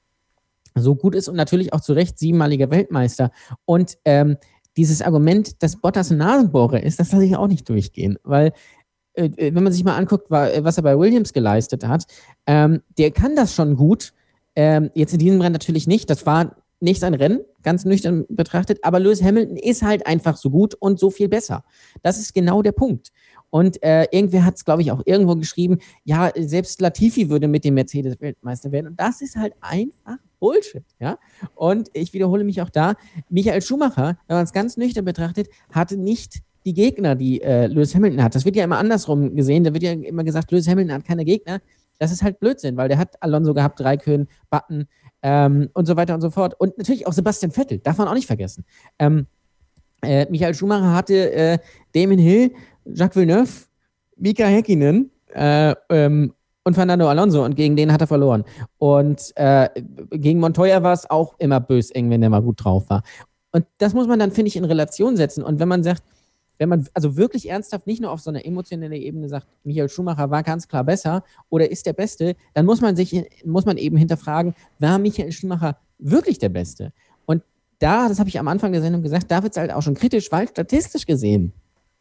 so gut ist und natürlich auch zu Recht siebenmaliger Weltmeister. Und ähm, dieses Argument, dass Bottas ein Nasenbohrer ist, das lasse ich auch nicht durchgehen, weil äh, wenn man sich mal anguckt, was er bei Williams geleistet hat, ähm, der kann das schon gut, ähm, jetzt in diesem Rennen natürlich nicht, das war nicht sein Rennen, ganz nüchtern betrachtet, aber Lewis Hamilton ist halt einfach so gut und so viel besser. Das ist genau der Punkt. Und äh, irgendwer hat es, glaube ich, auch irgendwo geschrieben, ja, selbst Latifi würde mit dem Mercedes Weltmeister werden. Und das ist halt einfach Bullshit, ja. Und ich wiederhole mich auch da, Michael Schumacher, wenn man es ganz nüchtern betrachtet, hatte nicht die Gegner, die äh, Lewis Hamilton hat. Das wird ja immer andersrum gesehen. Da wird ja immer gesagt, Lewis Hamilton hat keine Gegner. Das ist halt Blödsinn, weil der hat Alonso gehabt, Raikkonen, Button ähm, und so weiter und so fort. Und natürlich auch Sebastian Vettel, darf man auch nicht vergessen. Ähm, äh, Michael Schumacher hatte äh, Damon Hill, Jacques Villeneuve, Mika Häkkinen äh, ähm, und Fernando Alonso und gegen den hat er verloren. Und äh, gegen Montoya war es auch immer bös eng, wenn der mal gut drauf war. Und das muss man dann, finde ich, in Relation setzen. Und wenn man sagt, wenn man also wirklich ernsthaft nicht nur auf so einer emotionalen Ebene sagt, Michael Schumacher war ganz klar besser oder ist der Beste, dann muss man sich, muss man eben hinterfragen, war Michael Schumacher wirklich der Beste? Und da, das habe ich am Anfang der Sendung gesagt, da wird es halt auch schon kritisch, weil statistisch gesehen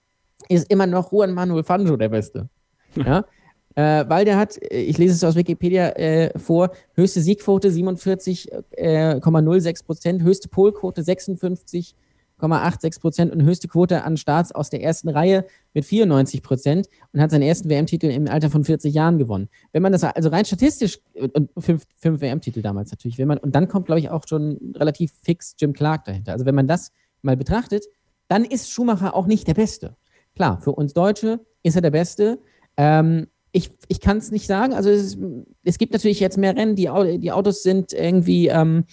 ist immer noch Juan Manuel Fangio der Beste. Ja? äh, weil der hat, ich lese es aus Wikipedia äh, vor, höchste Siegquote siebenundvierzig Komma null sechs Prozent, höchste Polquote sechsundfünfzig Komma achtundsechzig Prozent und höchste Quote an Starts aus der ersten Reihe mit vierundneunzig Prozent und hat seinen ersten W M-Titel im Alter von vierzig Jahren gewonnen. Wenn man das also rein statistisch, und fünf, fünf W M-Titel damals natürlich, wenn man, und dann kommt, glaube ich, auch schon relativ fix Jim Clark dahinter. Also wenn man das mal betrachtet, dann ist Schumacher auch nicht der Beste. Klar, für uns Deutsche ist er der Beste. Ähm, ich ich kann es nicht sagen. Also es, es gibt natürlich jetzt mehr Rennen, die, die Autos sind irgendwie ähm,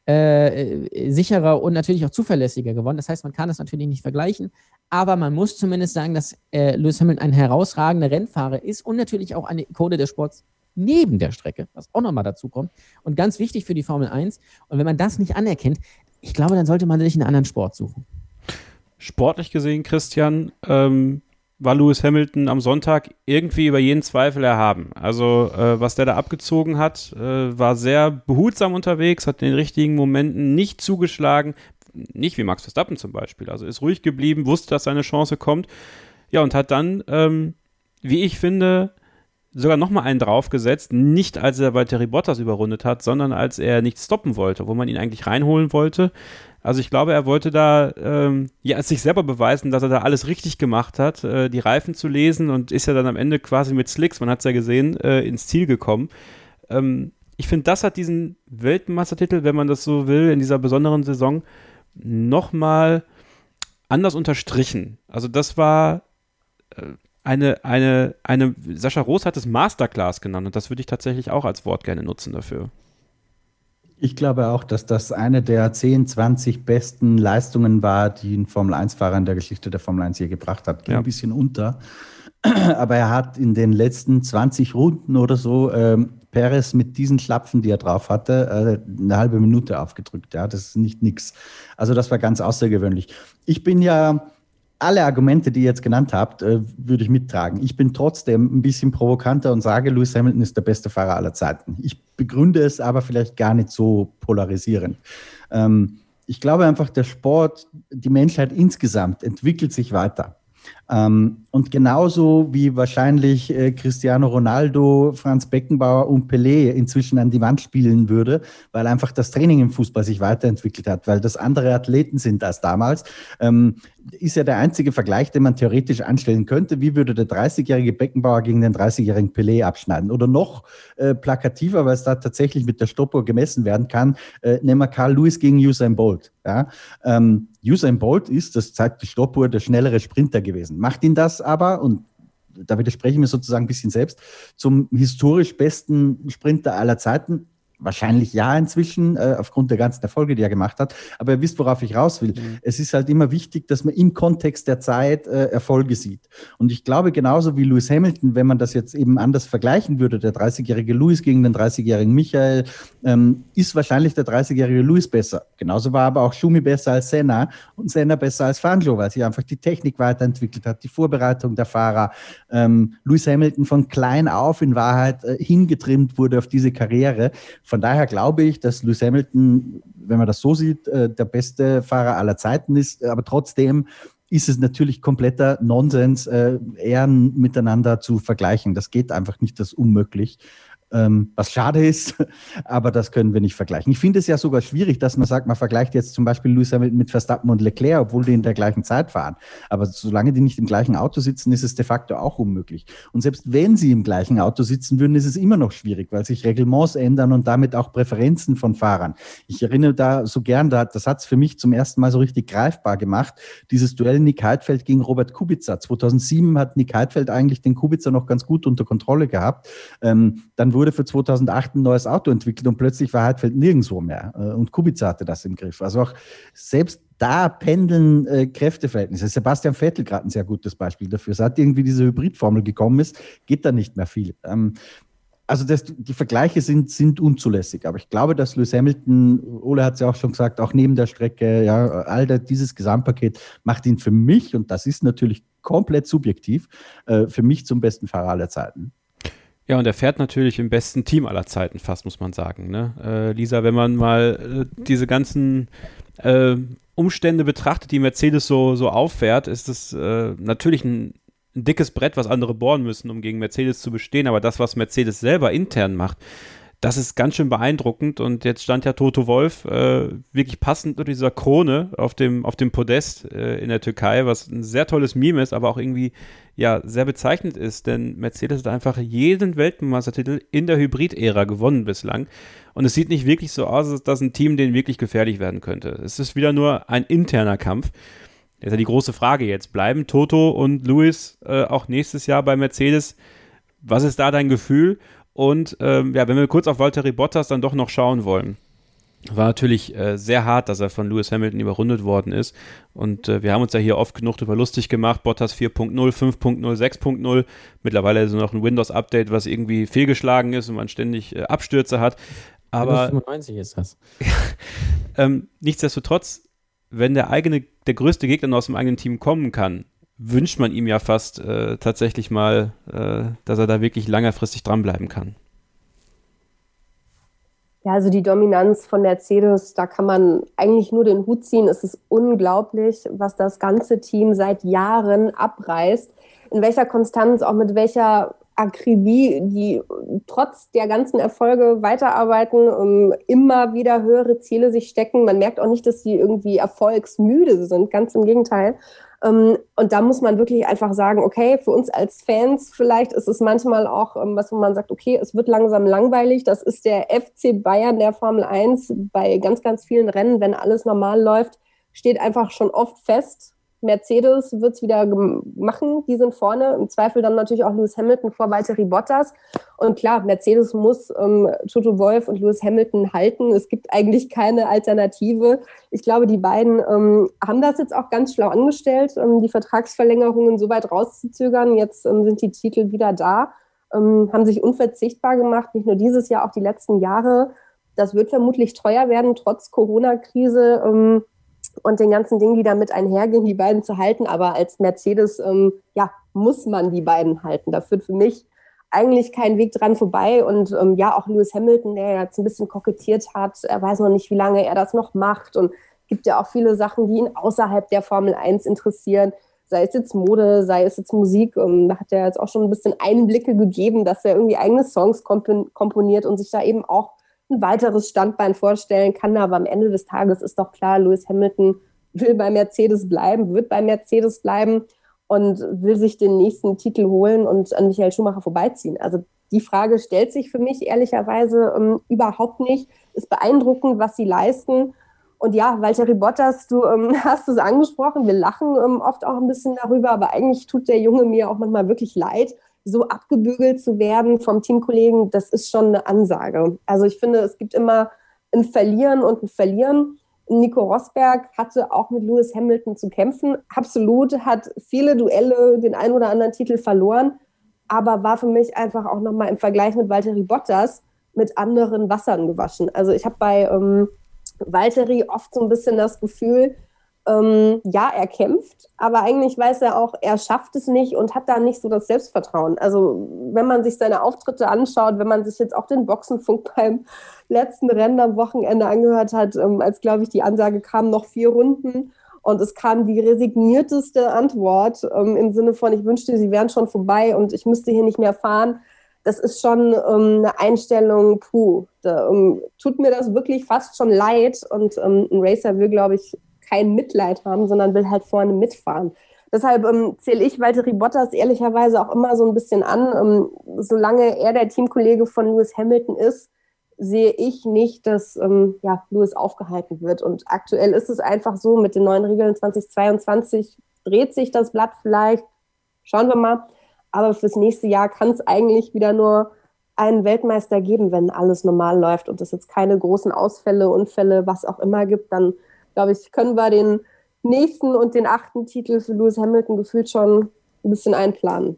äh, sicherer und natürlich auch zuverlässiger geworden. Das heißt, man kann das natürlich nicht vergleichen. Aber man muss zumindest sagen, dass äh, Lewis Hamilton ein herausragender Rennfahrer ist und natürlich auch eine Ikone des Sports neben der Strecke, was auch nochmal dazu kommt. Und ganz wichtig für die Formel eins. Und wenn man das nicht anerkennt, ich glaube, dann sollte man sich einen anderen Sport suchen.
Sportlich gesehen, Christian, ähm, war Lewis Hamilton am Sonntag irgendwie über jeden Zweifel erhaben. Also äh, was der da abgezogen hat, äh, war sehr behutsam unterwegs, hat in den richtigen Momenten nicht zugeschlagen, nicht wie Max Verstappen zum Beispiel, also ist ruhig geblieben, wusste, dass seine Chance kommt, ja, und hat dann, ähm, wie ich finde, sogar nochmal einen draufgesetzt, nicht als er Valtteri Bottas überrundet hat, sondern als er nicht stoppen wollte, wo man ihn eigentlich reinholen wollte. Also ich glaube, er wollte da ähm, ja, sich selber beweisen, dass er da alles richtig gemacht hat, äh, die Reifen zu lesen und ist ja dann am Ende quasi mit Slicks, man hat es ja gesehen, äh, ins Ziel gekommen. Ähm, ich finde, das hat diesen Weltmeistertitel, wenn man das so will, in dieser besonderen Saison nochmal anders unterstrichen. Also das war äh, eine, eine, eine, Sascha Roos hat es Masterclass genannt und das würde ich tatsächlich auch als Wort gerne nutzen dafür.
Ich glaube auch, dass das eine der zehn, zwanzig besten Leistungen war, die ein Formel eins Fahrer in der Geschichte der Formel eins je gebracht hat. Ging ja ein bisschen unter. Aber er hat in den letzten zwanzig Runden oder so ähm, Perez mit diesen Schlapfen, die er drauf hatte, äh, eine halbe Minute aufgedrückt. Ja, das ist nicht nix. Also das war ganz außergewöhnlich. Ich bin ja... Alle Argumente, die ihr jetzt genannt habt, äh, würde ich mittragen. Ich bin trotzdem ein bisschen provokanter und sage, Lewis Hamilton ist der beste Fahrer aller Zeiten. Ich begründe es aber vielleicht gar nicht so polarisierend. Ähm, ich glaube einfach, der Sport, die Menschheit insgesamt entwickelt sich weiter. Ähm, und genauso wie wahrscheinlich äh, Cristiano Ronaldo, Franz Beckenbauer und Pelé inzwischen an die Wand spielen würde, weil einfach das Training im Fußball sich weiterentwickelt hat, weil das andere Athleten sind als damals, ähm, ist ja der einzige Vergleich, den man theoretisch anstellen könnte. Wie würde der dreißigjährige Beckenbauer gegen den dreißigjährigen Pelé abschneiden? Oder noch äh, plakativer, weil es da tatsächlich mit der Stoppuhr gemessen werden kann, äh, nehmen wir Carl Lewis gegen Usain Bolt. Ja? Ähm, Usain Bolt ist, das zeigt die Stoppuhr, der schnellere Sprinter gewesen. Macht ihn das aber, und da widerspreche ich mir sozusagen ein bisschen selbst, zum historisch besten Sprinter aller Zeiten? wahrscheinlich ja inzwischen, äh, aufgrund der ganzen Erfolge, die er gemacht hat. Aber ihr wisst, worauf ich raus will. Mhm. Es ist halt immer wichtig, dass man im Kontext der Zeit äh, Erfolge sieht. Und ich glaube, genauso wie Lewis Hamilton, wenn man das jetzt eben anders vergleichen würde, der dreißigjährige Lewis gegen den dreißigjährigen Michael, ähm, ist wahrscheinlich der dreißigjährige Lewis besser. Genauso war aber auch Schumi besser als Senna und Senna besser als Fangio, weil sich einfach die Technik weiterentwickelt hat, die Vorbereitung der Fahrer. Ähm, Lewis Hamilton von klein auf in Wahrheit äh, hingetrimmt wurde auf diese Karriere. Von daher glaube ich, dass Lewis Hamilton, wenn man das so sieht, äh, der beste Fahrer aller Zeiten ist, aber trotzdem ist es natürlich kompletter Nonsens, äh, Ehren miteinander zu vergleichen. Das geht einfach nicht, das ist unmöglich. Ähm, was schade ist, aber das können wir nicht vergleichen. Ich finde es ja sogar schwierig, dass man sagt, man vergleicht jetzt zum Beispiel Lewis Hamilton mit Verstappen und Leclerc, obwohl die in der gleichen Zeit fahren. Aber solange die nicht im gleichen Auto sitzen, ist es de facto auch unmöglich. Und selbst wenn sie im gleichen Auto sitzen würden, ist es immer noch schwierig, weil sich Reglements ändern und damit auch Präferenzen von Fahrern. Ich erinnere da so gern, das hat es für mich zum ersten Mal so richtig greifbar gemacht, dieses Duell Nick Heidfeld gegen Robert Kubica. zweitausendsieben hat Nick Heidfeld eigentlich den Kubica noch ganz gut unter Kontrolle gehabt. Ähm, dann wurde wurde für zweitausendacht ein neues Auto entwickelt und plötzlich war Heidfeld nirgendwo mehr. Und Kubica hatte das im Griff. Also auch selbst da pendeln äh, Kräfteverhältnisse. Sebastian Vettel gerade ein sehr gutes Beispiel dafür. Seit irgendwie diese Hybridformel gekommen ist, geht da nicht mehr viel. Ähm, also das, die Vergleiche sind, sind unzulässig. Aber ich glaube, dass Lewis Hamilton, Ole hat es ja auch schon gesagt, auch neben der Strecke, ja, all das, dieses Gesamtpaket macht ihn für mich, und das ist natürlich komplett subjektiv, äh, für mich zum besten Fahrer aller Zeiten.
Ja, und er fährt natürlich im besten Team aller Zeiten fast, muss man sagen. Ne? Äh, Lisa, wenn man mal äh, diese ganzen äh, Umstände betrachtet, die Mercedes so, so auffährt, ist es äh, natürlich ein, ein dickes Brett, was andere bohren müssen, um gegen Mercedes zu bestehen. Aber das, was Mercedes selber intern macht, das ist ganz schön beeindruckend. Und jetzt stand ja Toto Wolff äh, wirklich passend unter dieser Krone auf dem, auf dem Podest äh, in der Türkei, was ein sehr tolles Meme ist, aber auch irgendwie ja sehr bezeichnend ist, denn Mercedes hat einfach jeden Weltmeistertitel in der Hybrid-Ära gewonnen bislang. Und es sieht nicht wirklich so aus, als dass ein Team denen wirklich gefährlich werden könnte. Es ist wieder nur ein interner Kampf. Das ist ja die große Frage jetzt. Bleiben Toto und Lewis äh, auch nächstes Jahr bei Mercedes? Was ist da dein Gefühl? Und ähm, ja, wenn wir kurz auf Valtteri Bottas dann doch noch schauen wollen, war natürlich äh, sehr hart, dass er von Lewis Hamilton überrundet worden ist. Und äh, wir haben uns ja hier oft genug darüber lustig gemacht. Bottas vier Punkt null, fünf Punkt null, sechs Punkt null. Mittlerweile ist noch ein Windows-Update, was irgendwie fehlgeschlagen ist und man ständig äh, Abstürze hat. Aber
Windows fünfundneunzig ist das.
ähm, nichtsdestotrotz, wenn der eigene, der größte Gegner aus dem eigenen Team kommen kann, wünscht man ihm ja fast äh, tatsächlich mal, äh, dass er da wirklich längerfristig dranbleiben kann.
Ja, also die Dominanz von Mercedes, da kann man eigentlich nur den Hut ziehen. Es ist unglaublich, was das ganze Team seit Jahren abreißt. In welcher Konstanz, auch mit welcher Akribie, die trotz der ganzen Erfolge weiterarbeiten, um immer wieder höhere Ziele sich stecken. Man merkt auch nicht, dass sie irgendwie erfolgsmüde sind, ganz im Gegenteil. Und da muss man wirklich einfach sagen, okay, für uns als Fans vielleicht ist es manchmal auch was, wo man sagt, okay, es wird langsam langweilig. Das ist der F C Bayern der Formel eins. Bei ganz, ganz vielen Rennen, wenn alles normal läuft, steht einfach schon oft fest, Mercedes wird es wieder machen, die sind vorne. Im Zweifel dann natürlich auch Lewis Hamilton vor Valtteri Bottas. Und klar, Mercedes muss ähm, Toto Wolff und Lewis Hamilton halten. Es gibt eigentlich keine Alternative. Ich glaube, die beiden ähm, haben das jetzt auch ganz schlau angestellt, ähm, die Vertragsverlängerungen so weit rauszuzögern. Jetzt ähm, sind die Titel wieder da, ähm, haben sich unverzichtbar gemacht, nicht nur dieses Jahr, auch die letzten Jahre. Das wird vermutlich teuer werden, trotz Corona-Krise. Ähm, und den ganzen Dingen, die damit einhergehen, die beiden zu halten. Aber als Mercedes, ähm, ja, muss man die beiden halten. Da führt für mich eigentlich kein Weg dran vorbei. Und ähm, ja, auch Lewis Hamilton, der jetzt ein bisschen kokettiert hat, er weiß noch nicht, wie lange er das noch macht. Und es gibt ja auch viele Sachen, die ihn außerhalb der Formel eins interessieren. Sei es jetzt Mode, sei es jetzt Musik. Und da hat er jetzt auch schon ein bisschen Einblicke gegeben, dass er irgendwie eigene Songs komponiert und sich da eben auch ein weiteres Standbein vorstellen kann, aber am Ende des Tages ist doch klar, Lewis Hamilton will bei Mercedes bleiben, wird bei Mercedes bleiben und will sich den nächsten Titel holen und an Michael Schumacher vorbeiziehen. Also die Frage stellt sich für mich ehrlicherweise ähm, überhaupt nicht. Ist beeindruckend, was sie leisten. Und ja, Valtteri Bottas, du ähm, hast es angesprochen, wir lachen ähm, oft auch ein bisschen darüber, aber eigentlich tut der Junge mir auch manchmal wirklich leid, so abgebügelt zu werden vom Teamkollegen, das ist schon eine Ansage. Also ich finde, es gibt immer ein Verlieren und ein Verlieren. Nico Rosberg hatte auch mit Lewis Hamilton zu kämpfen. Absolut, hat viele Duelle, den einen oder anderen Titel verloren, aber war für mich einfach auch nochmal im Vergleich mit Valtteri Bottas mit anderen Wassern gewaschen. Also ich habe bei ähm, Valtteri oft so ein bisschen das Gefühl, ähm, ja, er kämpft, aber eigentlich weiß er auch, er schafft es nicht und hat da nicht so das Selbstvertrauen. Also wenn man sich seine Auftritte anschaut, wenn man sich jetzt auch den Boxenfunk beim letzten Rennen am Wochenende angehört hat, ähm, als, glaube ich, die Ansage kam, noch vier Runden und es kam die resignierteste Antwort ähm, im Sinne von, ich wünschte, sie wären schon vorbei und ich müsste hier nicht mehr fahren. Das ist schon ähm, eine Einstellung, puh, da, ähm, tut mir das wirklich fast schon leid und ähm, ein Racer will, glaube ich, kein Mitleid haben, sondern will halt vorne mitfahren. Deshalb ähm, zähle ich Valtteri Bottas ehrlicherweise auch immer so ein bisschen an. Ähm, solange er der Teamkollege von Lewis Hamilton ist, sehe ich nicht, dass ähm, ja, Lewis aufgehalten wird. Und aktuell ist es einfach so, mit den neuen Regeln zwanzig zweiundzwanzig dreht sich das Blatt vielleicht. Schauen wir mal. Aber fürs nächste Jahr kann es eigentlich wieder nur einen Weltmeister geben, wenn alles normal läuft und es jetzt keine großen Ausfälle, Unfälle, was auch immer gibt. Dann, glaube ich, können wir den nächsten und den achten Titel für Lewis Hamilton gefühlt schon ein bisschen einplanen.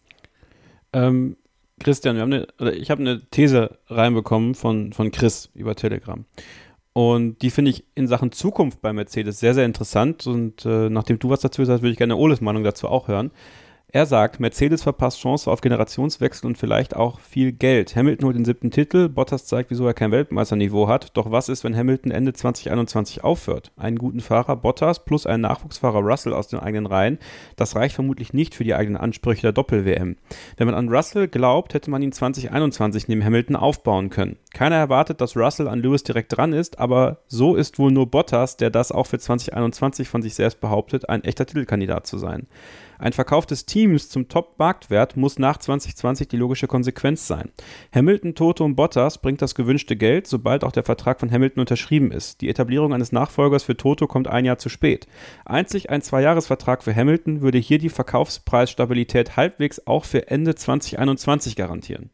Ähm, Christian, wir haben eine, oder ich habe eine These reinbekommen von, von Chris über Telegram. Und die finde ich in Sachen Zukunft bei Mercedes sehr, sehr interessant. Und äh, nachdem du was dazu sagst, würde ich gerne Oles Meinung dazu auch hören. Er sagt, Mercedes verpasst Chance auf Generationswechsel und vielleicht auch viel Geld. Hamilton holt den siebten Titel, Bottas zeigt, wieso er kein Weltmeisterniveau hat. Doch was ist, wenn Hamilton Ende zwanzig einundzwanzig aufhört? Einen guten Fahrer Bottas plus einen Nachwuchsfahrer Russell aus den eigenen Reihen, das reicht vermutlich nicht für die eigenen Ansprüche der Doppel-W M. Wenn man an Russell glaubt, hätte man ihn zwanzig einundzwanzig neben Hamilton aufbauen können. Keiner erwartet, dass Russell an Lewis direkt dran ist, aber so ist wohl nur Bottas, der das auch für zwanzig einundzwanzig von sich selbst behauptet, ein echter Titelkandidat zu sein. Ein Verkauf des Teams zum Top-Marktwert muss nach zwanzig zwanzig die logische Konsequenz sein. Hamilton, Toto und Bottas bringt das gewünschte Geld, sobald auch der Vertrag von Hamilton unterschrieben ist. Die Etablierung eines Nachfolgers für Toto kommt ein Jahr zu spät. Einzig ein Zweijahresvertrag für Hamilton würde hier die Verkaufspreisstabilität halbwegs auch für Ende zwanzig einundzwanzig garantieren.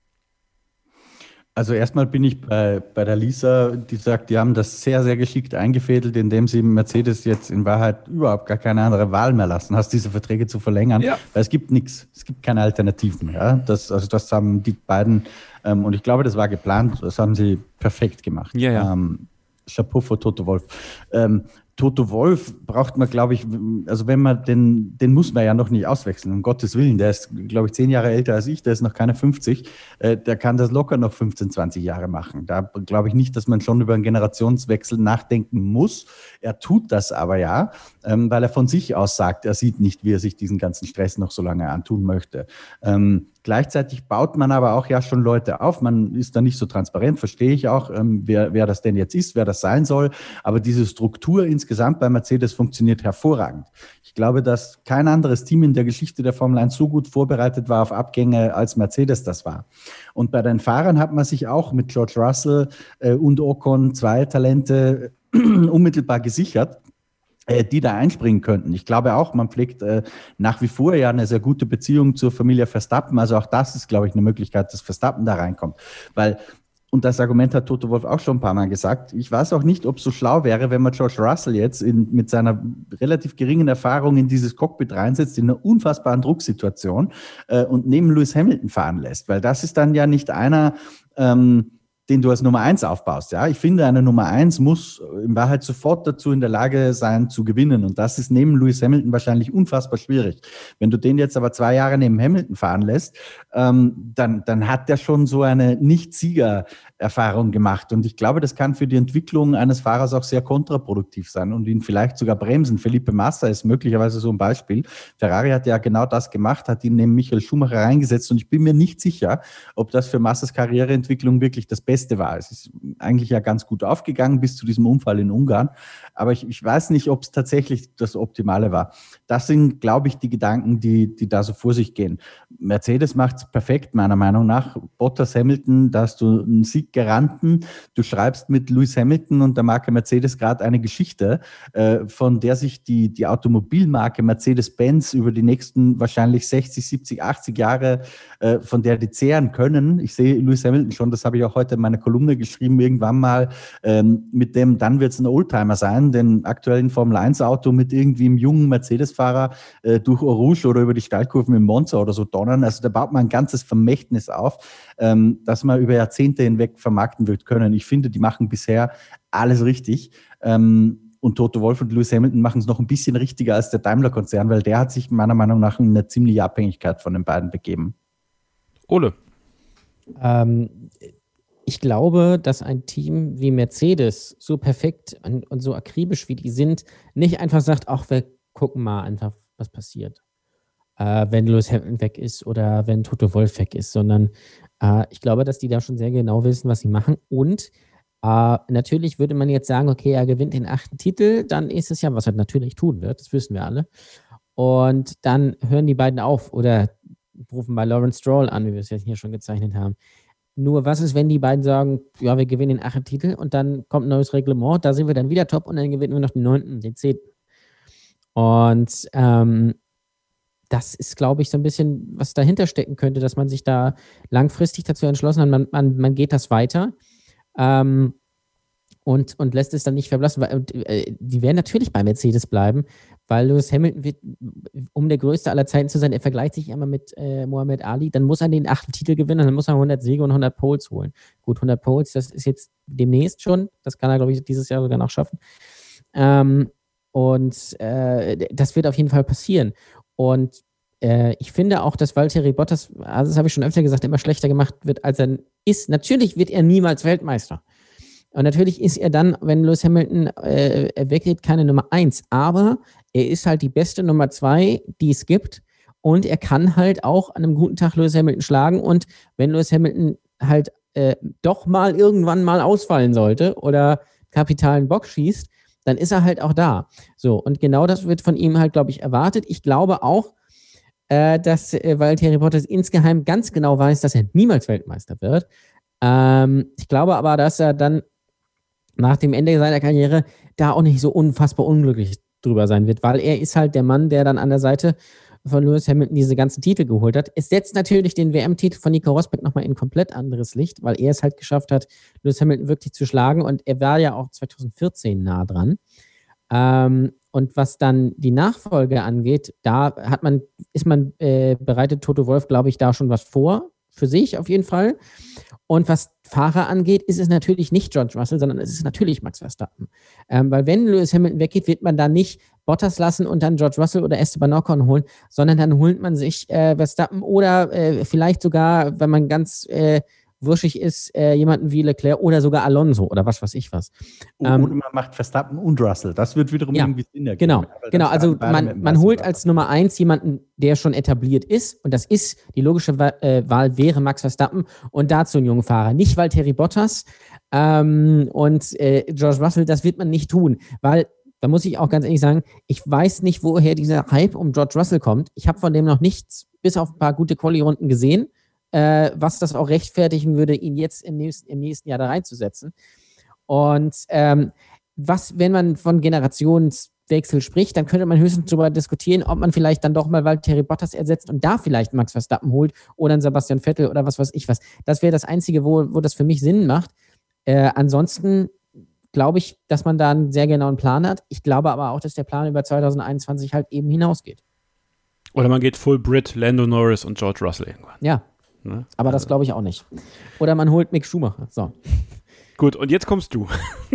Also erstmal bin ich bei, bei der Lisa, die sagt, die haben das sehr, sehr geschickt eingefädelt, indem sie Mercedes jetzt in Wahrheit überhaupt gar keine andere Wahl mehr lassen hast, diese Verträge zu verlängern. Ja. Weil es gibt nichts, es gibt keine Alternativen. Ja? Das, also das haben die beiden, ähm, und ich glaube, das war geplant, das haben sie perfekt gemacht.
Ja, ja.
Ähm, Chapeau vor Toto Wolff. Ähm, Toto Wolff braucht man, glaube ich, also wenn man den, den muss man ja noch nicht auswechseln, um Gottes Willen. Der ist, glaube ich, zehn Jahre älter als ich, der ist noch keine fünfzig. Äh, der kann das locker noch fünfzehn, zwanzig Jahre machen. Da glaube ich nicht, dass man schon über einen Generationswechsel nachdenken muss. Er tut das aber ja, ähm, weil er von sich aus sagt, er sieht nicht, wie er sich diesen ganzen Stress noch so lange antun möchte. Ähm, Gleichzeitig baut man aber auch ja schon Leute auf. Man ist da nicht so transparent, verstehe ich auch, ähm, wer, wer das denn jetzt ist, wer das sein soll. Aber diese Struktur insgesamt bei Mercedes funktioniert hervorragend. Ich glaube, dass kein anderes Team in der Geschichte der Formel eins so gut vorbereitet war auf Abgänge, als Mercedes das war. Und bei den Fahrern hat man sich auch mit George Russell äh, und Ocon zwei Talente unmittelbar gesichert, die da einspringen könnten. Ich glaube auch, man pflegt äh, nach wie vor ja eine sehr gute Beziehung zur Familie Verstappen. Also auch das ist, glaube ich, eine Möglichkeit, dass Verstappen da reinkommt. Weil, und das Argument hat Toto Wolff auch schon ein paar Mal gesagt, ich weiß auch nicht, ob es so schlau wäre, wenn man George Russell jetzt in, mit seiner relativ geringen Erfahrung in dieses Cockpit reinsetzt, in einer unfassbaren Drucksituation äh, und neben Lewis Hamilton fahren lässt. Weil das ist dann ja nicht einer, ähm, den du als Nummer eins aufbaust. Ja, ich finde, eine Nummer eins muss in Wahrheit sofort dazu in der Lage sein, zu gewinnen. Und das ist neben Lewis Hamilton wahrscheinlich unfassbar schwierig. Wenn du den jetzt aber zwei Jahre neben Hamilton fahren lässt, ähm, dann, dann hat der schon so eine Nicht-Sieger-Erfahrung gemacht. Und ich glaube, das kann für die Entwicklung eines Fahrers auch sehr kontraproduktiv sein und ihn vielleicht sogar bremsen. Felipe Massa ist möglicherweise so ein Beispiel. Ferrari hat ja genau das gemacht, hat ihn neben Michael Schumacher reingesetzt. Und ich bin mir nicht sicher, ob das für Massas Karriereentwicklung wirklich das Beste war. Es ist eigentlich ja ganz gut aufgegangen bis zu diesem Unfall in Ungarn. aber ich, ich weiß nicht, ob es tatsächlich das Optimale war. Das sind, glaube ich, die Gedanken, die, die da so vor sich gehen. Mercedes macht es perfekt, meiner Meinung nach. Bottas, Hamilton, da hast du einen Sieggaranten. Du schreibst mit Lewis Hamilton und der Marke Mercedes gerade eine Geschichte, äh, von der sich die, die Automobilmarke Mercedes-Benz über die nächsten wahrscheinlich sechzig, siebzig, achtzig Jahre, äh, von der die zehren können. Ich sehe Lewis Hamilton schon, das habe ich auch heute in meiner Kolumne geschrieben, irgendwann mal, ähm, mit dem, dann wird es ein Oldtimer sein, den aktuellen Formel eins Auto mit irgendwie einem jungen Mercedes-Fahrer äh, durch Eau Rouge oder über die Steilkurven im Monza oder so donnern. Also da baut man ein ganzes Vermächtnis auf, ähm, das man über Jahrzehnte hinweg vermarkten wird können. Ich finde, die machen bisher alles richtig. Ähm, und Toto Wolff und Lewis Hamilton machen es noch ein bisschen richtiger als der Daimler-Konzern, weil der hat sich meiner Meinung nach in eine ziemliche Abhängigkeit von den beiden begeben.
Ole.
Ähm, ich glaube, dass ein Team wie Mercedes so perfekt und, und so akribisch wie die sind, nicht einfach sagt, ach, wir gucken mal einfach, was passiert, äh, wenn Lewis Hamilton weg ist oder wenn Toto Wolff weg ist, sondern äh, ich glaube, dass die da schon sehr genau wissen, was sie machen. Und äh, natürlich würde man jetzt sagen, okay, er gewinnt den achten Titel, dann ist es ja, was er natürlich tun wird, das wissen wir alle. Und dann hören die beiden auf oder rufen bei Lawrence Stroll an, wie wir es jetzt hier schon gezeichnet haben. Nur was ist, wenn die beiden sagen, ja, wir gewinnen den achten Titel und dann kommt ein neues Reglement, da sind wir dann wieder top und dann gewinnen wir noch den neunten und den zehnten. Und ähm, das ist, glaube ich, so ein bisschen, was dahinter stecken könnte, dass man sich da langfristig dazu entschlossen hat, man, man, man geht das weiter ähm, und, und lässt es dann nicht verblassen. Weil, äh, die werden natürlich bei Mercedes bleiben, weil Lewis Hamilton wird, um der Größte aller Zeiten zu sein, er vergleicht sich immer mit äh, Muhammad Ali, dann muss er den achten Titel gewinnen, dann muss er hundert Siege und hundert Poles holen. Gut, hundert Poles, das ist jetzt demnächst schon, das kann er, glaube ich, dieses Jahr sogar noch schaffen. Ähm, und äh, das wird auf jeden Fall passieren. Und äh, ich finde auch, dass Valtteri Bottas, also das habe ich schon öfter gesagt, immer schlechter gemacht wird, als er ist. Natürlich wird er niemals Weltmeister. Und natürlich ist er dann, wenn Lewis Hamilton äh, weggeht, keine Nummer eins. Aber er ist halt die beste Nummer zwei, die es gibt. Und er kann halt auch an einem guten Tag Lewis Hamilton schlagen. Und wenn Lewis Hamilton halt äh, doch mal irgendwann mal ausfallen sollte oder kapitalen Bock schießt, dann ist er halt auch da. So, und genau das wird von ihm halt, glaube ich, erwartet. Ich glaube auch, äh, dass äh, Valtteri Bottas insgeheim ganz genau weiß, dass er niemals Weltmeister wird. Ähm, ich glaube aber, dass er dann nach dem Ende seiner Karriere da auch nicht so unfassbar unglücklich drüber sein wird, weil er ist halt der Mann, der dann an der Seite von Lewis Hamilton diese ganzen Titel geholt hat. Es setzt natürlich den W M-Titel von Nico Rosberg nochmal in ein komplett anderes Licht, weil er es halt geschafft hat, Lewis Hamilton wirklich zu schlagen und er war ja auch zwanzig vierzehn nah dran. Ähm, und was dann die Nachfolge angeht, da hat man, ist man, äh, bereitet Toto Wolff, glaube ich, da schon was vor, für sich auf jeden Fall. Und was Fahrer angeht, ist es natürlich nicht George Russell, sondern es ist natürlich Max Verstappen. Ähm, weil wenn Lewis Hamilton weggeht, wird man da nicht Bottas lassen und dann George Russell oder Esteban Ocon holen, sondern dann holt man sich äh, Verstappen oder äh, vielleicht sogar, wenn man ganz äh, wurschig ist, äh, jemanden wie Leclerc oder sogar Alonso oder was weiß ich was.
Und,
Ähm,
und man macht Verstappen und Russell. Das wird wiederum
ja,
irgendwie Sinn ergeben.
Genau, genau. Also man, man holt als Nummer eins jemanden, der schon etabliert ist und das ist, die logische Wahl, äh, Wahl wäre Max Verstappen und dazu ein junger Fahrer. Nicht Valtteri Bottas ähm, und äh, George Russell, das wird man nicht tun, weil da muss ich auch ganz ehrlich sagen, ich weiß nicht, woher dieser Hype um George Russell kommt. Ich habe von dem noch nichts, bis auf ein paar gute Quali-Runden gesehen, äh, was das auch rechtfertigen würde, ihn jetzt im nächsten, im nächsten Jahr da reinzusetzen. Und ähm, was, wenn man von Generationswechsel spricht, dann könnte man höchstens darüber diskutieren, ob man vielleicht dann doch mal Valtteri Bottas ersetzt und da vielleicht Max Verstappen holt oder einen Sebastian Vettel oder was weiß ich was. Das wäre das Einzige, wo, wo das für mich Sinn macht. Äh, ansonsten glaube ich, dass man da einen sehr genauen Plan hat. Ich glaube aber auch, dass der Plan über zwanzig einundzwanzig halt eben hinausgeht.
Oder man geht Full Brit, Lando Norris und George Russell irgendwann.
Ja, ne? Aber das glaube ich auch nicht. Oder man holt Mick Schumacher. So.
Gut, und jetzt kommst du.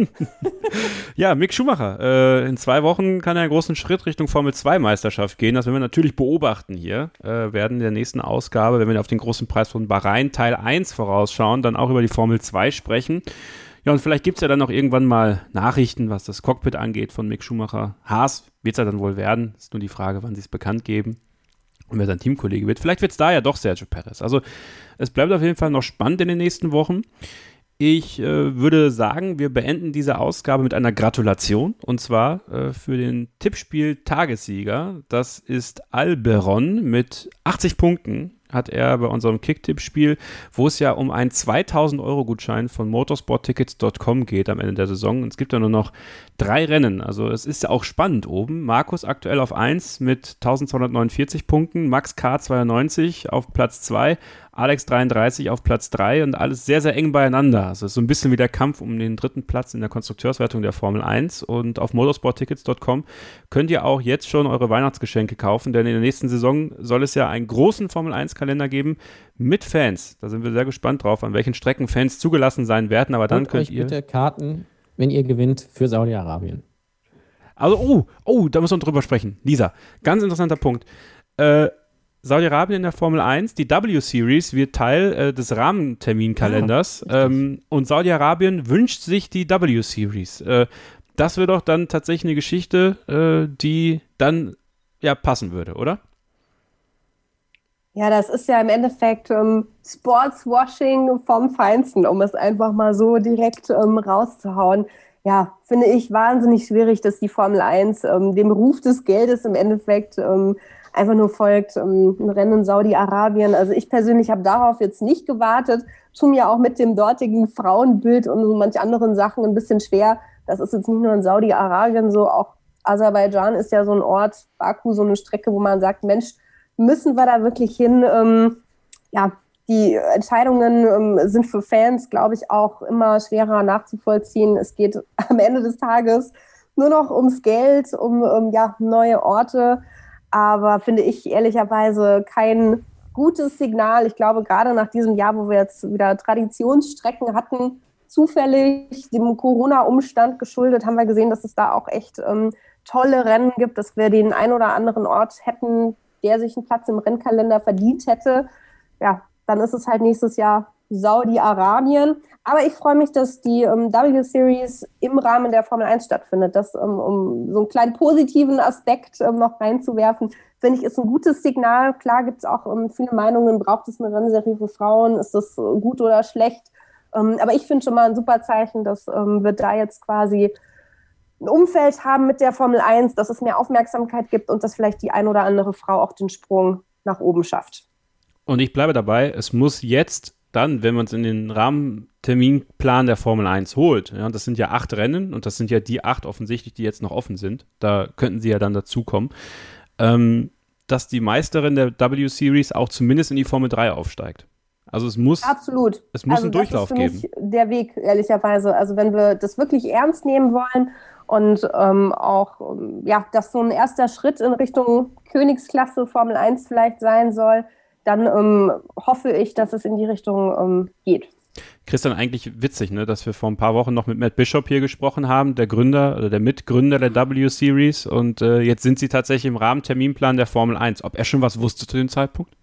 Ja, Mick Schumacher. Äh, in zwei Wochen kann er einen großen Schritt Richtung Formel zwei Meisterschaft gehen. Das werden wir natürlich beobachten hier. Äh, werden in der nächsten Ausgabe, wenn wir auf den großen Preis von Bahrain Teil eins vorausschauen, dann auch über die Formel zwei sprechen. Ja, und vielleicht gibt es ja dann noch irgendwann mal Nachrichten, was das Cockpit angeht von Mick Schumacher. Haas wird es ja dann wohl werden. Ist nur die Frage, wann sie es bekannt geben und wer sein Teamkollege wird. Vielleicht wird es da ja doch Sergio Perez. Also es bleibt auf jeden Fall noch spannend in den nächsten Wochen. Ich äh, würde sagen, wir beenden diese Ausgabe mit einer Gratulation und zwar äh, für den Tippspiel-Tagessieger. Das ist Alberon mit achtzig Punkten. Hat er bei unserem Kick-Tipp-Spiel, wo es ja um einen zweitausend Euro Gutschein von motorsporttickets Punkt com geht am Ende der Saison. Und es gibt ja nur noch drei Rennen. Also es ist ja auch spannend oben. Markus aktuell auf eins mit eintausendzweihundertneunundvierzig Punkten, Max K. zweiundneunzig auf Platz zwei, Alex dreiunddreißig auf Platz drei und alles sehr, sehr eng beieinander. Also es ist so ein bisschen wie der Kampf um den dritten Platz in der Konstrukteurswertung der Formel eins. Und auf motorsporttickets Punkt com könnt ihr auch jetzt schon eure Weihnachtsgeschenke kaufen, denn in der nächsten Saison soll es ja einen großen Formel eins Kalender geben mit Fans. Da sind wir sehr gespannt drauf, an welchen Strecken Fans zugelassen sein werden. Aber dann
und
könnt
euch
ihr
bitte Karten, wenn ihr gewinnt, für Saudi-Arabien.
Also, oh, oh, da müssen wir drüber sprechen. Lisa, ganz interessanter Punkt. Äh, Saudi-Arabien in der Formel eins, die W-Series wird Teil äh, des Rahmenterminkalenders ah, ähm, und Saudi-Arabien wünscht sich die W-Series. Äh, das wäre doch dann tatsächlich eine Geschichte, äh, die dann ja passen würde, oder?
Ja, das ist ja im Endeffekt ähm, Sportswashing vom Feinsten, um es einfach mal so direkt ähm, rauszuhauen. Ja, finde ich wahnsinnig schwierig, dass die Formel eins ähm, dem Ruf des Geldes im Endeffekt ähm, einfach nur folgt, ähm, ein Rennen in Saudi-Arabien. Also ich persönlich habe darauf jetzt nicht gewartet, tu mir auch mit dem dortigen Frauenbild und so manch anderen Sachen ein bisschen schwer. Das ist jetzt nicht nur in Saudi-Arabien so, auch Aserbaidschan ist ja so ein Ort, Baku, so eine Strecke, wo man sagt, Mensch, müssen wir da wirklich hin? Ähm, ja, die Entscheidungen ähm, sind für Fans, glaube ich, auch immer schwerer nachzuvollziehen. Es geht am Ende des Tages nur noch ums Geld, um ähm, ja, neue Orte. Aber finde ich ehrlicherweise kein gutes Signal. Ich glaube, gerade nach diesem Jahr, wo wir jetzt wieder Traditionsstrecken hatten, zufällig dem Corona-Umstand geschuldet, haben wir gesehen, dass es da auch echt ähm, tolle Rennen gibt, dass wir den ein oder anderen Ort hätten, der sich einen Platz im Rennkalender verdient hätte. Ja, dann ist es halt nächstes Jahr Saudi-Arabien. Aber ich freue mich, dass die ähm, W-Series im Rahmen der Formel eins stattfindet. Das, ähm, um so einen kleinen positiven Aspekt ähm, noch reinzuwerfen, finde ich, ist ein gutes Signal. Klar gibt es auch ähm, viele Meinungen, braucht es eine Rennserie für Frauen, ist das äh, gut oder schlecht? Ähm, aber ich finde schon mal ein super Zeichen, dass ähm, wir da jetzt quasi ein Umfeld haben mit der Formel eins, dass es mehr Aufmerksamkeit gibt und dass vielleicht die ein oder andere Frau auch den Sprung nach oben schafft.
Und ich bleibe dabei, es muss jetzt dann, wenn man es in den Rahmenterminplan der Formel eins holt, ja, das sind ja acht Rennen und das sind ja die acht offensichtlich, die jetzt noch offen sind, da könnten sie ja dann dazukommen, ähm, dass die Meisterin der W-Series auch zumindest in die Formel drei aufsteigt. Also es muss,
Absolut.
Es muss
also
einen Durchlauf
geben. Das ist für
geben.
mich der Weg, ehrlicherweise. Also wenn wir das wirklich ernst nehmen wollen und ähm, auch, ja, dass so ein erster Schritt in Richtung Königsklasse Formel eins vielleicht sein soll, dann ähm, hoffe ich, dass es in die Richtung ähm, geht.
Christian, eigentlich witzig, ne, dass wir vor ein paar Wochen noch mit Matt Bishop hier gesprochen haben, der Gründer oder der Mitgründer der W-Series und äh, jetzt sind sie tatsächlich im Rahmenterminplan der Formel eins. Ob er schon was wusste zu dem Zeitpunkt?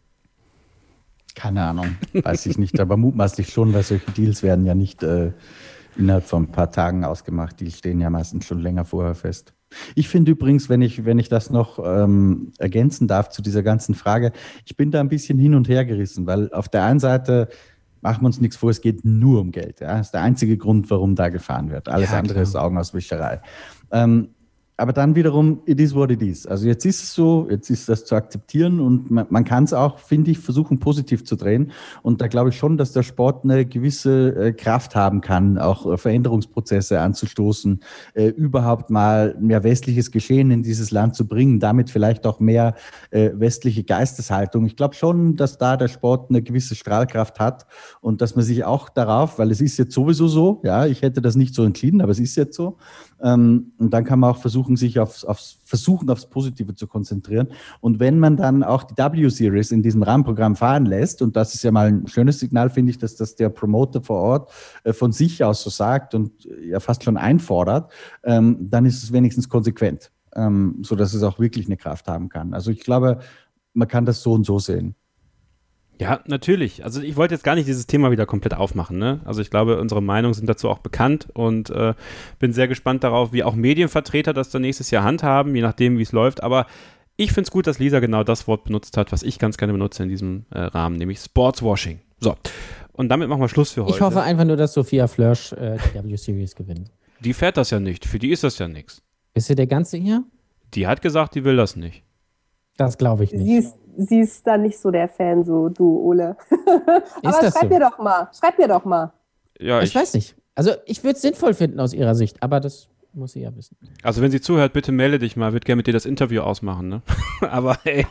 Keine Ahnung, weiß ich nicht, aber mutmaßlich schon, weil solche Deals werden ja nicht äh, innerhalb von ein paar Tagen ausgemacht, die stehen ja meistens schon länger vorher fest. Ich finde übrigens, wenn ich, wenn ich das noch ähm, ergänzen darf zu dieser ganzen Frage, ich bin da ein bisschen hin und her gerissen, weil auf der einen Seite machen wir uns nichts vor, es geht nur um Geld. Ja? Das ist der einzige Grund, warum da gefahren wird. Alles ja, andere klar. Ist Augenauswischerei. Ähm, aber dann wiederum, it is what it is. Also jetzt ist es so, jetzt ist das zu akzeptieren und man, man kann es auch, finde ich, versuchen positiv zu drehen. Und da glaube ich schon, dass der Sport eine gewisse äh, Kraft haben kann, auch äh, Veränderungsprozesse anzustoßen, äh, überhaupt mal mehr westliches Geschehen in dieses Land zu bringen, damit vielleicht auch mehr äh, westliche Geisteshaltung. Ich glaube schon, dass da der Sport eine gewisse Strahlkraft hat und dass man sich auch darauf, weil es ist jetzt sowieso so, ja, ich hätte das nicht so entschieden, aber es ist jetzt so, ähm, und dann kann man auch versuchen, sich aufs, aufs Versuchen, aufs Positive zu konzentrieren. Und wenn man dann auch die W-Series in diesem Rahmenprogramm fahren lässt, und das ist ja mal ein schönes Signal, finde ich, dass das der Promoter vor Ort äh, von sich aus so sagt und äh, ja fast schon einfordert, ähm, dann ist es wenigstens konsequent, ähm, sodass es auch wirklich eine Kraft haben kann. Also ich glaube, man kann das so und so sehen.
Ja, natürlich. Also ich wollte jetzt gar nicht dieses Thema wieder komplett aufmachen, ne? Also ich glaube, unsere Meinungen sind dazu auch bekannt und äh, bin sehr gespannt darauf, wie auch Medienvertreter das dann nächstes Jahr handhaben, je nachdem, wie es läuft. Aber ich finde es gut, dass Lisa genau das Wort benutzt hat, was ich ganz gerne benutze in diesem äh, Rahmen, nämlich Sportswashing. So. Und damit machen wir Schluss für heute.
Ich hoffe einfach nur, dass Sophia Flörsch äh, die W-Series gewinnt.
Die fährt das ja nicht. Für die ist das ja nichts.
Bist du der Ganze hier?
Die hat gesagt, die will das nicht.
Das glaube ich nicht.
Sie ist, sie ist dann nicht so der Fan, so du, Ole. Aber
das
schreib
so?
mir doch mal. Schreib mir doch mal.
Ja,
ich,
ich,
ich weiß nicht. Also ich würde es sinnvoll finden aus ihrer Sicht, aber das muss sie ja wissen.
Also wenn sie zuhört, bitte melde dich mal. Ich würde gerne mit dir das Interview ausmachen. Ne? Aber hey,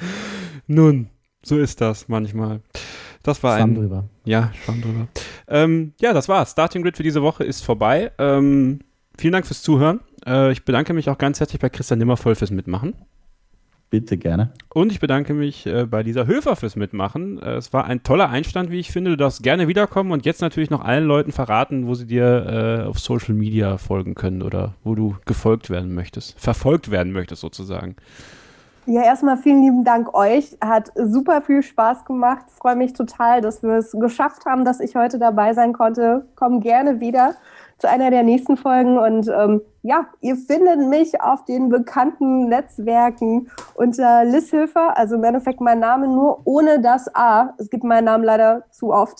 nun, so ist das manchmal. Das war
Schwamm
ein...
drüber.
Ja, Schwamm drüber. Ähm, ja, das war's. Starting Grid für diese Woche ist vorbei. Ähm, vielen Dank fürs Zuhören. Äh, ich bedanke mich auch ganz herzlich bei Christian Nimmervoll fürs Mitmachen.
Bitte gerne.
Und ich bedanke mich äh, bei Lisa Höfer fürs Mitmachen. Äh, es war ein toller Einstand, wie ich finde. Du darfst gerne wiederkommen und jetzt natürlich noch allen Leuten verraten, wo sie dir äh, auf Social Media folgen können oder wo du gefolgt werden möchtest, verfolgt werden möchtest sozusagen.
Ja, erstmal vielen lieben Dank euch. Hat super viel Spaß gemacht. Freue mich total, dass wir es geschafft haben, dass ich heute dabei sein konnte. Komm gerne wieder zu einer der nächsten Folgen. Und ähm, ja, ihr findet mich auf den bekannten Netzwerken unter Liz Höfer, also im Endeffekt mein Name nur ohne das A. Es gibt meinen Namen leider zu oft.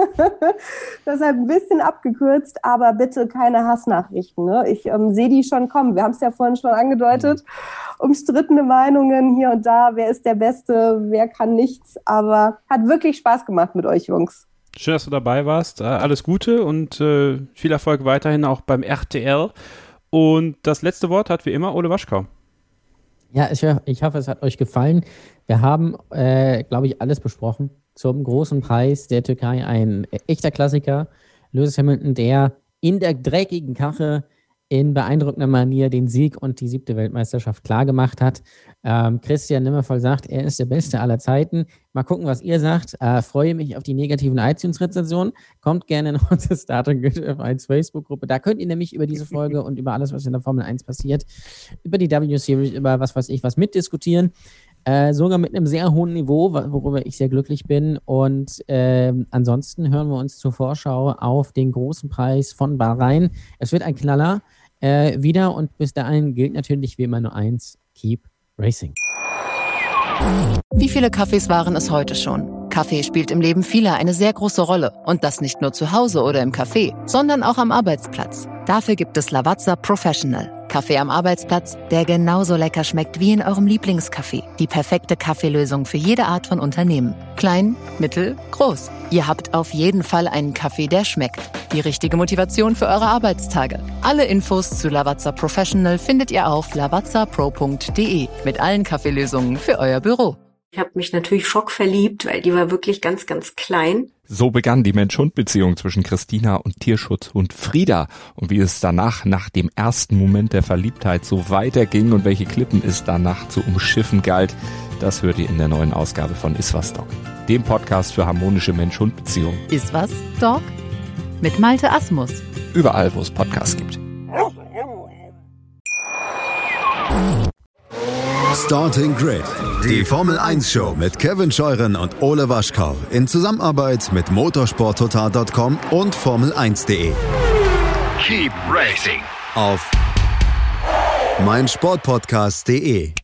Deshalb ein bisschen abgekürzt, aber bitte keine Hassnachrichten. Ne? Ich ähm, sehe die schon kommen. Wir haben es ja vorhin schon angedeutet. Umstrittene Meinungen hier und da. Wer ist der Beste? Wer kann nichts? Aber hat wirklich Spaß gemacht mit euch, Jungs.
Schön, dass du dabei warst. Alles Gute und äh, viel Erfolg weiterhin auch beim R T L. Und das letzte Wort hat wie immer Ole Waschkau.
Ja, ich, ich hoffe, es hat euch gefallen. Wir haben, äh, glaube ich, alles besprochen zum großen Preis der Türkei. Ein echter Klassiker. Lewis Hamilton, der in der dreckigen Kache in beeindruckender Manier den Sieg und die siebte Weltmeisterschaft klargemacht hat. Ähm, Christian Nimmervoll sagt, er ist der Beste aller Zeiten. Mal gucken, was ihr sagt. Äh, freue mich auf die negativen iTunes-Rezensionen. Kommt gerne in unsere Starting Grid F eins Facebook-Gruppe. Da könnt ihr nämlich über diese Folge und über alles, was in der Formel eins passiert, über die W-Series, über was weiß ich, was mitdiskutieren. Äh, sogar mit einem sehr hohen Niveau, worüber ich sehr glücklich bin. Und äh, ansonsten hören wir uns zur Vorschau auf den großen Preis von Bahrain. Es wird ein Knaller äh, wieder und bis dahin gilt natürlich wie immer nur eins: Keep Racing.
Wie viele Kaffees waren es heute schon? Kaffee spielt im Leben vieler eine sehr große Rolle. Und das nicht nur zu Hause oder im Café, sondern auch am Arbeitsplatz. Dafür gibt es Lavazza Professional. Kaffee am Arbeitsplatz, der genauso lecker schmeckt wie in eurem Lieblingscafé. Die perfekte Kaffeelösung für jede Art von Unternehmen. Klein, mittel, groß. Ihr habt auf jeden Fall einen Kaffee, der schmeckt. Die richtige Motivation für eure Arbeitstage. Alle Infos zu Lavazza Professional findet ihr auf lavazza pro punkt de mit allen Kaffeelösungen für euer Büro.
Ich habe mich natürlich schockverliebt, weil die war wirklich ganz, ganz klein.
So begann die Mensch-Hund-Beziehung zwischen Christina und Tierschutzhund Frieda. Und wie es danach, nach dem ersten Moment der Verliebtheit, so weiterging und welche Klippen es danach zu umschiffen galt, das hört ihr in der neuen Ausgabe von Iswas Dog, dem Podcast für harmonische Mensch-Hund-Beziehungen.
Iswas Dog? Mit Malte Asmus.
Überall, wo es Podcasts gibt.
Starting Grid, die Formel eins Show mit Kevin Scheuren und Ole Waschkau in Zusammenarbeit mit motorsport total Punkt com und Formel eins Punkt de.
Keep racing
Auf meinsportpodcast punkt de.